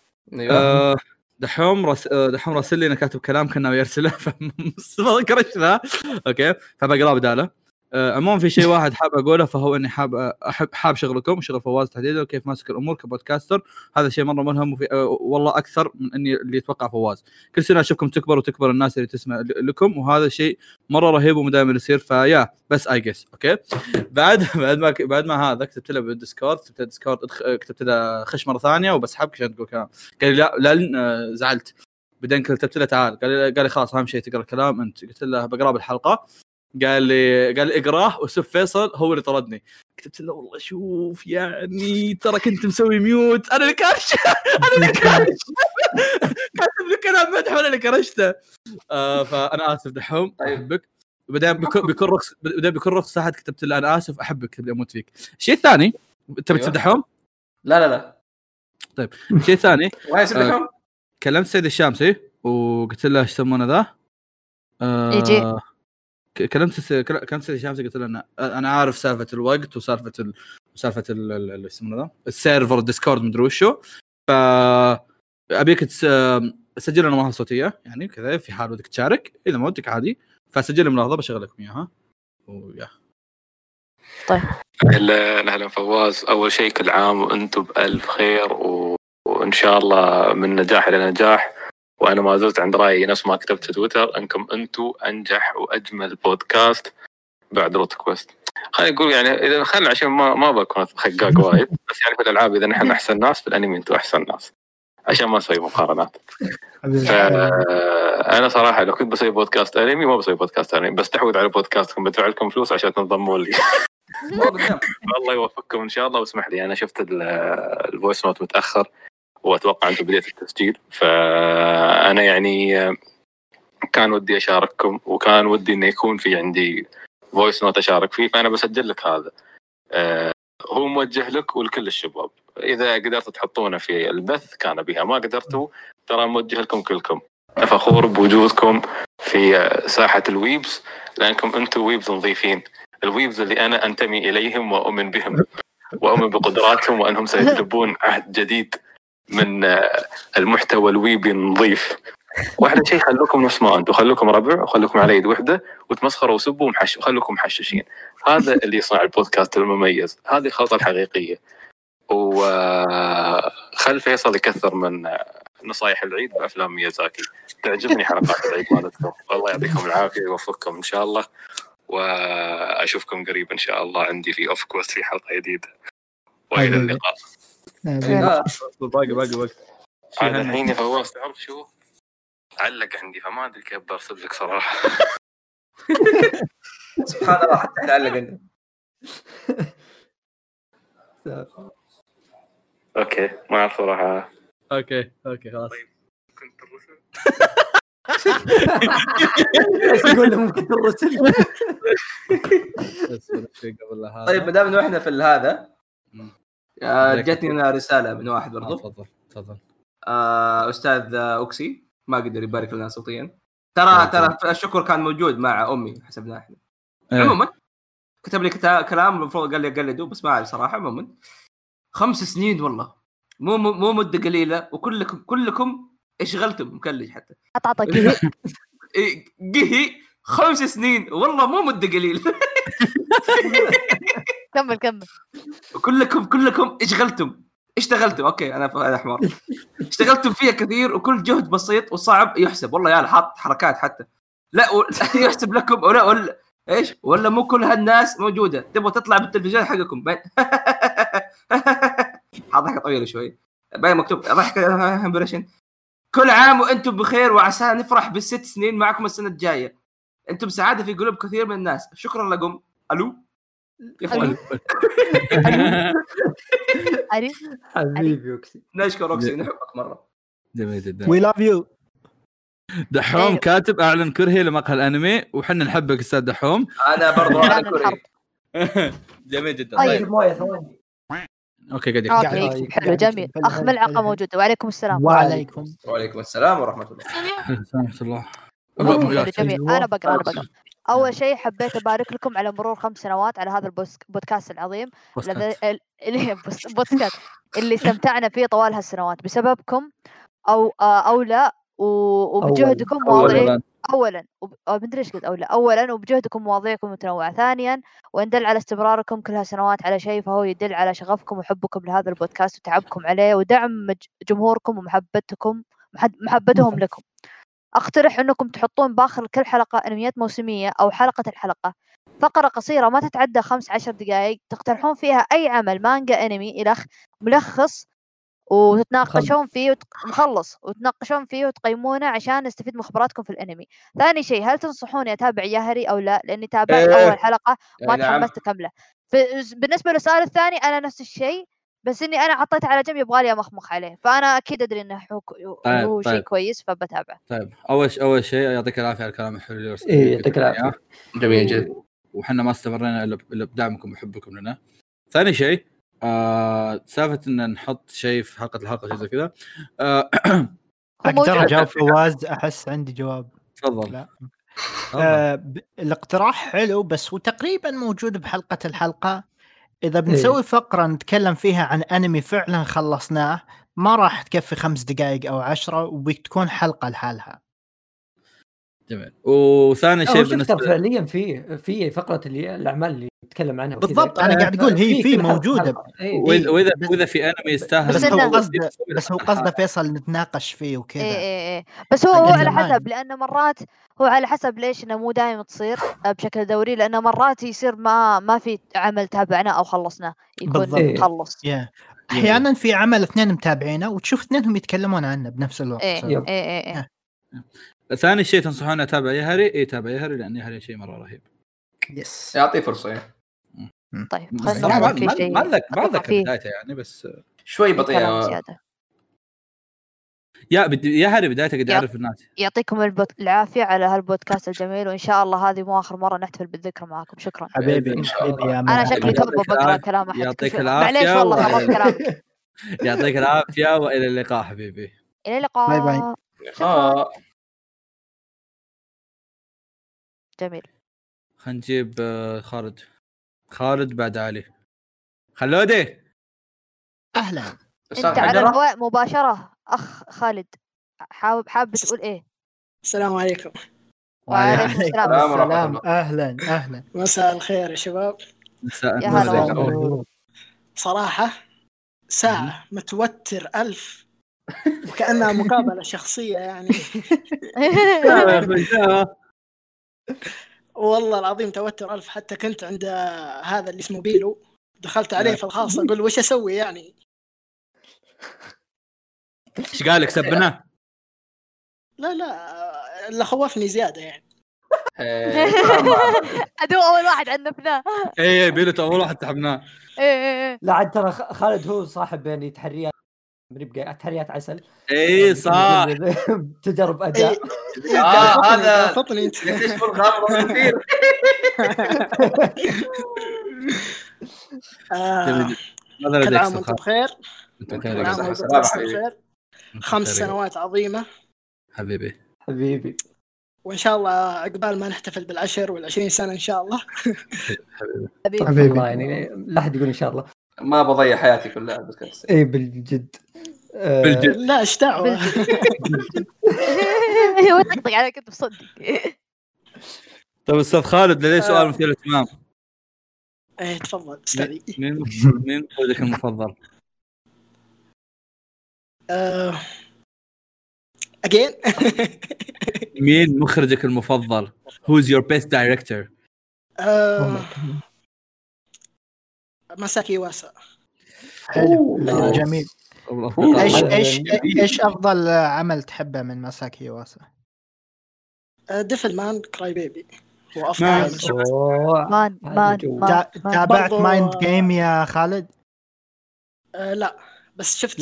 دحوم راسل لي انا كاتب كلام كنا يرسله فما كرشنا. اوكي فبقرا بداله. عموما في شيء واحد حاب اقوله، فهو اني حاب شغلكم، شغل فواز تحديدا، وكيف ماسك الامور كبودكاستر. هذا شيء مره ملهم والله اكثر من اني اللي يتوقع فواز. كل سنه اشوفكم تكبر وتكبر الناس اللي تسمع لكم، وهذا شيء مره رهيب ودائما يصير. فيا بس اي جيس. اوكي بعد ما هذا كتبت له بالديسكورد، كتبت له خش مره ثانيه وبسحبك عشان تقول كلام. قال لي لا زعلت. بعدين كتبت له تعال، قال لي خلاص اهم شيء تقرا الكلام انت. قلت له بقراه بالحلقه. قال لي اقراه، وسف فيصل هو اللي طردني. كتبت له والله شوف يعني ترى كنت مسوي ميوت، انا اللي كرش كاتب لي كلام مدح وانا اللي كرشته. فانا اسف دحوم، احبك. وبعدين بكل رخص احد كتبت له انا اسف احبك، تبي اموت فيك. الشيء الثاني تبي تدحوم؟ لا طيب الشيء الثاني دحوم كلمت سيد الشامسي وقلت له ايش يسمونه ذا يجي. كلمت سيد الشامسي قلت له انا عارف سالفه الوقت وسالفه اللي يسمونه ذا السيرفر ديسكورد مدري وشو، فابيك تسجل لنا ملاحظه صوتيه يعني كذا في حال ودك تشارك. اذا ما ودك عادي فسجل ملاحظه بشغلكم اياها ويا. طيب اهلا فواز، اول شيء كل عام وانتم بالف خير، وان شاء الله من نجاح الى نجاح، وأنا ما زلت عند رأيي نفس ما كتبت في تويتر، أنكم أنتم أنجح وأجمل بودكاست بعد روت كويست. خلينا نقول يعني إذا خلنا عشان ما بكون خقاق وايد، بس يعني في الألعاب إذا نحن أحسن ناس، في الأنمي أنتم أحسن ناس، عشان ما نسوي مقارنات. أنا صراحة لو كنت بسوي بودكاست أنمي ما بسوي بودكاست أنمي، بس تحود على بودكاستكم بدفع لكم فلوس عشان تنضموا لي. الله يوفقكم إن شاء الله. واسمح لي أنا شفت الفويس نوت متأخر وأتوقع أنتم بديت التسجيل، فأنا يعني كان ودي أشارككم وكان ودي إنه يكون في عندي فويس نوت أشارك فيه، فأنا بسجل لك هذا. هو موجه لك ولكل الشباب، إذا قدرت تحطونه في البث كان بها، ما قدرتوا ترى موجه لكم كلكم. فخور بوجودكم في ساحة الويبز، لأنكم أنتم ويبز نظيفين، الويبز اللي أنا أنتمي إليهم وأؤمن بهم وأؤمن بقدراتهم وأنهم سيجلبون عهد جديد من المحتوى الويبي النظيف. واحد شيء خلوكم نفس ما أنتم، خلوكم ربع وخلوكم على يد وحدة وتمسخروا وسبوا وخلوكم محششين. هذا اللي يصنع البودكاست المميز، هذه الخلطة الحقيقية. وخل فيصل يكثر من نصايح العيد بأفلام ميازاكي، تعجبني حلقات العيد مالتكم. الله يعطيكم العافية ويوفقكم إن شاء الله، وأشوفكم قريب إن شاء الله عندي في أوف كوست في حلقة جديدة. وإلى اللقاء. باقي وقت. أنا الحين يا فواز تعرف شو علق عندي، فما أدري كيف برسل لك صراحة. سبحان الله حتى علق عندي. اوكي ما اعرف صراحه. اوكي خلاص. كنت الرسل ايش تقول له ممكن الرسل؟ طيب ما دام انه احنا في هذا جاتني انا رساله من واحد برضو. تفضل. استاذ اوكسي ما قدر يبارك لنا صوتيا. ترى الشكر كان موجود مع امي حسبناه احنا. عموما كتب لي كلام المفروض قال لي قلدوا، بس ما اعرف صراحه. عموما 5 سنين والله مو مده قليله، وكلكم اشغلتم مكلج حتى قهي 5 سنين والله مو مده قليله. كمل كلكم اشتغلتم. اوكي انا حمار. اشتغلتم فيها كثير، وكل جهد بسيط وصعب يحسب. والله يا حاط حركات حتى لا يحسب لكم ولا ايش ولا مو كل هالناس موجوده، تبغوا تطلع بالتلفزيون حقكم ضحكه طويله شوي باين مكتوب ضحكه همبريشن. كل عام وانتم بخير، وعسى نفرح بال6 سنين معكم السنه الجايه. انتم سعاده في قلوب كثير من الناس. شكرا لكم. الو حبيبي اوكسي، نشكر اوكسي، نحبك مره. جميل جدا. وي لاف يو. دحوم كاتب اعلن كرهي لمقهى الانمي، وحنا نحبك استاذ دحوم. انا برضو اعلن كرهي. جميل جدا. طيب مويه ثواني. اوكي قاعد حلو جميل. اخ ملعقه موجوده. وعليكم السلام. وعليكم السلام ورحمه الله. جميل. انا بقرا. اول شيء حبيت ابارك لكم على مرور 5 سنوات على هذا البودكاست العظيم بودكاست اللي استمتعنا فيه طوال هالسنوات بسببكم او لا، وبجهدكم مواضيع اولا مدري ايش قلت اولا وبجهدكم مواضيعكم متنوعه. ثانيا وان دل على استمراركم كل هالسنوات على شيء، فهو يدل على شغفكم وحبكم لهذا البودكاست وتعبكم عليه ودعم جمهوركم ومحبتهم لكم. اقترح انكم تحطون باخر كل حلقه انميات موسميه او حلقه الحلقه فقره قصيره ما تتعدى 15 دقائق تقترحون فيها اي عمل مانجا انمي الى ملخص، وتتناقشون فيه وتناقشون فيه وتقيمونه عشان نستفيد من خبراتكم في الانمي. ثاني شيء، هل تنصحوني اتابع ياهري او لا؟ لاني تابعت اول حلقه ما تحمست كامله. بالنسبه للسؤال الثاني انا نفس الشيء، بس اني انا حطيته على جنب يبغالي امخمخ عليه، فانا اكيد ادري انه هو شيء كويس فبتابعه. طيب اول شيء يعطيك العافيه على الكلام الحلو اللي يعطيك العافيه. جميل جدا. وحنا ما استمرينا الا بدعمكم وحبكم لنا. ثاني شيء سالفه ان نحط شيء في حلقه شيء زي كذا. اقدر اجاوب فواز؟ احس عندي جواب. تفضل. الاقتراح حلو، بس وتقريبا موجود بحلقه الحلقه. إذا بنسوي فقرة نتكلم فيها عن أنمي فعلا خلصناه ما راح تكفي 5 دقائق أو 10، وبتكون حلقة لحالها. جميل. وثاني شيء بالنسبه فعليا في فقره اللي الاعمال اللي نتكلم عنها بالضبط. انا قاعد اقول هي في موجوده، واذا في انمي يستاهل، بس هو قصده فيصل نتناقش فيه وكذا. ايه بس هو على حسب، لان مرات هو على حسب ليش انه مو دائما تصير بشكل دوري، لانه مرات يصير ما في عمل تابعناه او خلصناه يكون مخلص. احيانا في عمل اثنين متابعينه وتشوف اثنينهم يتكلمون عنه بنفس الوقت. ايه. ثاني شيء تنصحون اتابع يهري؟ تابع يهري لان يهري شيء مره رهيب. يس يعطيه فرصه. طيب ما ذكر بدايته يعني، بس شوي بطيئه يهري بدايته قد يعرف الناس. يعطيكم العافيه على هالبودكاست الجميل، وان شاء الله هذه مو اخر مره نحتفل بالذكرى معكم. شكرا حبيبي. انا شكلي توبه بقرا كلام احد. يعطيك العافيه. معليش والله خلصت كلامك. يعطيك العافيه والى اللقاء حبيبي. الى اللقاء. باي باي. جميل. خلينا نجيب خالد بعد علي. خلودي اهلا. انت على الهواء مباشره اخ خالد. حابب تقول ايه؟ السلام عليكم. وعليكم السلام. اهلا. مساء الخير يا شباب. يا هلا. صراحه ساعه متوتر 1000 وكأنها مقابله شخصيه يعني. والله العظيم توتر 1000. حتى كنت عند هذا اللي اسمه بيلو، دخلت عليه في الخاص اقول وش اسوي يعني. ايش قال لك؟ سبناه؟ لا اللي خوفني زياده يعني. ادو اول واحد عنفناه. ايه بيلو اول واحد سحبناه. ايه لا عاد ترى خالد هو صاحب يعني تحريات، بنبقى تحريات عسل. ايه صح. تجرب اداء. هذا فطني انت. ليش بالغلط كثير. كل عام وانتم بخير. كل عام وانتم بخير. 5 سنوات عظيمة حبيبي. وإن شاء الله عقبال ما نحتفل بالعشر وال20 سنة إن شاء الله. حبيبي الله يعني لا أحد يقول إن شاء الله. ما بضيع حياتي كلها بودكاست. إيه بالجد. لا إيش دعوة. هو تقطع عليك أنت بصدق. طيب أستاذ خالد لدي سؤال مثير اهتمام. إيه تفضل استاذي. مين مخرجك المفضل؟ again. مين مخرجك المفضل؟ Who's your best director؟ مساكي واسا. حلو جميل. ايش افضل عمل تحبه من مساكي واسا؟ ديفل مان كراي بيبي هو افضل. مان تابعت مايند جيم يا خالد؟ لا بس شفت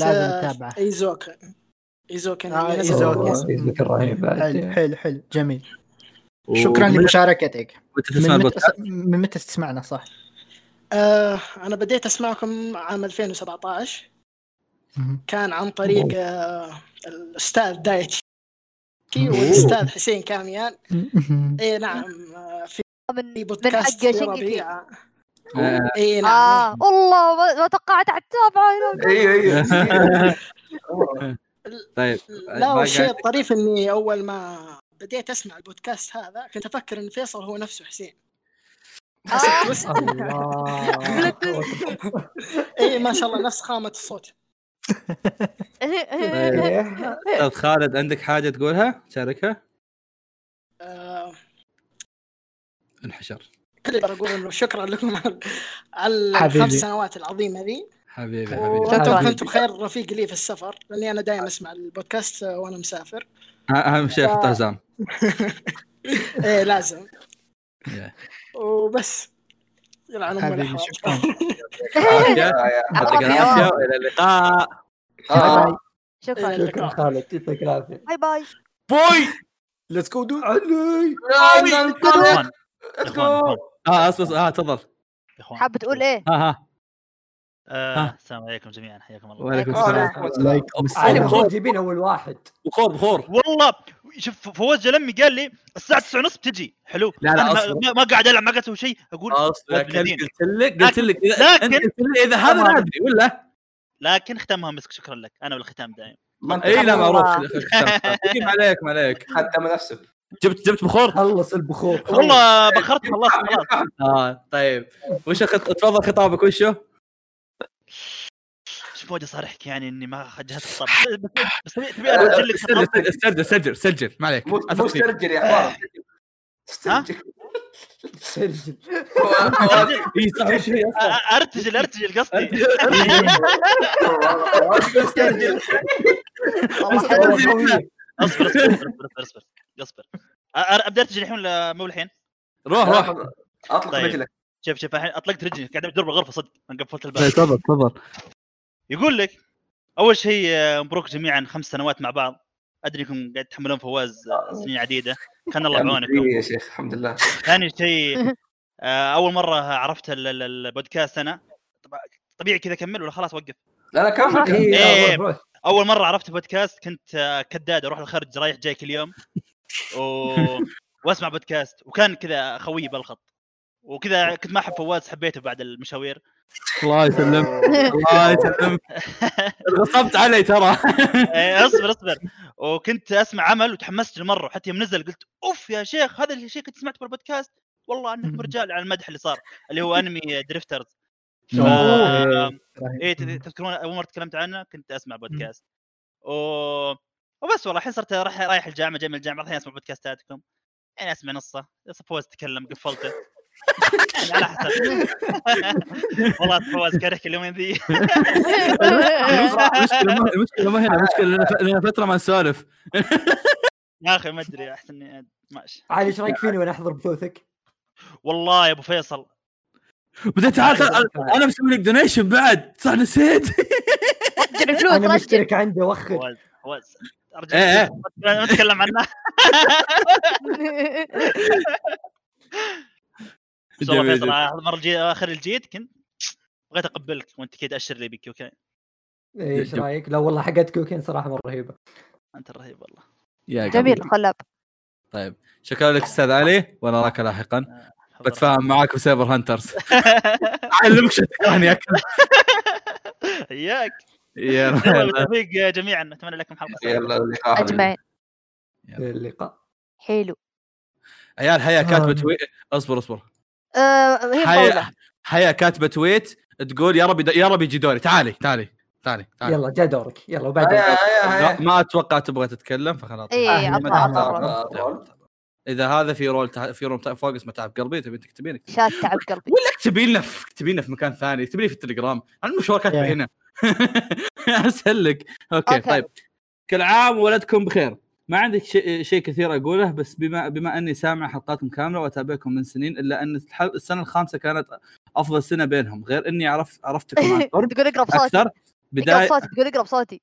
ايزوكن رهيب. حلو جميل. شكرا لمشاركتك. من متى تسمعنا صح؟ انا بديت اسمعكم عام 2017. كان عن طريق الاستاذ دايتشي والاستاذ حسين كاميان. اي نعم في بودكاست ربيع. اي نعم. والله ما توقعت اتابعه. ايوه طيب لا والشيء الطريف اني اول ما بديت اسمع البودكاست هذا كنت افكر ان فيصل هو نفسه حسين. اي ما شاء الله نفس خامة الصوت. استاذ خالد عندك حاجة تقولها تشاركها؟ انحشر. كل اللي اقول انه شكرا لكم على 5 سنوات العظيمة ذي. حبيبي كنتم خير رفيق لي في السفر لاني انا دائما اسمع البودكاست وانا مسافر. اهم شيء طهزان. ايه لازم. وبس يلعن ام الحوار. يعطيك العافيه والى اللقاء. شكرا خالد يعطيك العافيه. باي ليتس جو دو اصلا تفضل. حاب تقول ايه؟ السلام عليكم جميعا حياكم الله. وعليكم السلام. علي جايبين اول واحد. بخور والله. شوف فوز جلمي قال لي الساعه 9:30 بتجي. حلو. لا ما قاعد العب ما قاعد اسوي شيء. اقول قلت لك اذا هذا نادري ولا لكن ختمها مسك. شكرا لك. انا والختام دائما. اي لا معروف. ما عليك حتى ما نفسك. جبت بخور. خلص البخور والله بخرت خلاص. طيب وش تفضل خطابك وشو؟ شوف ودي صارحك يعني اني ما جهزت خطاب بس تبي اسجل لك خطاب. سجل ما عليك. مو سجل يا اخوان. سجل. ارتجل قصدي. اصبر ابدا ارتجل الحين ولا مو الحين؟ روح اطلق رجلك. شوف الحين اطلقت رجلي قاعد ادور بالغرفه صدق انا قفلت الباب. تفضل. يقول لك اول شيء مبروك جميعا 5 سنوات مع بعض. ادري انكم قاعد تحملون فواز سنين عديده كان الله بعونكم يا شيخ. الحمد لله. ثاني شيء اول مره عرفت البودكاست انا طبيعي كذا اكمل ولا خلاص وقف؟ لا كمل. اول مره عرفت بودكاست كنت كداد اروح الخارج رايح جاي كل يوم واسمع بودكاست وكان كذا خوي بالخط وكذا كنت ما احب فواز حبيته بعد المشاوير. الله يسلم. غصبت علي ترى. اصبر وكنت اسمع عمل وتحمست مره حتى يوم نزل قلت اوف يا شيخ هذا الشيء كنت سمعته بالبودكاست والله انكم رجال على المدح اللي صار اللي هو انمي دريفترز. تذكرون اول مره تكلمت عنه كنت اسمع بودكاست وبس والله الحين صرت رايح الجامعه جاي من الجامعه الحين اسمع بودكاستاتكم يعني اسمع نصه فواز تكلم قفلته يعني على حسب. والله فواز كرهك اليومين ذي. المشكله ما هنا مشكله لنا فتره ما نسولف يا اخي ما ادري احسن ماشي. علي ايش رايك فيني وانا احضر بثوثك؟ والله يا ابو فيصل بديت انا مسوي لك دونيشن بعد صح نسيت. انا مشترك عندي وخر فواز ارجع نتكلم عنه. فيصل المره اخر الجيد كنت بغيت اقبلك وانت كذا اشر لي بك اوكي. ايش رايك؟ لا والله حقت كوكين صراحه مره رهيبه. انت الرهيب والله. جميل خلاب. طيب شكرا لك استاذ علي وانا اراك لاحقا بتفاهم معاك بسايبر هانترز. علمك شو تكرهني اكثر. اياك يلا بالتوفيق جميعا اتمنى لكم حلقه يلا اللقاء اجمعين. اللقاء حلو. عيال هيا كاتبه تويت. اصبر هيا كاتبه تويت تقول يا رب يجي دوري. تعالي يلا جاء دورك يلا وبعد ما اتوقع تبغى تتكلم فخلاص. اذا هذا في رول فوق اسمه تعب قلبي تبي تكتبين شات تعب قلبي ولا اكتبين في مكان ثاني اكتبي في التليجرام انا مشوار كاتبه هنا. اسهل لك. أوكي. طيب كل عام ولدكم بخير. ما عندك شيء كثير اقوله بس بما اني سامع حلقاتكم كامله واتابعكم من سنين الا ان السنه الخامسه كانت افضل سنه بينهم غير اني عرفتكم عن قرب تقول اقرب صوتي اكثر بدايه تقول اقرب صوتي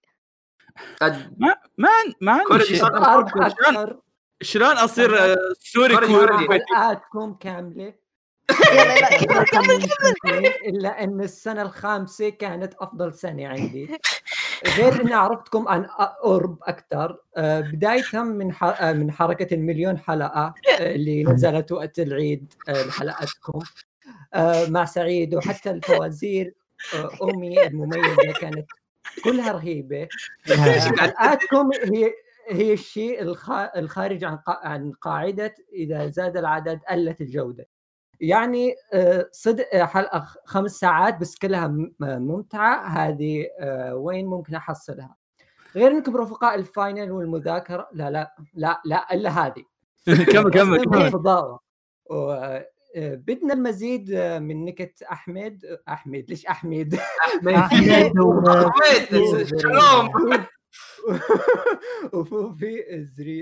ما عندي شيء. شلون اصير سوري حلقاتكم كامله يلا كمل الا ان السنه الخامسه كانت افضل سنه عندي غير اني عرفتكم عن قرب اكثر بدايه من حركه المليون حلقه اللي نزلت وقت العيد لحلقاتكم مع سعيد وحتى الفوازير امي المميزه كانت كلها رهيبه. حلقاتكم هي الشيء الخارج عن قاعده اذا زاد العدد قلت الجوده. يعني صدق حلقه 5 ساعات بس كلها ممتعه. هذه وين ممكن احصلها غير انكم رفقاء الفاينل والمذاكره؟ لا الا هذه. كمل فضاوه. بدنا المزيد من نكت احمد ليش احمد شلون وفي الزريد.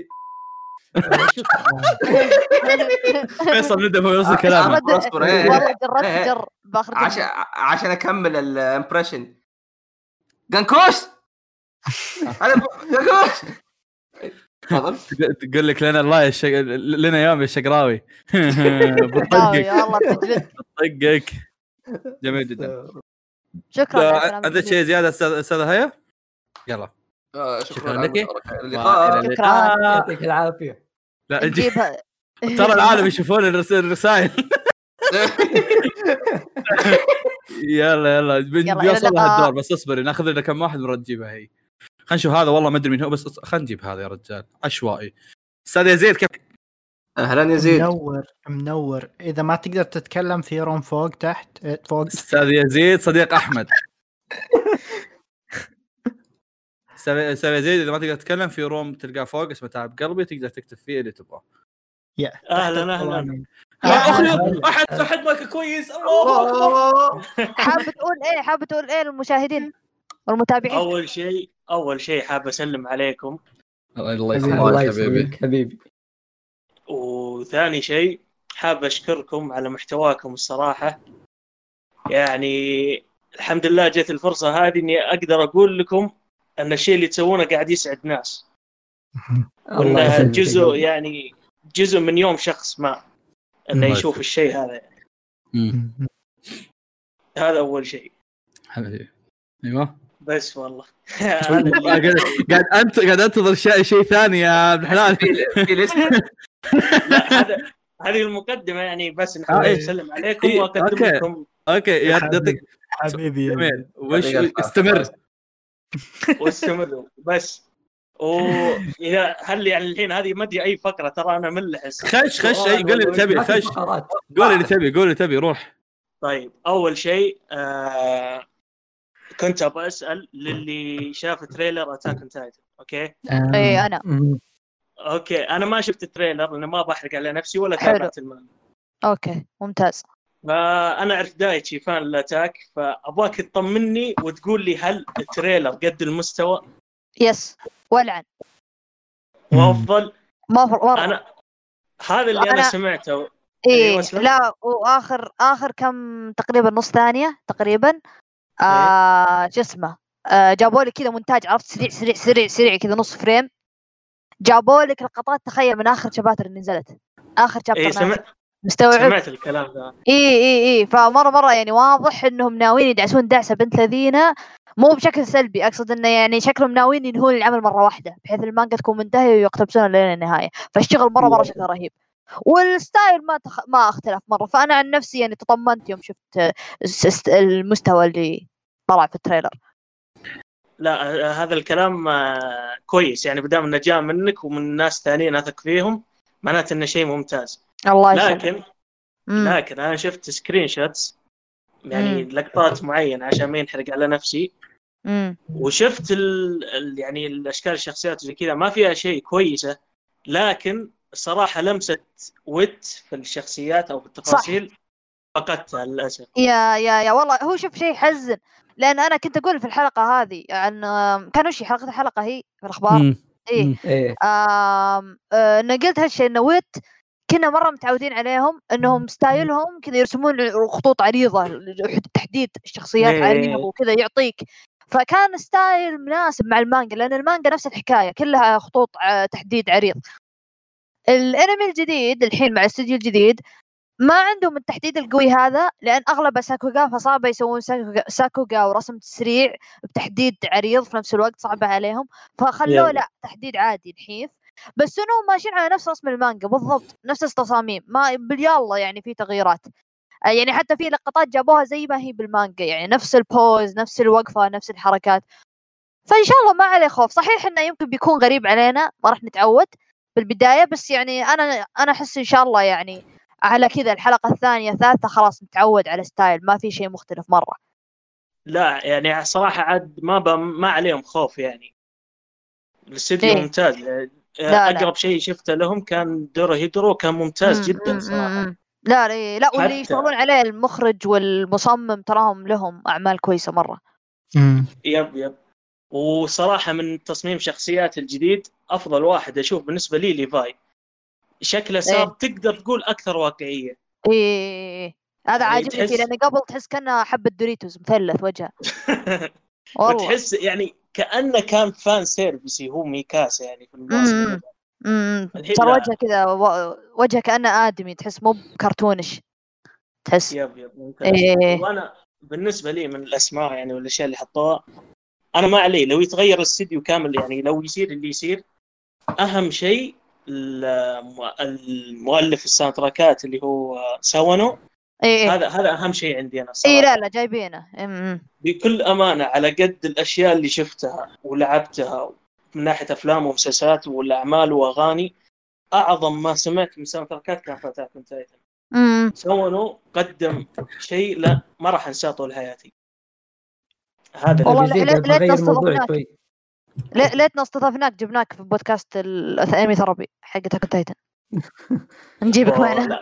فيصل ندم هو يوصل كلامه. والله جر باخر عشان اكمل الامبريشن. قنكوش هذا قنكوش تفضل. تقول لك لنا الله لنا يوم يا شقراوي. بطقك جميل جدا. شكرا. عندك شيء زياده استاذ هيا؟ يلا شكرا لك. شكرا يعطيك العافيه. لا ترى العالم يشوفون الرسائل. يلا بيوصل الدور بس اصبري ناخذ لنا كم واحد نرجيبها هي. خلينا نشوف هذا والله ما ادري مين هو بس خلينا نجيب هذا يا رجال عشوائي. استاذ يزيد كيف اهلا يزيد. منور. اذا ما تقدر تتكلم في روم فوق تحت فوق. استاذ يزيد صديق احمد. استاذ يزيد اذا ما تقدر تتكلم في روم تلقاه فوق اسمه تعب قلبي، تقدر تكتب فيه اللي تبغاه. يا اهلا احد مايك كويس. الله حابب تقول ايه للمشاهدين والمتابعين؟ اول شيء حاب اسلم عليكم. الله يسلمك حبيبي. وثاني شيء حاب اشكركم على محتواكم الصراحه، يعني الحمد لله جت الفرصه هذه اني اقدر اقول لكم ان الشيء اللي تسوونه قاعد يسعد ناس، وانه جزء من يوم شخص ما انه يشوف الشيء هذا يعني. هذا اول شيء حبيبي. ايوه بس والله قاعد انتظر شيء ثاني يا ابن الحلال. لا هذه المقدمه يعني، بس نحن نسلم عليكم واقدم لكم. اوكي يعطيك حبيبي وش واستمروا بس. وإذا هل يعني الحين هذه ما ادري اي فقره، ترى انا ملحس. خش قول اللي تبي. قول اللي تبي روح. طيب اول شيء كنت ابغى اسال للي شاف تريلر اتاك اون تايتن. اوكي اي انا اوكي انا ما شفت التريلر، انا ما بحرق على نفسي ولا تابعت المانجا. اوكي ممتاز. فانا اعرف دايتشي فان الاتاك، فابغاك تطمني وتقول لي هل التريلر قد المستوى؟ يس ولعن وافضل. انا هذا اللي انا سمعته. إيه لا، واخر كم تقريبا نص ثانيه تقريبا شو اسمه جابوا لي كذا مونتاج، عرفت، سريع سريع سريع سريع كذا نص فريم، جابوا لك لقطات تخيل من اخر شباتر اللي نزلت، اخر شابتر. مستوعب؟ سمعت الكلام ده. اي فمره يعني واضح انهم ناويين يدعسون دعسه بنت لذينه، مو بشكل سلبي، اقصد انه يعني شكلهم ناويين ينهون العمل مره واحده بحيث المانجا تكون منتهيه ويقتبسون لين النهايه، فالشغل مره شكله رهيب، والستايل ما اختلف مره. فانا عن نفسي يعني تطمنت يوم شفت المستوى اللي طلع في التريلر. لا هذا الكلام كويس يعني، بدام انه جاء منك ومن ناس ثانيين اثق فيهم معناته انه شيء ممتاز. الله لكن انا شفت سكرين شوتس يعني لقطات معينه عشان ما ينحرق على نفسي. وشفت يعني الاشكال الشخصيات زي كذا ما فيها شيء كويسه، لكن الصراحه لمسه ويت في الشخصيات او في التفاصيل فقدتها للاسف. يا والله هو شوف شيء حزن، لان انا كنت اقول في الحلقه هذه عن كان وش الحلقه هي في الاخبار انا قلت هالشيء انه ويت كنا مره متعودين عليهم انهم ستايلهم كذا يرسمون خطوط عريضه تحديد الشخصيات عريضه وكذا يعطيك، فكان ستايل مناسب مع المانجا لان المانجا نفس الحكايه كلها خطوط تحديد عريض. الانمي الجديد الحين مع الاستوديو الجديد ما عندهم التحديد القوي هذا، لان اغلب ساكوغا فصعبه يسوون ساكوغا ورسم سريع بتحديد عريض في نفس الوقت صعبه عليهم، فخلوه لا تحديد عادي نحيف، بس انهم ماشيين على نفس رسم المانجا بالضبط، نفس التصاميم، ما باليالله يعني في تغييرات، يعني حتى في لقطات جابوها زي ما هي بالمانجا، يعني نفس البوز نفس الوقفه نفس الحركات، فان شاء الله ما عليه خوف. صحيح انه يمكن بيكون غريب علينا ما راح نتعود بالبدايه، بس يعني انا احس ان شاء الله يعني على كذا الحلقه الثانيه الثالثه خلاص نتعود على ستايل، ما في شيء مختلف مره. لا يعني صراحه عاد ما عليهم خوف يعني، الاستديو ممتاز. اقرب شيء شفته لهم كان دورو هيدرو، كان ممتاز جدا صراحه. لا واللي يشتغلون عليه المخرج والمصمم تراهم لهم اعمال كويسه مره. يب وصراحه من تصميم شخصيات الجديد افضل واحد اشوف بالنسبه لي ليفاي، شكله صار تقدر تقول اكثر واقعيه. هذا عاجبني فيه لانه قبل تحس كأنه حبة دوريتوز مثلث وجهه. وتحس يعني كأنه كان فان سيرفيسي هو ميكاسا يعني في الموسم. صار وجهه كذا وجهه كأنه آدمي، تحس مو كرتونش تحس. يب وانا بالنسبه لي من الاسماء يعني والاشياء اللي حطوها انا ما عليه لو يتغير الاستديو كامل، يعني لو يصير اللي يصير اهم شيء المؤلف الساوند تراكات اللي هو ساوانو. هذا اهم شيء عندي انا صراحه. لا جايبينه بكل امانه على قد الاشياء اللي شفتها ولعبتها من ناحيه افلام ومسلسلات والاعمال واغاني، اعظم ما سمعت من ساوند تراكات كان في اتاك اون تايتن. سونو قدم شيء لا ما راح انساه طول حياتي. هذا اللي بغير موضوع شوي. ليتنا استضفناك جبناك في بودكاست الانمي ثربي حق اتاك اون تايتن. نجيبك معنا.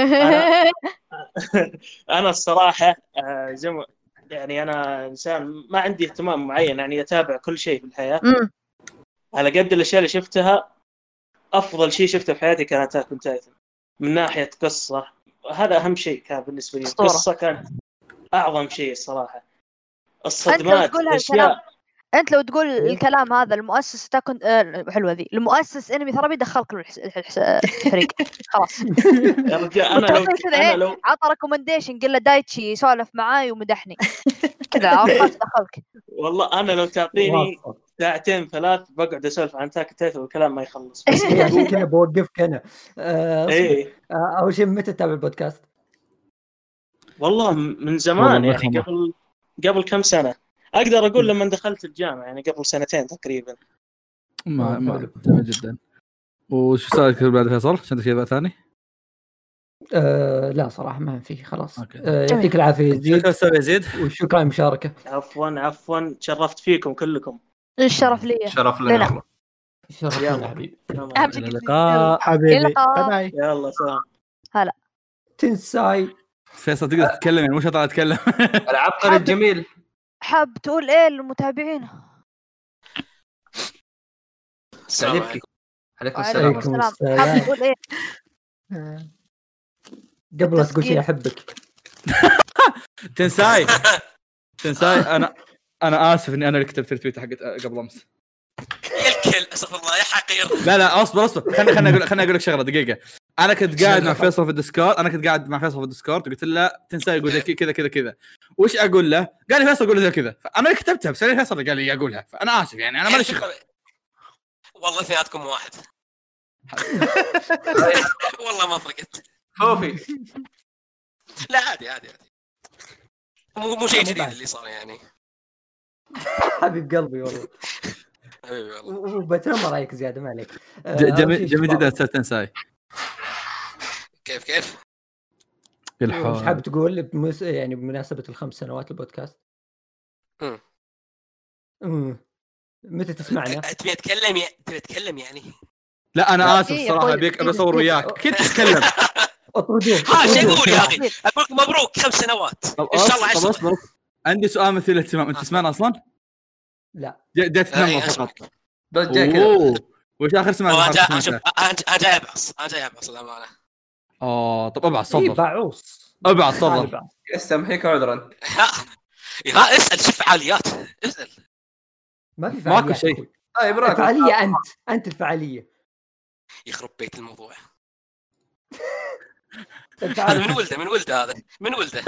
انا الصراحه يعني انا انسان ما عندي اهتمام معين، يعني اتابع كل شيء في الحياه. على قد الاشياء اللي شفتها افضل شيء شفته في حياتي كان اتاك اون تايتن من ناحيه قصه. هذا اهم شيء كان بالنسبه لي. القصه كانت اعظم شيء الصراحه. الصدمات الاشياء. انت لو تقول الكلام هذا المؤسس تاكن حلوه ذي المؤسس انمي ثربي دخلك الفريق خلاص. انا لو عطى ريكومنديشن قال له دايتشي يسولف معاي ومدحني كذا عرفت دخلك. والله انا لو تعطيني ساعتين ثلاث بقعد اسولف عن تاك تايتن والكلام ما يخلص. عشان كذا بوقفك انا. اول شيء متى تتابع البودكاست؟ والله من زمان يعني قبل كم سنه. اقدر اقول لما دخلت الجامعه يعني قبل سنتين تقريبا. ما جدا. وش سالك بعد فيصل؟ عندك شيء بقى ثاني؟ لا صراحه ما في خلاص. يعطيك العافيه زيد. وشكرا المشاركه. عفوا تشرفت فيكم كلكم. الشرف لي. شرف لنا والله. شرف لنا حبيبي. اللقاء حبيبي. باي. يلا سلام. هلا. تنساي. فيصل تقدر تتكلم يعني مش هطلع اتكلم. العبقري الجميل. حاب تقول ايه للمتابعين؟ السلام عليكم. عليكم السلام. حاب تقول ايه؟ قبل لا تقول شيء احبك. تنساي انا اسف اني انا اللي كتبت التويته حقت قبل امس. الكل استغفر الله يا حقير. لا اصبر خليني اقول لك شغله دقيقه. انا كنت قاعد مع فيصل في الديسكورد وقلت له تنساي يقول لك كذا وش اقول له؟ قال لي فيصل قول له كذا. فانا اللي كتبتها بس فيصل قال لي اقولها. فانا اسف يعني انا ما لي شغل. والله اثنيناتكم واحد. والله ما فرقت. خوفي. لا عادي مو شيء جديد اللي صار يعني. حبيب قلبي والله. حبيبي والله. وبتنمر رايك زياده ما عليك. جميل جدا تنساي. كيف مش حابب تقول يعني بمناسبه ال5 سنوات البودكاست؟ متى تسمعنا؟ تبي اتكلم يعني. لا انا اسف صراحه ابيك اصور وياك كنت تتكلم. اطردوه. شو اقول يا اخي؟ اقول لك مبروك 5 سنوات ان شاء الله 10. عندي سؤال مثير للاهتمام. انت تسمعنا اصلا؟ لا جيت تنمر فقط. بس جاي كذا. وش اخر سمعت؟ انا جاي ابعص الامانه. طب ابعص صدر. بعوص ابعص صدر. استمحيك عذرا. اسال شوف فعاليات اسال. ما في فعاليات. ماكو شيء. طيب فعاليه انت الفعاليه. يخرب بيت الموضوع. من ولده هذا من ولده.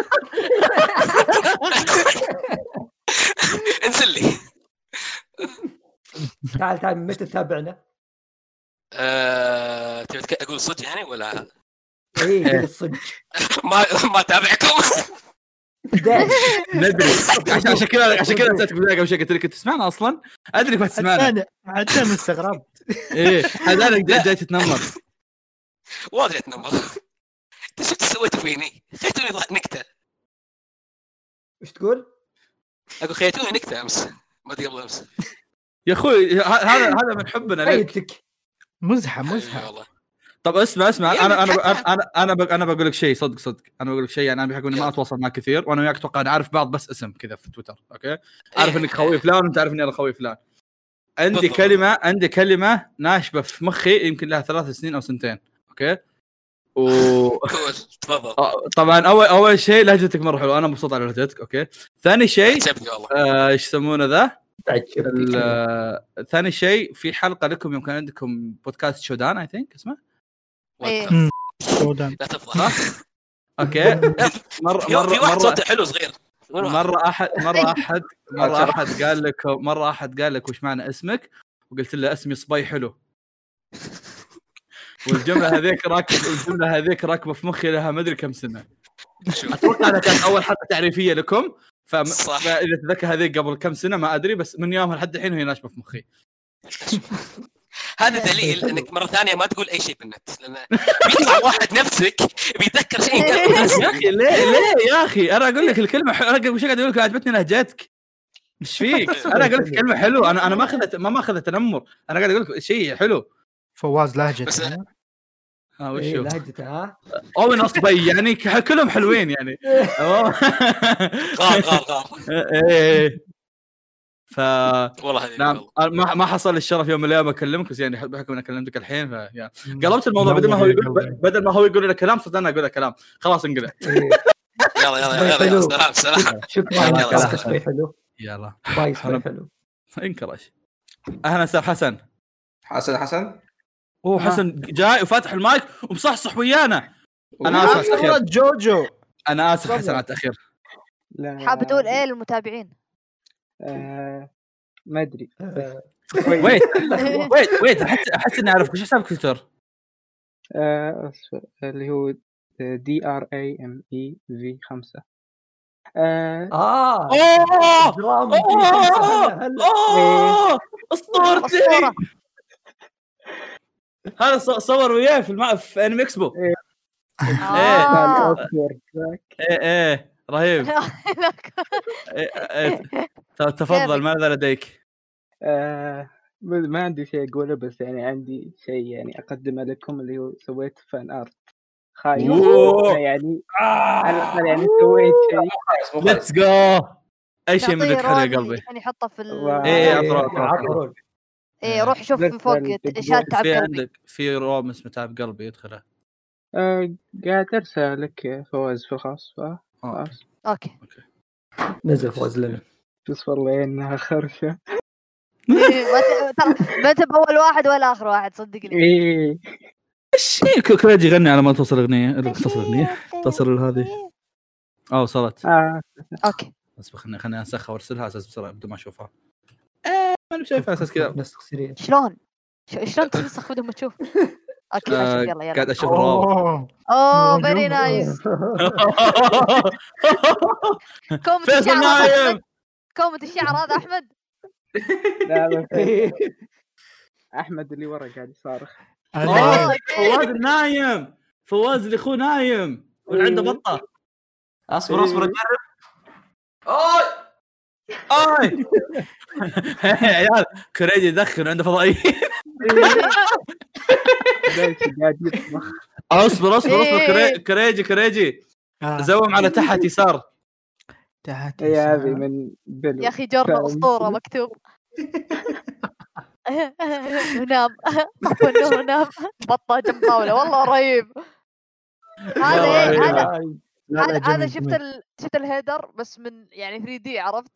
انزل لي. تعال متى تتابعنا؟ تبي اقول صدق يعني ولا؟ ايه الصدق. ما تابعكم. ندري عشان كذا نسيت بدايه قبل شوي قلت لك تسمعنا اصلا ادري ما تسمعنا حتى انا استغربت. ايه هذا جاي تتنمر واضح تتنمر. انت شفت سويتوا فيني؟ خيتوني نكته. ايش تقول؟ اقول خيتوني نكته امس ما ادري قبل امس يا اخوي. هذا من حبنا لك. مزحه والله. طب اسمع انا بقول لك شيء صدق انا بقول لك شيء يعني انا بحكي اني ما اتواصل معك كثير وانا وياك اتوقع نعرف بعض بس اسم كذا في تويتر. اوكي عارف انك خوي فلان وانت عارف اني انا خوي فلان. عندي كلمه ناشبه في مخي يمكن لها 3 سنين او 2 سنين. اوكي تفضل. طبعا اول شيء لهجتك مره حلوه انا مبسوط على لهجتك. اوكي ثاني شيء ايش يسمونه ذا ثاني شيء في حلقه لكم يوم كان عندكم بودكاست شودان اي ثينك اسمه شودان. لا تفضل. اوكي مره في واحد صوته حلو صغير. مره احد قال لك وش معنى اسمك وقلت له اسمي صبي حلو. والجمله هذيك راكبه في مخي لها ما ادري كم سنه. اتوقع انها كانت اول حلقه تعريفيه لكم فاذا تذكر هذيك قبل كم سنه ما ادري بس من يومها لحد الحين وهي ناشبه في مخي. هذا دليل انك مره ثانيه ما تقول اي شيء بالنت، لان بيطلع واحد نفسك بيتذكر شيء يا اخي ليه يا اخي انا اقول لك الكلمه انا مش قاعد اقول لك عجبتني لهجتك، مش فيك؟ انا اقول لك كلمه حلوه، انا ما اخذت تنمر، انا قاعد اقول لك شيء حلو. فواز لهجته وشو لهجته او نصبي يعني كلهم حلوين يعني. غار ف نعم ما حصل لي الشرف يوم من الايام اكلمك، بس يعني بحكم اني كلمتك الحين قلبت الموضوع، بدل ما هو يقول لك كلام صرت انا اقول له كلام، خلاص انقلع. يلا سلام. شكرا شوي حلو. يلا باي حلو انكرش. اهلا استاذ حسن اوه حسن جاي وفاتح المايك ومصحصح ويانا. انا اسف جوجو، انا اسف حسن على التاخير. حاب تقول ايه للمتابعين؟ ما ادري. ويت احس اني اعرفك. ايش حسابك في تويتر؟ اللي هو DRAMEV5. اسطورتي. هذا صور وياه في انمي اكسبو. ايه رهيب. تفضل ماذا لديك؟ ما عندي شيء اقوله، بس يعني عندي شيء يعني اقدمه لكم، اللي هو سويت فان ارت خايف يعني على الاقل يعني سويت شيء. ليتس جو. اي شيء منك حلو يا قلبي يعني حطه في ايه روح شوف من فوق اشاره تعب قلبي. عندك في روم اسمه تعب قلبي يدخله. قاعد ارسل لك فواز في الخاص. خلاص اوكي نزل فواز لنا تصفر لي انها خرشه. ما انت باول واحد ولا اخر واحد صدقني. ايه الشيء كل يغني على ما توصل اغنيه تصل هذه وصلت. اوكي بس خليني انسخها وارسلها اساس بسرعه بدون ما اشوفها. انا شايفها اساس كذا نسخ سريع. شلون تنسخ بدون ما تشوف؟ اوكي يلا قاعد اشوف الروابط. فيري نايس. كومة الشعر هذا احمد. لا احمد اللي ورا قاعد يصارخ. فواز النايم، فواز اللي اخوه نايم وعنده بطه. اصبر اجرب. يا عيال كريدي يدخن عنده فضائيين. قاعد يطبخ. اصبر كريجي زوم على تحت يسار. تحت يا هذه من بلو. يا اخي جرة اسطوره مكتوب. ونام بطه جنب طاوله والله رهيب. هذا شفت الهيدر بس من يعني 3D عرفت؟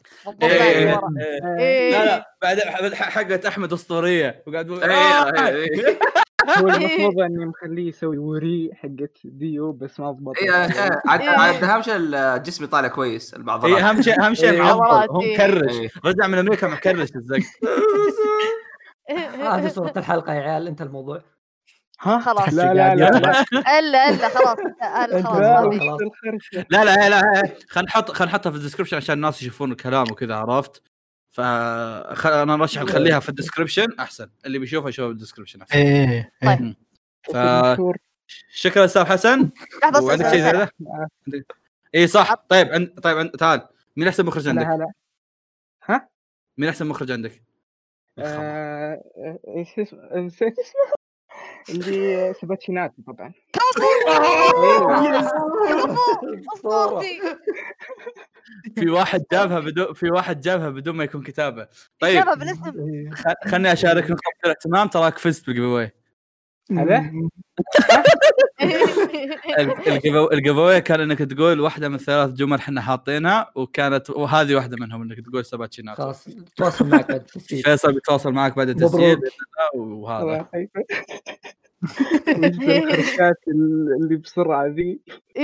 لا بعد حقت احمد اسطوريه وقاعد هو المفروض اني مخليه يسوي وري حقت ديو بس ما ضبط. عاد اهم شيء الجسم يطالع كويس البعض. اهم شيء معضل هو مكرش. رجع من امريكا مكرش الزق. هذه صورة الحلقة يا عيال. انت الموضوع خلاص. لا الا خلاص لا خلينا نحطها في الديسكربشن عشان الناس يشوفون الكلام وكذا عرفت. فانا نرشح نخليها في الديسكربشن احسن، اللي بيشوفها يشوفها في الديسكربشن احسن. طيب شكرا استاذ حسن. وعندك شيء زي ذا؟ اي صح. طيب تعال، مين احسن مخرج عندك؟ ها مين احسن مخرج عندك؟ ايش اسمه؟ نسيت اسمه. اللي سباتشيناتي طبعا. في واحد جابها بدون ما يكون كتابه. طيب خلني اشارك نقطه الاهتمام. تراك فزت بالجيفاوي. هذا الجيفاوي كان انك تقول واحده من 3 جمل احنا حاطينها، وهذه واحده منهم انك تقول سباتشيناتي. خلاص تواصل معك بعد التسجيل. فيصل بيتواصل معك بعد التسجيل وهذا. الحركات اللي بسرعه ذي.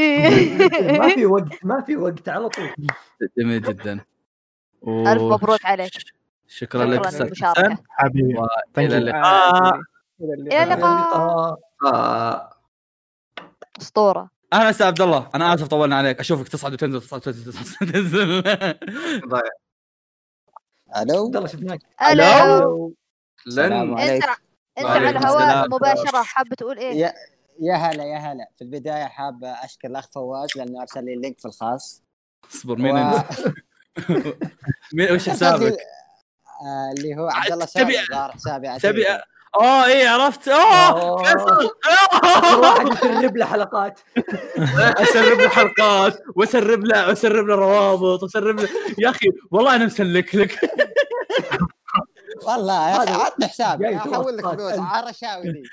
ما في وقت على طول. جميل جدا. الف مبروك عليك. شكرا لك استاذ حبيبي. الى اللقاء. اسطوره. انا استاذ عبد الله، انا اسف طولنا عليك. اشوفك تصعد وتنزل. الو عبد الله شفناك. الو السلام عليكم. انت على الهواء مباشره، حاب تقول ايه؟ يا هلا في البدايه حاب اشكر الاخ فواز لانه ارسل لي اللينك في الخاص. اصبر مين انت؟ مين وش حسابك؟ اللي هو عبد الله سامي، ظهر حسابي تبي ايه عرفت. فيصل واحد يسرب له حلقات اسرب له حلقات واسرب له روابط واسرب له. يا اخي والله انا مسلك لك والله يا اخي عطني حسابي احول لك فلوس على رشاوي دي.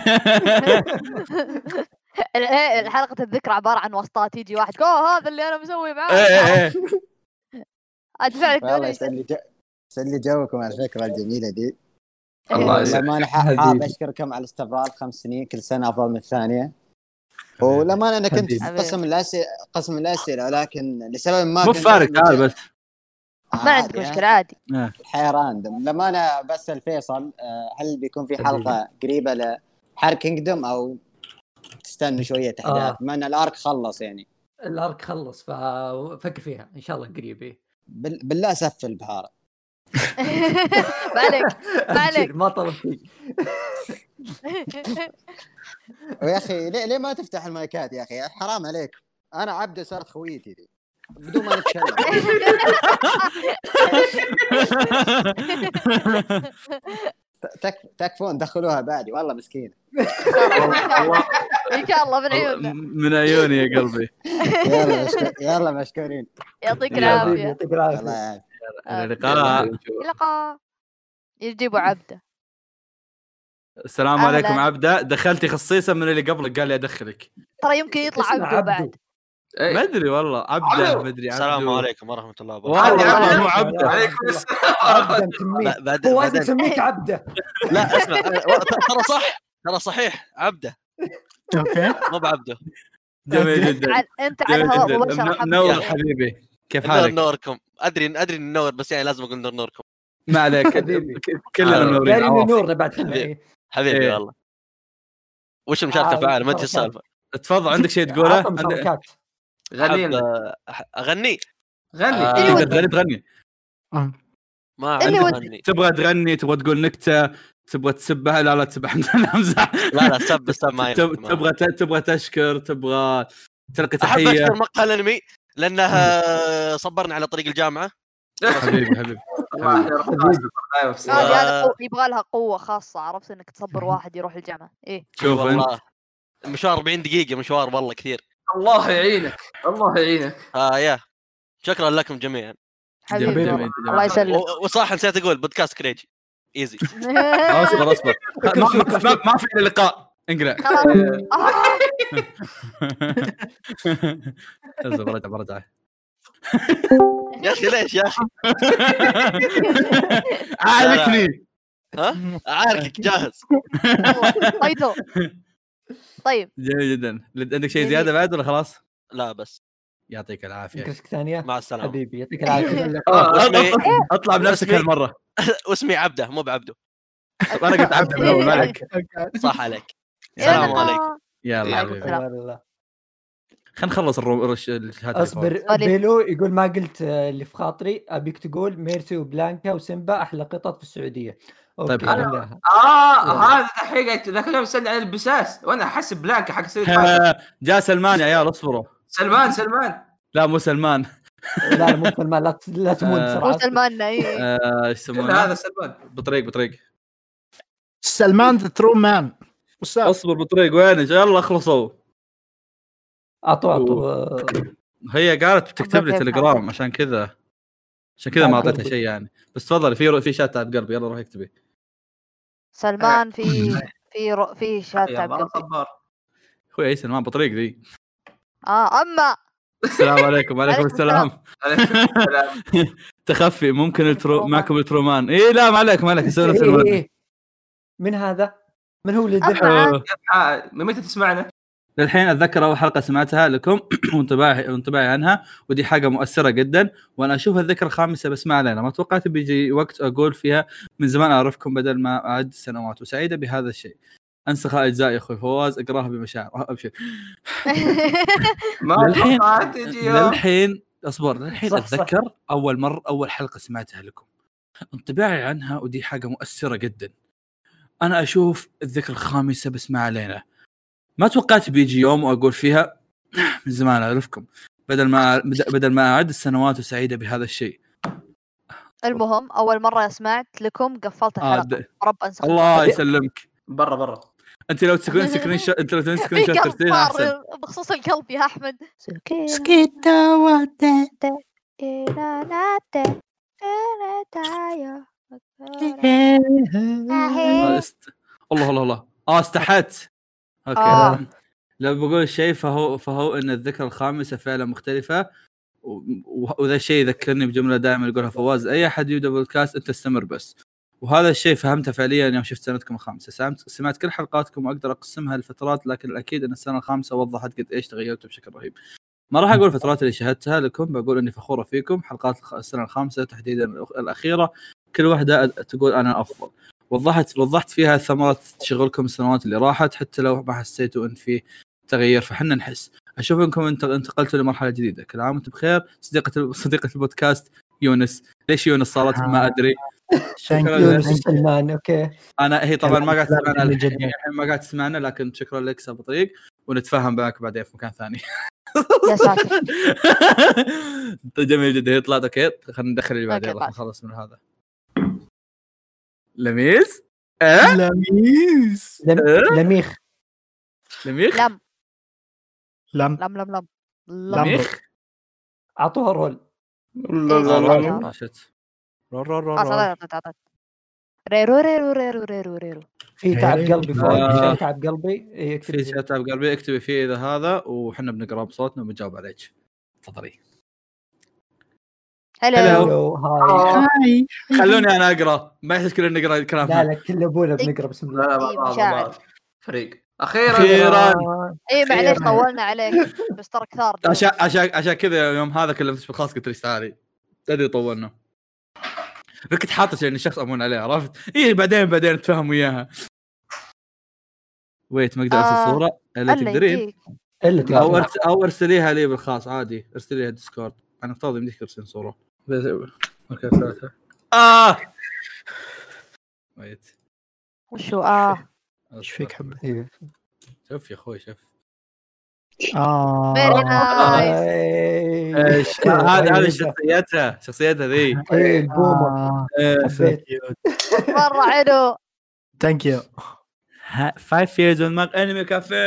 الحلقه الذكرى عباره عن واسطات، يجي واحد هذا اللي انا مسوي معاه ادفع لك والله يسلي جوكم على الفكره الجميله دي. الله لما انا حاب اشكركم على الاستمرار 5 سنين، كل سنه افضل من الثانيه. ولما انا كنت في قسم الاسئله ولكن لسبب ما مو فارق تعال بس ما عندك مشكله عادي. الحياه راندم. لما انا بسأل فيصل هل بيكون في حلقه قريبه لحرق كينجدوم او تستنوا شويه احداث؟ ما ان الارك خلص، يعني الارك خلص ففكر فيها ان شاء الله قريب. بالله سفل البهاره. مالك ما طلب فيه. ويا اخي ليه ما تفتح المايكات يا اخي؟ حرام عليك. انا عبده صارت خويتي دي بدون ما نتكلم. تكفون دخلوها بعدي والله مسكين. ان شاء الله من عيوننا، من عيوني يا قلبي. يلا مشكورين. يعطيك العافيه. يعطيك العافيه. اللقاء يجيبوا عبده. السلام عليكم عبده. دخلتي خصيصا من اللي قبلك قال لي ادخلك. ترى يمكن يطلع عبده بعد. ما ادري والله عبده ما ادري. السلام عليكم ورحمه الله وبركاته. والله مو عبده. عليكم السلام. هو انت تسميك عبده؟ لا اسمع ترى صحيح عبده. اوكي مو بعبده. جميل جدا. انت على الهواء مباشره. نور حبيبي كيف حالك؟ نوركم. ادري نور بس يعني لازم اقول نوركم. ما عليك كلنا منورين. نورنا بعد حبيبي والله. وش المشاركه فعال؟ ما ادري السالفه. تفضل عندك شيء تقوله؟ اغني تغني ما عندي اغني. تبغى تغني، تبغى تقول نكته، تبغى تسبح؟ لا تسبح. لا سب ما تبغى تشكر، تبغى تلقي تحيه. احب اشكر مقهى الانمي لانه صبرني على طريق الجامعه. حبيبي يبغى لها قوه خاصه، عرفت انك تصبر واحد يروح الجامعه. ايه شوف والله مشوار 40 دقيقه، مشوار والله كثير. الله يعينك. يا شكرا لكم جميعا حبيبي. الله يسلمك. وصح نسيت اقول بودكاست كريجي ايزي. اصبر ما في لقاء انقلع. برجع يا اخي ليش يا اخي؟ عارفني عارفك جاهز. طيب جميل جدا. عندك شيء زياده بعد ولا خلاص؟ لا بس يعطيك العافيه. كرسك ثانيه مع السلامه حبيبي. يعطيك العافيه. اطلع بنفسك هالمره. واسمي عبده مو بعبده. انا قلت عبده من اول. مالك صح عليك. السلام عليكم. يلا خلينا نخلص هذا. اصبر بيلو يقول ما قلت اللي في خاطري، ابيك تقول ميرسي وبلانكا وسيمبا احلى قطط في السعوديه. طيب هذا الحين ذاك اليوم استنى على البساس وانا احسب بلانكا حق جاء سلمان يا عيال اصبروا. سلمان لا مو سلمان. لا مو سلمان. لا تمون بسرعه. مو سلمان. ايش يسمونه هذا؟ سلمان بطريق سلمان ذا ترو مان. اصبر بطريق وينك؟ يلا اخلصوا. اعطوا هي قالت بتكتب لي تليجرام عشان كذا ما اعطيتها شيء يعني. بس تفضلي في شات تاعت قلبي. يلا روح اكتبي. سلمان في شات تاعت قلبي. هو اي سلمان بطريق ذي. اما السلام عليكم. وعليكم السلام. تخفي ممكن معكم الترومان. ايه لا ما عليك إيه. من هذا؟ من هو اللي من متى تسمعنا؟ للحين اتذكر اول حلقه سمعتها لكم وانطباعي عنها، ودي حاجه مؤثره جدا وانا اشوفها الذكرى الخامسه. بس ما علينا، ما توقعت بيجي وقت اقول فيها من زمان اعرفكم بدل ما اعد سنوات، وسعيده بهذا الشيء. انسخ اجزاء يا اخوي فواز، اقراها بمشاعر. ابشر. للحين اصبر. للحين اتذكر اول حلقه سمعتها لكم انطباعي عنها، ودي حاجه مؤثره جدا. انا اشوف الذكرى الخامسة بس ما علينا. ما توقعت بيجي يوم واقول فيها من زمان اعرفكم، بدل ما اعد السنوات سعيدة بهذا الشيء. المهم اول مرة سمعت لكم قفلت الحلقة. رب انسى الله يسلمك. برا انت لو تسكرين سكرين شوت ترسلها احسن. بخصوص القلب يا احمد. سكيتا واتا الله استحت. اوكي لو بقول شيء فهو ان الذكرى الخامسة فعلا مختلفة، وذا الشيء يذكرني بجملة دائما يقولها فواز: اي احد يبدا بودكاست انت استمر بس. وهذا الشيء فهمته فعليا يوم شفت سنتكم الخامسة. سمعت كل حلقاتكم واقدر اقسمها لفترات، لكن الاكيد ان السنة الخامسة وضحت قد ايش تغيرت بشكل رهيب. ما راح اقول الفترات اللي شاهدتها لكم، بقول اني فخورة فيكم. حلقات السنة الخامسة تحديدا الاخيرة كل واحدة تقول انا افضل. وضحت فيها ثمرة شغلكم السنوات اللي راحت، حتى لو ما حسيتوا ان في تغيير فحنا نحس. اشوف انكم انتقلتوا لمرحله جديده. كل عام وانتم بخير. صديقه البودكاست يونس. ليش يونس صارت ما ادري. يونس سلمان. اوكي انا هي طبعا ما قاعد تسمعنا الحين، ما قاعد تسمعنا، لكن شكرا لك ابو طريق، ونتفاهم معك بعدين في مكان ثاني. يا ساتر. جميل جدا. هي طلعت اوكي. خلينا ندخل اللي بعدين راح نخلص من هذا. لميس لميخ لميخ اعطوها رول. ريرو في تعب قلبي فوق. تعب قلبي في تعب قلبي اكتبي فيه اذا هذا، وحنا بنقرا بصوتنا وبنجاوب عليك. تفضلي. هلو هاي. خلوني انا اقرا، ما يحتاج كلنا نقرا الكلام. لا كل ابونا بنقرا بسم الله. فريق اخيرا. اي معليش طولنا عليك بس ترى كثار. عشان كذا يوم هذا كلمتك بالخاص قلت لي تعالي تدري طولنا. كنت حاطط يعني شخص امون عليه، عرفت؟ ايه بعدين نتفاهم وياها. ويت ما اقدر ارسل صوره الا تقدرين او ارسليها لي بالخاص عادي. ارسليها ديسكورد. انا افترض يمديك ترسل صوره. اوكي ثلاثة. ويت وشو ايش فيك حبيبي؟ شوف يا اخوي شوف. فيري نايس. هذه شخصيتها ذي. البومة. مرة حلو. ثانك يو. 5 years on Mac Anime Cafe.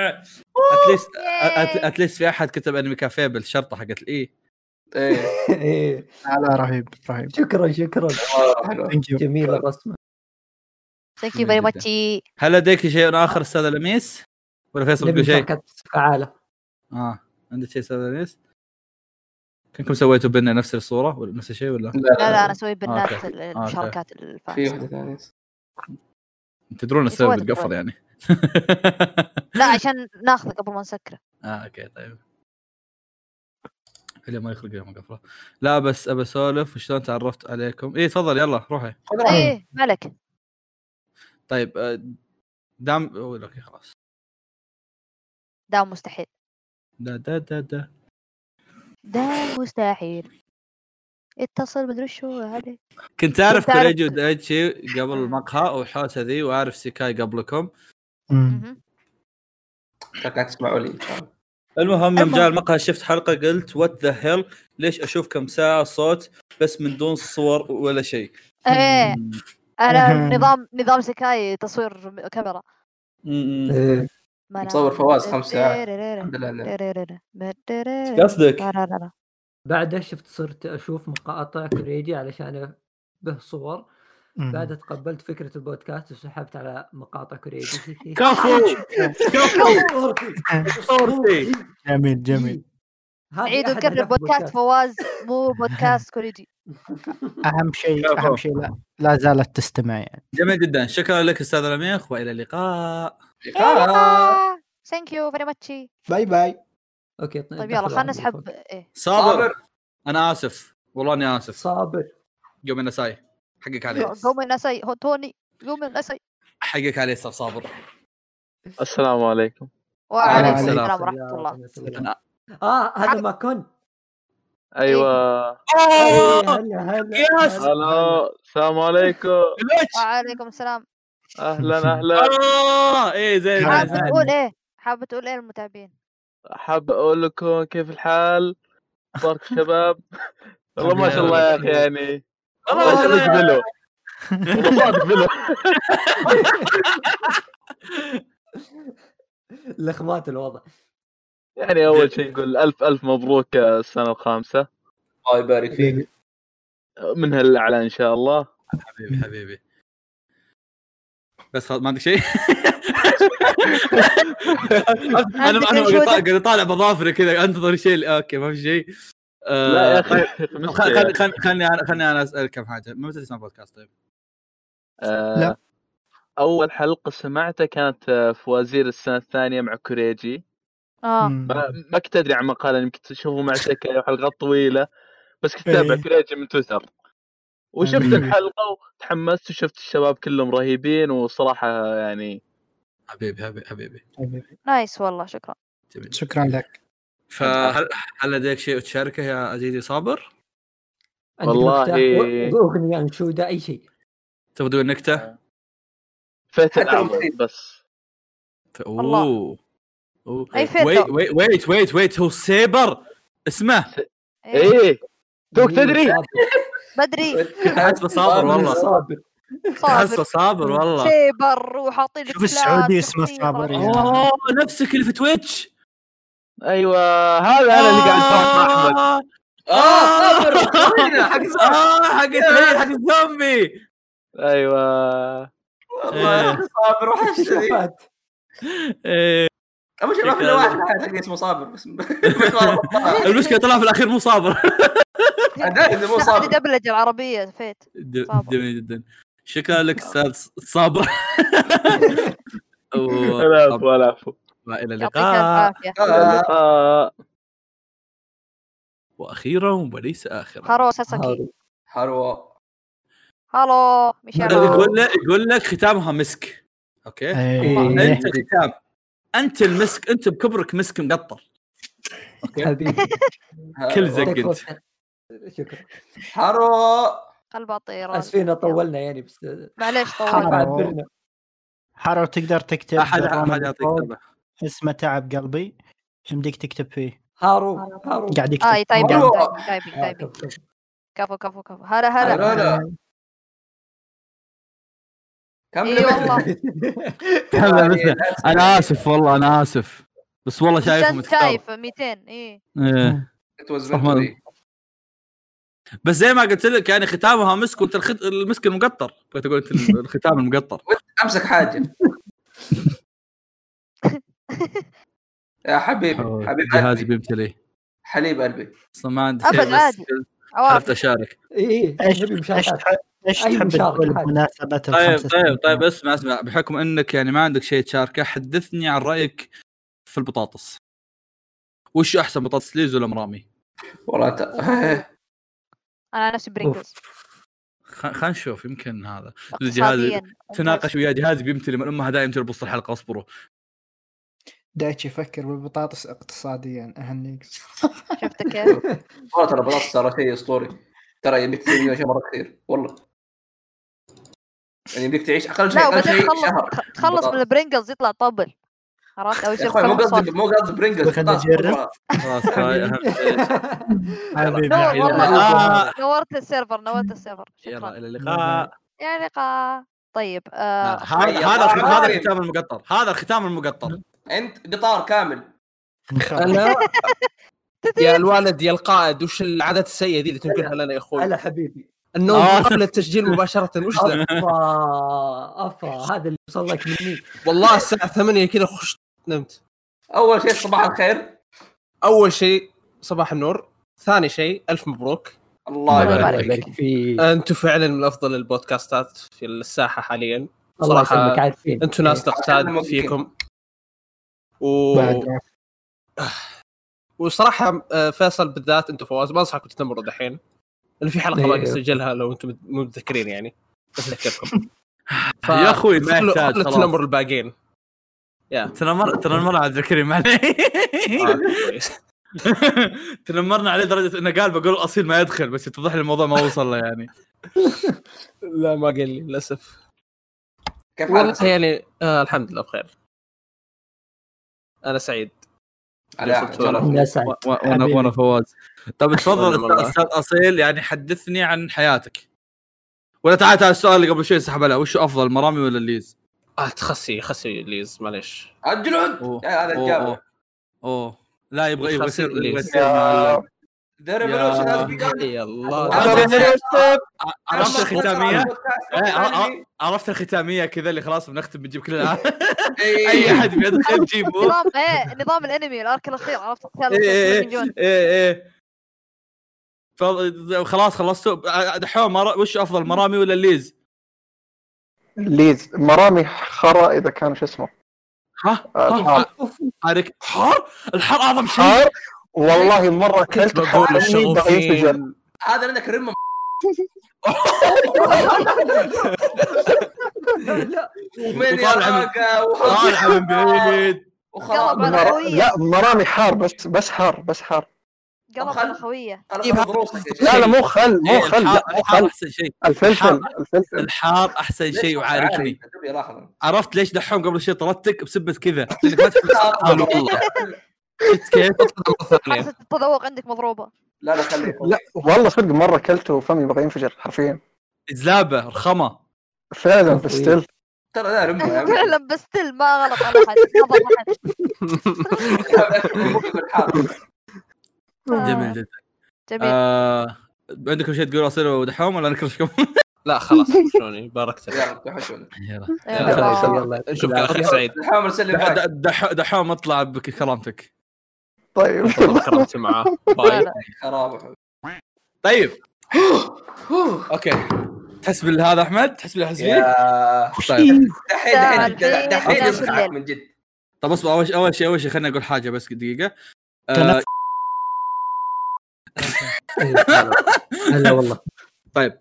اتليست في احد كتب انمي كافيه بالشرطه حقت الاي. ايه لا رهيب. شكرا جميله الرسمه. ثانك يو فيري ماتش. هل لديك شيء اخر استاذ لميس ولا فيصل يقول شيء؟ فعاله. عندك شيء استاذ لميس؟ كنكم سويتوا بيننا نفس الصوره ولا نفس الشيء ولا لا انا سويت بالناس المشاركات الفائزه. في واحده ثانيه تدرون السبب بتقفل يعني. لا عشان ناخذه قبل ما نسكره. اوكي طيب. اللي ما يخرج يوم قفله. لا بس ابى اسولف وشلون تعرفت عليكم. ايه تفضل يلا روحي. ايه ملك. طيب دام اوكي خلاص. دام مستحيل. دا مستحيل. اتصل مدري شو عليك. كنت اعرف كوريجي ودايتشي قبل المقهى وحوسه ذي، واعرف سيكاي قبلكم. قاعد تسمعوا لي ان شاء الله. المهم يوم جاء المقهى شفت حلقه قلت وات ذا هيل، ليش اشوف كم ساعه صوت بس من دون صور ولا شيء. ايه انا نظام سيكاي تصوير كاميرا. نصور فواز 5 ساعات. الحمد لله. قصدك بعدها صرت اشوف مقاطع كوريجي علشان به صور. بعد تقبلت فكرة البودكاست وسحبت على مقاطع كوريجي. كفو. جميل. عيد وكرر بودكاست فواز مو بودكاست كوريجي. اهم شيء لا زالت تستمع يعني. جميل جدا. شكرا لك استاذ رميخ والى اللقاء. ثانك يو فيري ماتش. باي. اوكي طيب يلا خلينا نسحب. ايه صابر. انا اسف والله اني اسف. صابر. يوم النساي حقك عليه. قوم النساي هوتوني قوم النساي حقك عليه صابر. السلام عليكم. وعليكم السلام ورحمة الله. هذا ما كنت. ايوه. هلا السلام عليكم. وعليكم السلام. اهلا ايه زين. حابة تقول ايه المتابعين؟ حاب اقول لكم كيف الحال بارك شباب. والله ما شاء الله يا اخي يعني الله يسلمك والله بلو لخمات الوضع. يعني اول شيء نقول الف مبروك السنه الخامسه، الله يبارك فيك من هالاعلى ان شاء الله. حبيبي بس ما عندك شيء. انا قاعد طالع بظافري كذا انتظر شيء. اوكي ما في شيء. لا يا اخي خلني انا اسالك كم حاجه. متى تسمع بودكاست طيب؟ لا اول حلقه سمعتها كانت في وزير السنه الثانيه مع كوريجي. ما كنت ادري عن مقاله يمكن تشوفه مع شكل حلقات طويله، بس كنت اتابع كوريجي من تويتر وشفت الحلقه وتحمست وشفت الشباب كلهم رهيبين وصراحه يعني حبيبي نايس والله. شكرا لك. فهل لديك شيء تشاركه يا عزيزي صابر؟ والله اغنيه انشوده اي شيء تبدو النكته فات العمر بس. اوه ويت هو سيبر اسمه ايه دوك تدري بدري حسب صابر والله حسب صابر والله سيبر وحاطين شوف السعودي اسمه صابر. نفسك اللي في تويتش. ايوه هذا انا اللي قاعد اسمع احمد. حق الزومبي. ايوه والله صابر وحشني. اول شيء ما في الا واحد حق اسمه صابر بس. المشكله طلع في الاخير مو صابر. انا مو صابر دبلجه العربيه فيت. جميل جدا. شكرا لك استاذ صابر. العفو والى اللقاء. واخيرا وليس اخرا هارو ساساكي. هالو ميشيل. يقول لك ختامها مسك. اوكي انت ختام، انت المسك، انت بكبرك مسك مقطر. اوكي كل زقنت. شكرا هارو قلب طيران. اسفين طولنا يعني بس معليش طولنا. حارو تقدر تكتب احد يعطيك كتابه اسمه تعب قلبي يمديك تكتب فيه هارو قاعد يكتب. طيب كفو هلا كمل والله. انا اسف والله انا اسف بس والله شايفه 200 ايه بس زي ما قلت لك يعني ختامها مسك وانت المسك المقطر. تقول انت الختام المقطر. امسك حاجه يا حبيبي جهازي بيمتلي حليب قلبي اصلا ما عندي شيء بس حرفت اشارك. ايش تحب تقول بمناسبة طيب اسمع بحكم انك يعني ما عندك شيء تشاركه حدثني عن رايك في البطاطس. وش احسن بطاطس ليز ولا مرامي؟ والله انا نفسي برينجلز. خلينا نشوف يمكن هذا جهازي تناقش ويا جهازي بيمتلي من امها دائما تربص الحلقه. اصبروا دايتش يفكر بالبطاطس اقتصاديا. اهنيك. شفت كيف والله ترى البطاطس صار شيء اسطوري. ترى يمديك تسوي شيء مره كثير والله. يعني يمديك تعيش اقل شيء شهر تخلص من البرينجلز يطلع طبل. عرفت او يصير مو قصدي برينجلز خلاص نورت السيرفر شكرا الى اللقاء. يا لقاء. طيب هذا الختام المقطر. هذا الختام المقطر. انت قطار كامل. انا يا الوالد يا القائد وش العادات السيئه دي اللي تنقلها لنا يا اخوي؟ هلا حبيبي النوم قبل التسجيل مباشره وش ذا؟ افا هذا اللي وصل لك مني والله الساعه 8 كذا خشت نمت. اول شيء صباح الخير. اول شيء صباح النور. ثاني شيء الف مبروك. الله يبارك فيك. انتم فعلا من افضل البودكاستات في الساحه حاليا صراحه. انتم ناس نقتاد فيكم وصراحه فيصل بالذات انتم فواز ما انصحكم تتنمروا دحين لأن في حلقه باقي اسجلها لو انتم مو متذكرين يعني بس اذكركم. يا اخوي ما يحتاج خلاص تنمر الباقيين. يا تنمر على ذكري معي. تنمرنا عليه درجه انه قال بقول اصيل ما يدخل بس يتضح لي الموضوع ما وصل له يعني. لا ما قال لي للاسف. كيف حالك؟ يعني الحمد لله بخير. انا سعيد. وانا فواز. طب تفضل استاذ اصيل، يعني حدثني عن حياتك. ولا تعال السؤال اللي قبل شوي سحب عليه، وش افضل مرامي ولا الليز؟ خسي الليز معليش. الجلود هذا الجاب. لا يبغى يصير ريفولوشن عرفت الختاميه. عرفت الختاميه كذا اللي خلاص بنختم بنجيب كل اي احد بيدخل نجيبه. نظام الانمي الارك الاخير، عرفت؟ خلاص خلصتوا دحوم. وش افضل مرامي ولا الليز؟ الليز. مرامي خرا اذا كان شو اسمه الحار اعظم شيء. حار والله مره كنت بقول الشغوفين هذا لانك رمم. طالع من بعيد. لا مرامي حار بس حار قلب الاخويه. لا مو خل احسن شيء. الفلفل الحار احسن شيء. وعارفني عرفت ليش دحوم قبل شيء طردتك بسبه كذا لانك ما تحب والله. كيف التذوق عندك مضروبه. لا خليه. لا والله صدق مره كلته وفمي يبغى ينفجر حرفيا. زلابه رخمه فعلا بستل. ترى لا رمه فعلا بستل ما غلط على حد. جميل جدا. عندكم شيء تقولوا اصير ودحوم ولا نكرشكم؟ لا خلاص شلوني باركت يلا نشوفك على خير سعيد. دحوم اطلع بكرامتك. طيب كرمت معاه باي. طيب اوكي تحس بالهذا احمد؟ تحس بالحسبيه؟ طيب دحين من جد. طب اصبر اول شيء خليني اقول حاجه بس دقيقه. لا والله. طيب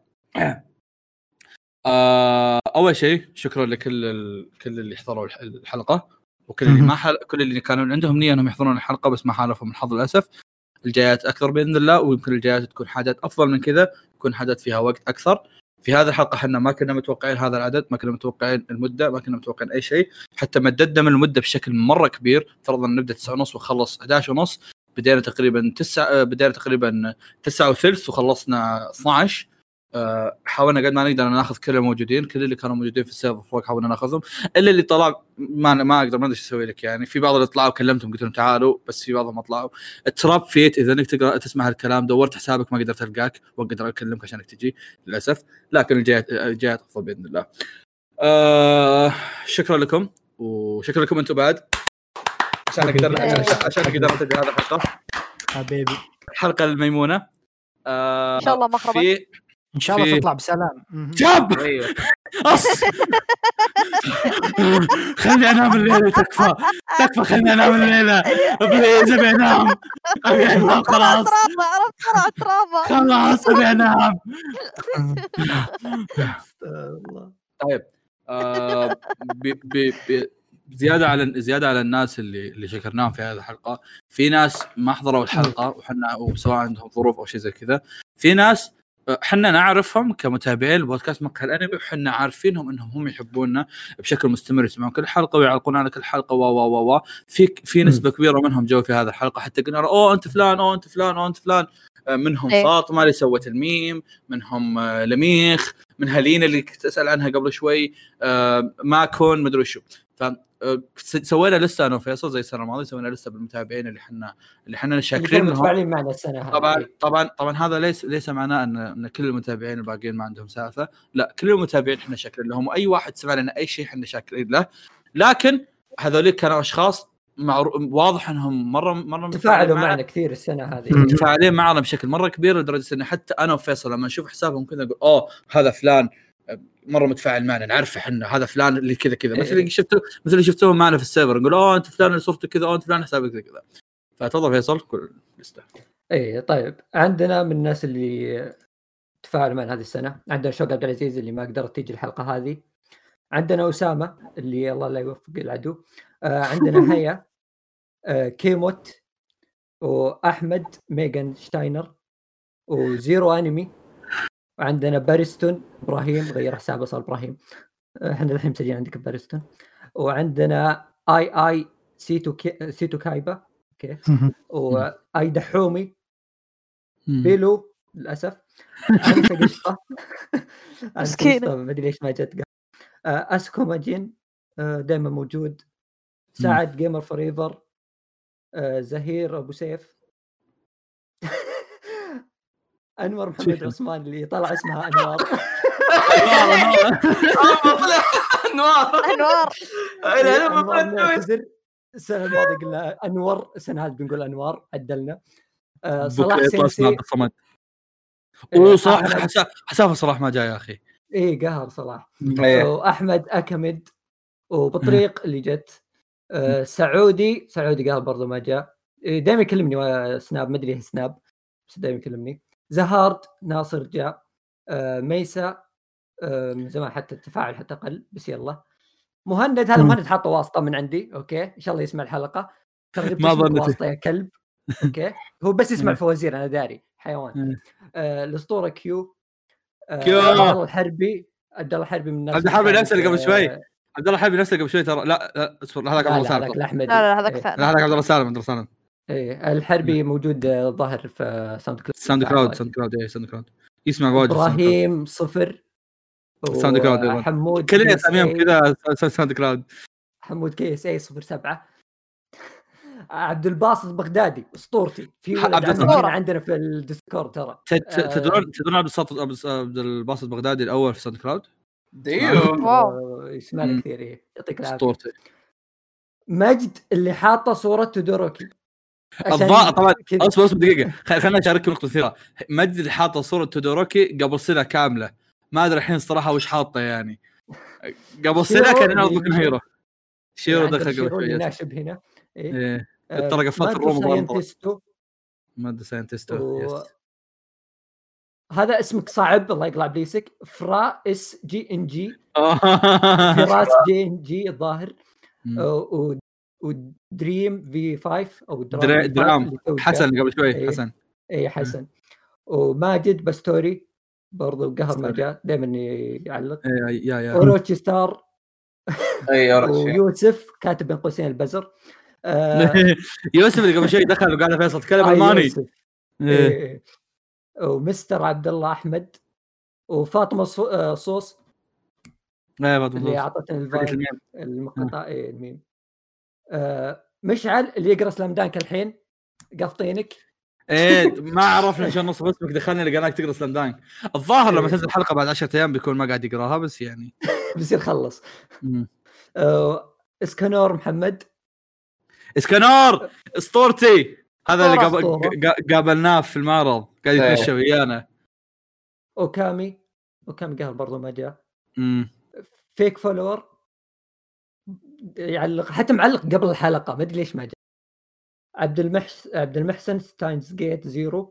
اول شيء شكرا لكل اللي حضروا الحلقه، وكل اللي كل اللي كانوا عندهم نيه انهم يحضرون الحلقه بس ما حالفهم الحظ للاسف. الجايات اكثر باذن الله، ويمكن الجايات تكون حاجات افضل من كذا، تكون حاجات فيها وقت اكثر. في هذه الحلقه احنا ما كنا متوقعين هذا العدد، ما كنا متوقعين المده، ما كنا متوقعين اي شيء. حتى مددنا من المده بشكل مره كبير. فرضنا نبدا 9:30 ونخلص 11:30. بدينا تقريبا 9:03 وخلصنا 12. حاولنا قد ما نقدر ناخذ كل الموجودين، كل اللي كانوا موجودين في السيرفر فوق حاولنا ناخذهم. الا اللي طلع ما اقدر، ما ادري ايش اسوي لك. يعني في بعض اللي طلعوا كلمتهم قلت لهم تعالوا، بس في بعضهم ما طلعوا. التراب فيت اذا انك تقرا تسمع الكلام، دورت حسابك ما قدرت القاك واقدر اكلمك عشانك تجي للاسف. لكن الجايات افضل باذن الله. شكرا لكم، وشكرا لكم انتم بعد عشان قدرنا نسجل هذا الحلقه حبيبي. الحلقه الميمونه ان شاء الله ما خربت، ان شاء الله تطلع بسلام. جاب خلني انام الليله. تكفى خلني انام الليله بليز. ابي انام خلاص ابي انام. طيب زياده على الناس اللي شكرناهم في هذه الحلقه. في ناس ما حضروا الحلقه وحنا وسواء عندهم ظروف او شيء زي كذا. في ناس حنا نعرفهم كمتابعين البودكاست مقهى الانمي، وحنا عارفينهم انهم هم يحبوننا بشكل مستمر، يسمعون كل حلقه ويعلقون على كل حلقه في نسبه كبيره منهم جو في هذه الحلقه. حتى قلنا انت فلان منهم فاطمه اللي سوت الميم، منهم لميخ، من هالين اللي كنت اسال عنها قبل شوي، ما كون مدري شو. سوينا لسه انا وفيصل زي السنه الماضيه، سوينا لسه بالمتابعين اللي احنا شاكرين لهم. متفاعلين معنا السنه هذه. طبعا هذا ليس معناه ان كل المتابعين الباقيين ما عندهم سالفه. لا، كل المتابعين احنا شاكرين لهم، واي واحد سمع لنا اي شيء احنا شاكرين له. لكن هذول كانوا اشخاص واضح انهم مره تفاعلوا معنا كثير السنه هذه، متفاعلين معنا بشكل مره كبير، لدرجه ان حتى انا وفيصل لما نشوف حسابهم كذا نقول هذا فلان مره متفاعل معنا، نعرفه احنا هذا فلان اللي كذا مثل اللي شفتوهم معنا في السيرفر، نقول انت فلان اللي صرت كذا، انت فلان حسابك كذا. فتفضل فيصل كل لسته. طيب عندنا من الناس اللي تفاعلوا معنا هذه السنه، عندنا شوق عبد العزيز اللي ما قدرت تيجي الحلقه هذه، عندنا اسامه اللي الله لا يوفق العدو، عندنا هيا، كيموت، واحمد ميغان شتاينر، وزيرو انمي، وعندنا باريستون ابراهيم غير حسابه صار ابراهيم، احنا الحين مسجلين عندك باريستون. وعندنا اي سيتو كايبا اوكي واي دحومي بيلو للاسف انسى قشطه مسكينه ما ادري ليش ما جت اسكو ماجين دائما موجود سعد جيمر فوريفر زهير ابو سيف انور محمد عثمان اللي طلع اسمها انوار انوار السنه الماضيه قلنا انور، السنه هذه بنقول انوار عدلنا. صلاح سينسي صلاح حسافه صلاح ما جاء يا اخي. ايه قهر صلاح. واحمد اكمد وبطريق اللي جت سعودي قهر برضو ما جاء. دائما يكلمني سناب ما ادري سناب بس دائما يكلمني. زهارد ناصر جاء. ميسا من زمان حتى التفاعل حتى قل بس يلا. مهند هذا مهند حاطه واسطه من عندي اوكي ان شاء الله يسمع الحلقه. ترى ما ظنيت واسطه يا كلب اوكي هو بس يسمع الفوازير انا داري حيوان. الاسطوره كيو عبد الله الحربي من الناس. عبد الحربي نفسه اللي قبل شوي. عبد الله الحربي نفسه قبل شوي ترى. لا اصبر هذاك عبد الله سالم. لا هذاك ثاني. هذاك عبد الله سالم. ايه الحربي موجود ظاهر في ساوند كلاود. يسمع واجد. ابراهيم صفر ساوند كلاود. حمود كلنا اساميهم كذا ساوند كلاود. حمود كيس اي 07. عبد الباسط بغدادي اسطورتي في عندنا في الديسكورد ترى. تدرون عبد الباسط بغدادي الاول في ساوند كلاود. يسمعنا كثير يعطيك العافيه. مجد اللي حاطه صوره تودوروكي طبعا اصبر دقيقه خلينا نشارك نقطه ثيره. مجد اللي حاطه صوره تودوروكي قبل سنه كامله ما ادري الحين الصراحه وش حاطه يعني. قبل سنه كان ينظم هيرو شيرو دخل قبل شوي ناشب هنا ايه ترى قفلت الروم ماده ساينتستو هذا اسمك صعب الله يقلع بليسك. فرا اس جي ان جي فراس جي ان جي الظاهر. ودريم في 5 او درام حسن قبل شوي حسن اي حسن. وماجد بستوري برضو قهر ما جاء دائما يعلق. يا اوروتشي ستار ويوسف كاتب بين قوسين البزر. يوسف اللي قبل شوي دخل وقال فيصل تكلم الماني. ومستر عبد الله احمد وفاطمه صوص اللي اعطتني المقطع الميم. مشعل اللي يقرا سلام دانك الحين قفطينك. ايه ما عرفنا شو نص اسمك دخلنا لقيناك تقرا سلام دانك. الظاهر لما تنزل الحلقه بعد 10 ايام بيكون ما قاعد يقراها بس يعني بيصير خلص. اسكنور محمد اسكنور اسطورتي هذا اللي قابلناه في المعرض قاعد يتمشى ويانا. اوكامي قهر برضو ما جاء. فيك فولور يعلق حتى معلق قبل الحلقه ما ادري ليش ما جاء. عبد المحسن ستاينز جيت 0.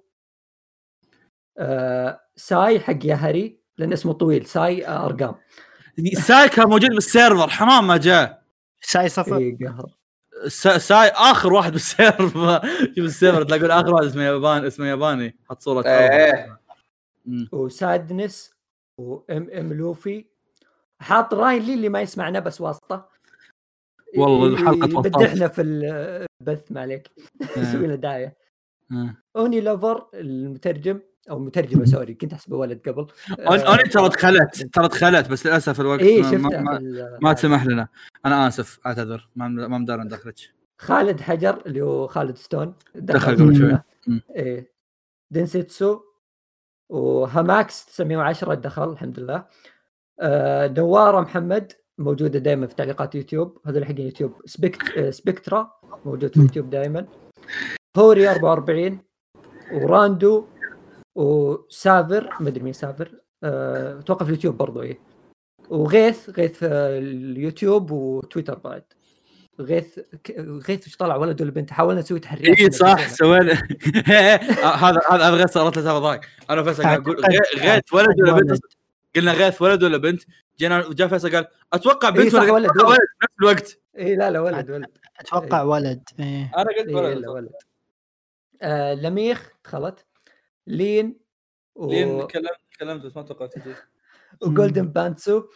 ساي حق ياهري لان اسمه طويل ساي ارقام. ساي كان موجود بالسيرفر حرام ما جاء. ساي صفر. إيه قهر. ساي اخر واحد بالسيرفر. شوف السيرفر تلاقون اخر واحد اسمه ياباني حط صوره. وسادنس وام لوفي حاط راين لي اللي ما يسمعنا بس واسطه والله الحلقه بدحنا في البث ما عليك نسوي له داعيه. اوني لوفر المترجم او مترجمه سوري كنت احسبه ولد قبل. اوني ترى دخلت بس للاسف الوقت ما تسمح لنا. انا اسف اعتذر ما مدار ندخلك. خالد حجر اللي هو خالد ستون دخل قبل شوي. ايه دينسيتسو وهاماكس 910 دخل الحمد لله. دواره محمد موجوده دائما في تعليقات يوتيوب هذا اللي حق يوتيوب. سبكترا موجود في يوتيوب دائما. هوري 44 وراندو وسافر ما ادري مين سافر توقف اليوتيوب برضو ايه. وغيث اليوتيوب وتويتر بعد. غيث ايش طلع ولد ولا بنت حاولنا نسوي تحريات. اي صح سوينا هذا غيث صارت له ذاك. انا فيصل اقول غيث ولد ولا بنت قلنا غيث ولد ولا بنت جينا وجاء فيصل قال اتوقع بنت ولا ولد نفس الوقت. اي لا ولد اتوقع ولد. انا قلت ولد. لميخ دخلت. لين كلمت بس ما توقعت تجي. وجولدن بانسو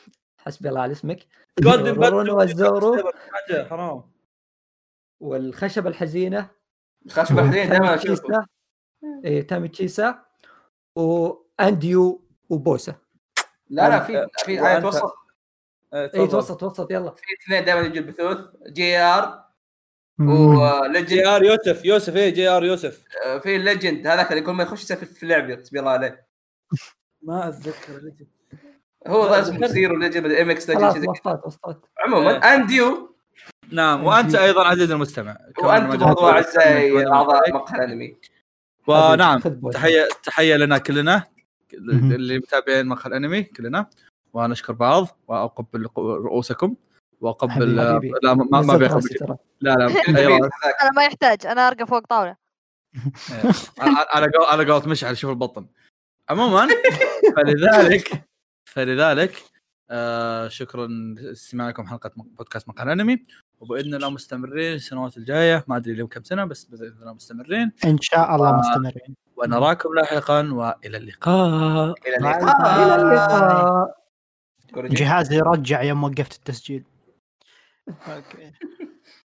حسبي الله على اسمك جولدن رونو والزورو حرام والخشبه الحزينه الخشبه الحزينه دائما اشوفه تامي تشيسا وانديو وبوسا. لا في توسط توسط يلا. في اثنين دائما يجوا البثوث جي ار وليجند جي ار يوسف جي ار يوسف في الليجند هذاك اللي كل ما يخش في اللعبه تسبي الله عليه ما اتذكر الليجند هو اسمه سيرو ليجند ام اكس ليجند وسطات عموما انديو. نعم وانت ايضا عزيزي المستمع وانت برضو اعزائي اعضاء مقهى الانمي. ونعم تحيه لنا كلنا اللي متابعين مقهى الانمي كلنا ونشكر بعض واقبل رؤوسكم واقبل لا ما بيقبل لا انا ما يحتاج انا ارقى فوق طاوله على قولت مشعل شوف البطن. عموما فلذلك شكرا لاستماعكم حلقه بودكاست مقهى الانمي وباذن الله مستمرين السنوات الجايه ما ادري لهم كم سنه بس باذن الله مستمرين ان شاء الله مستمرين ونراكم لاحقا والى اللقاء. جهازي رجع يوم وقفت التسجيل. اوكي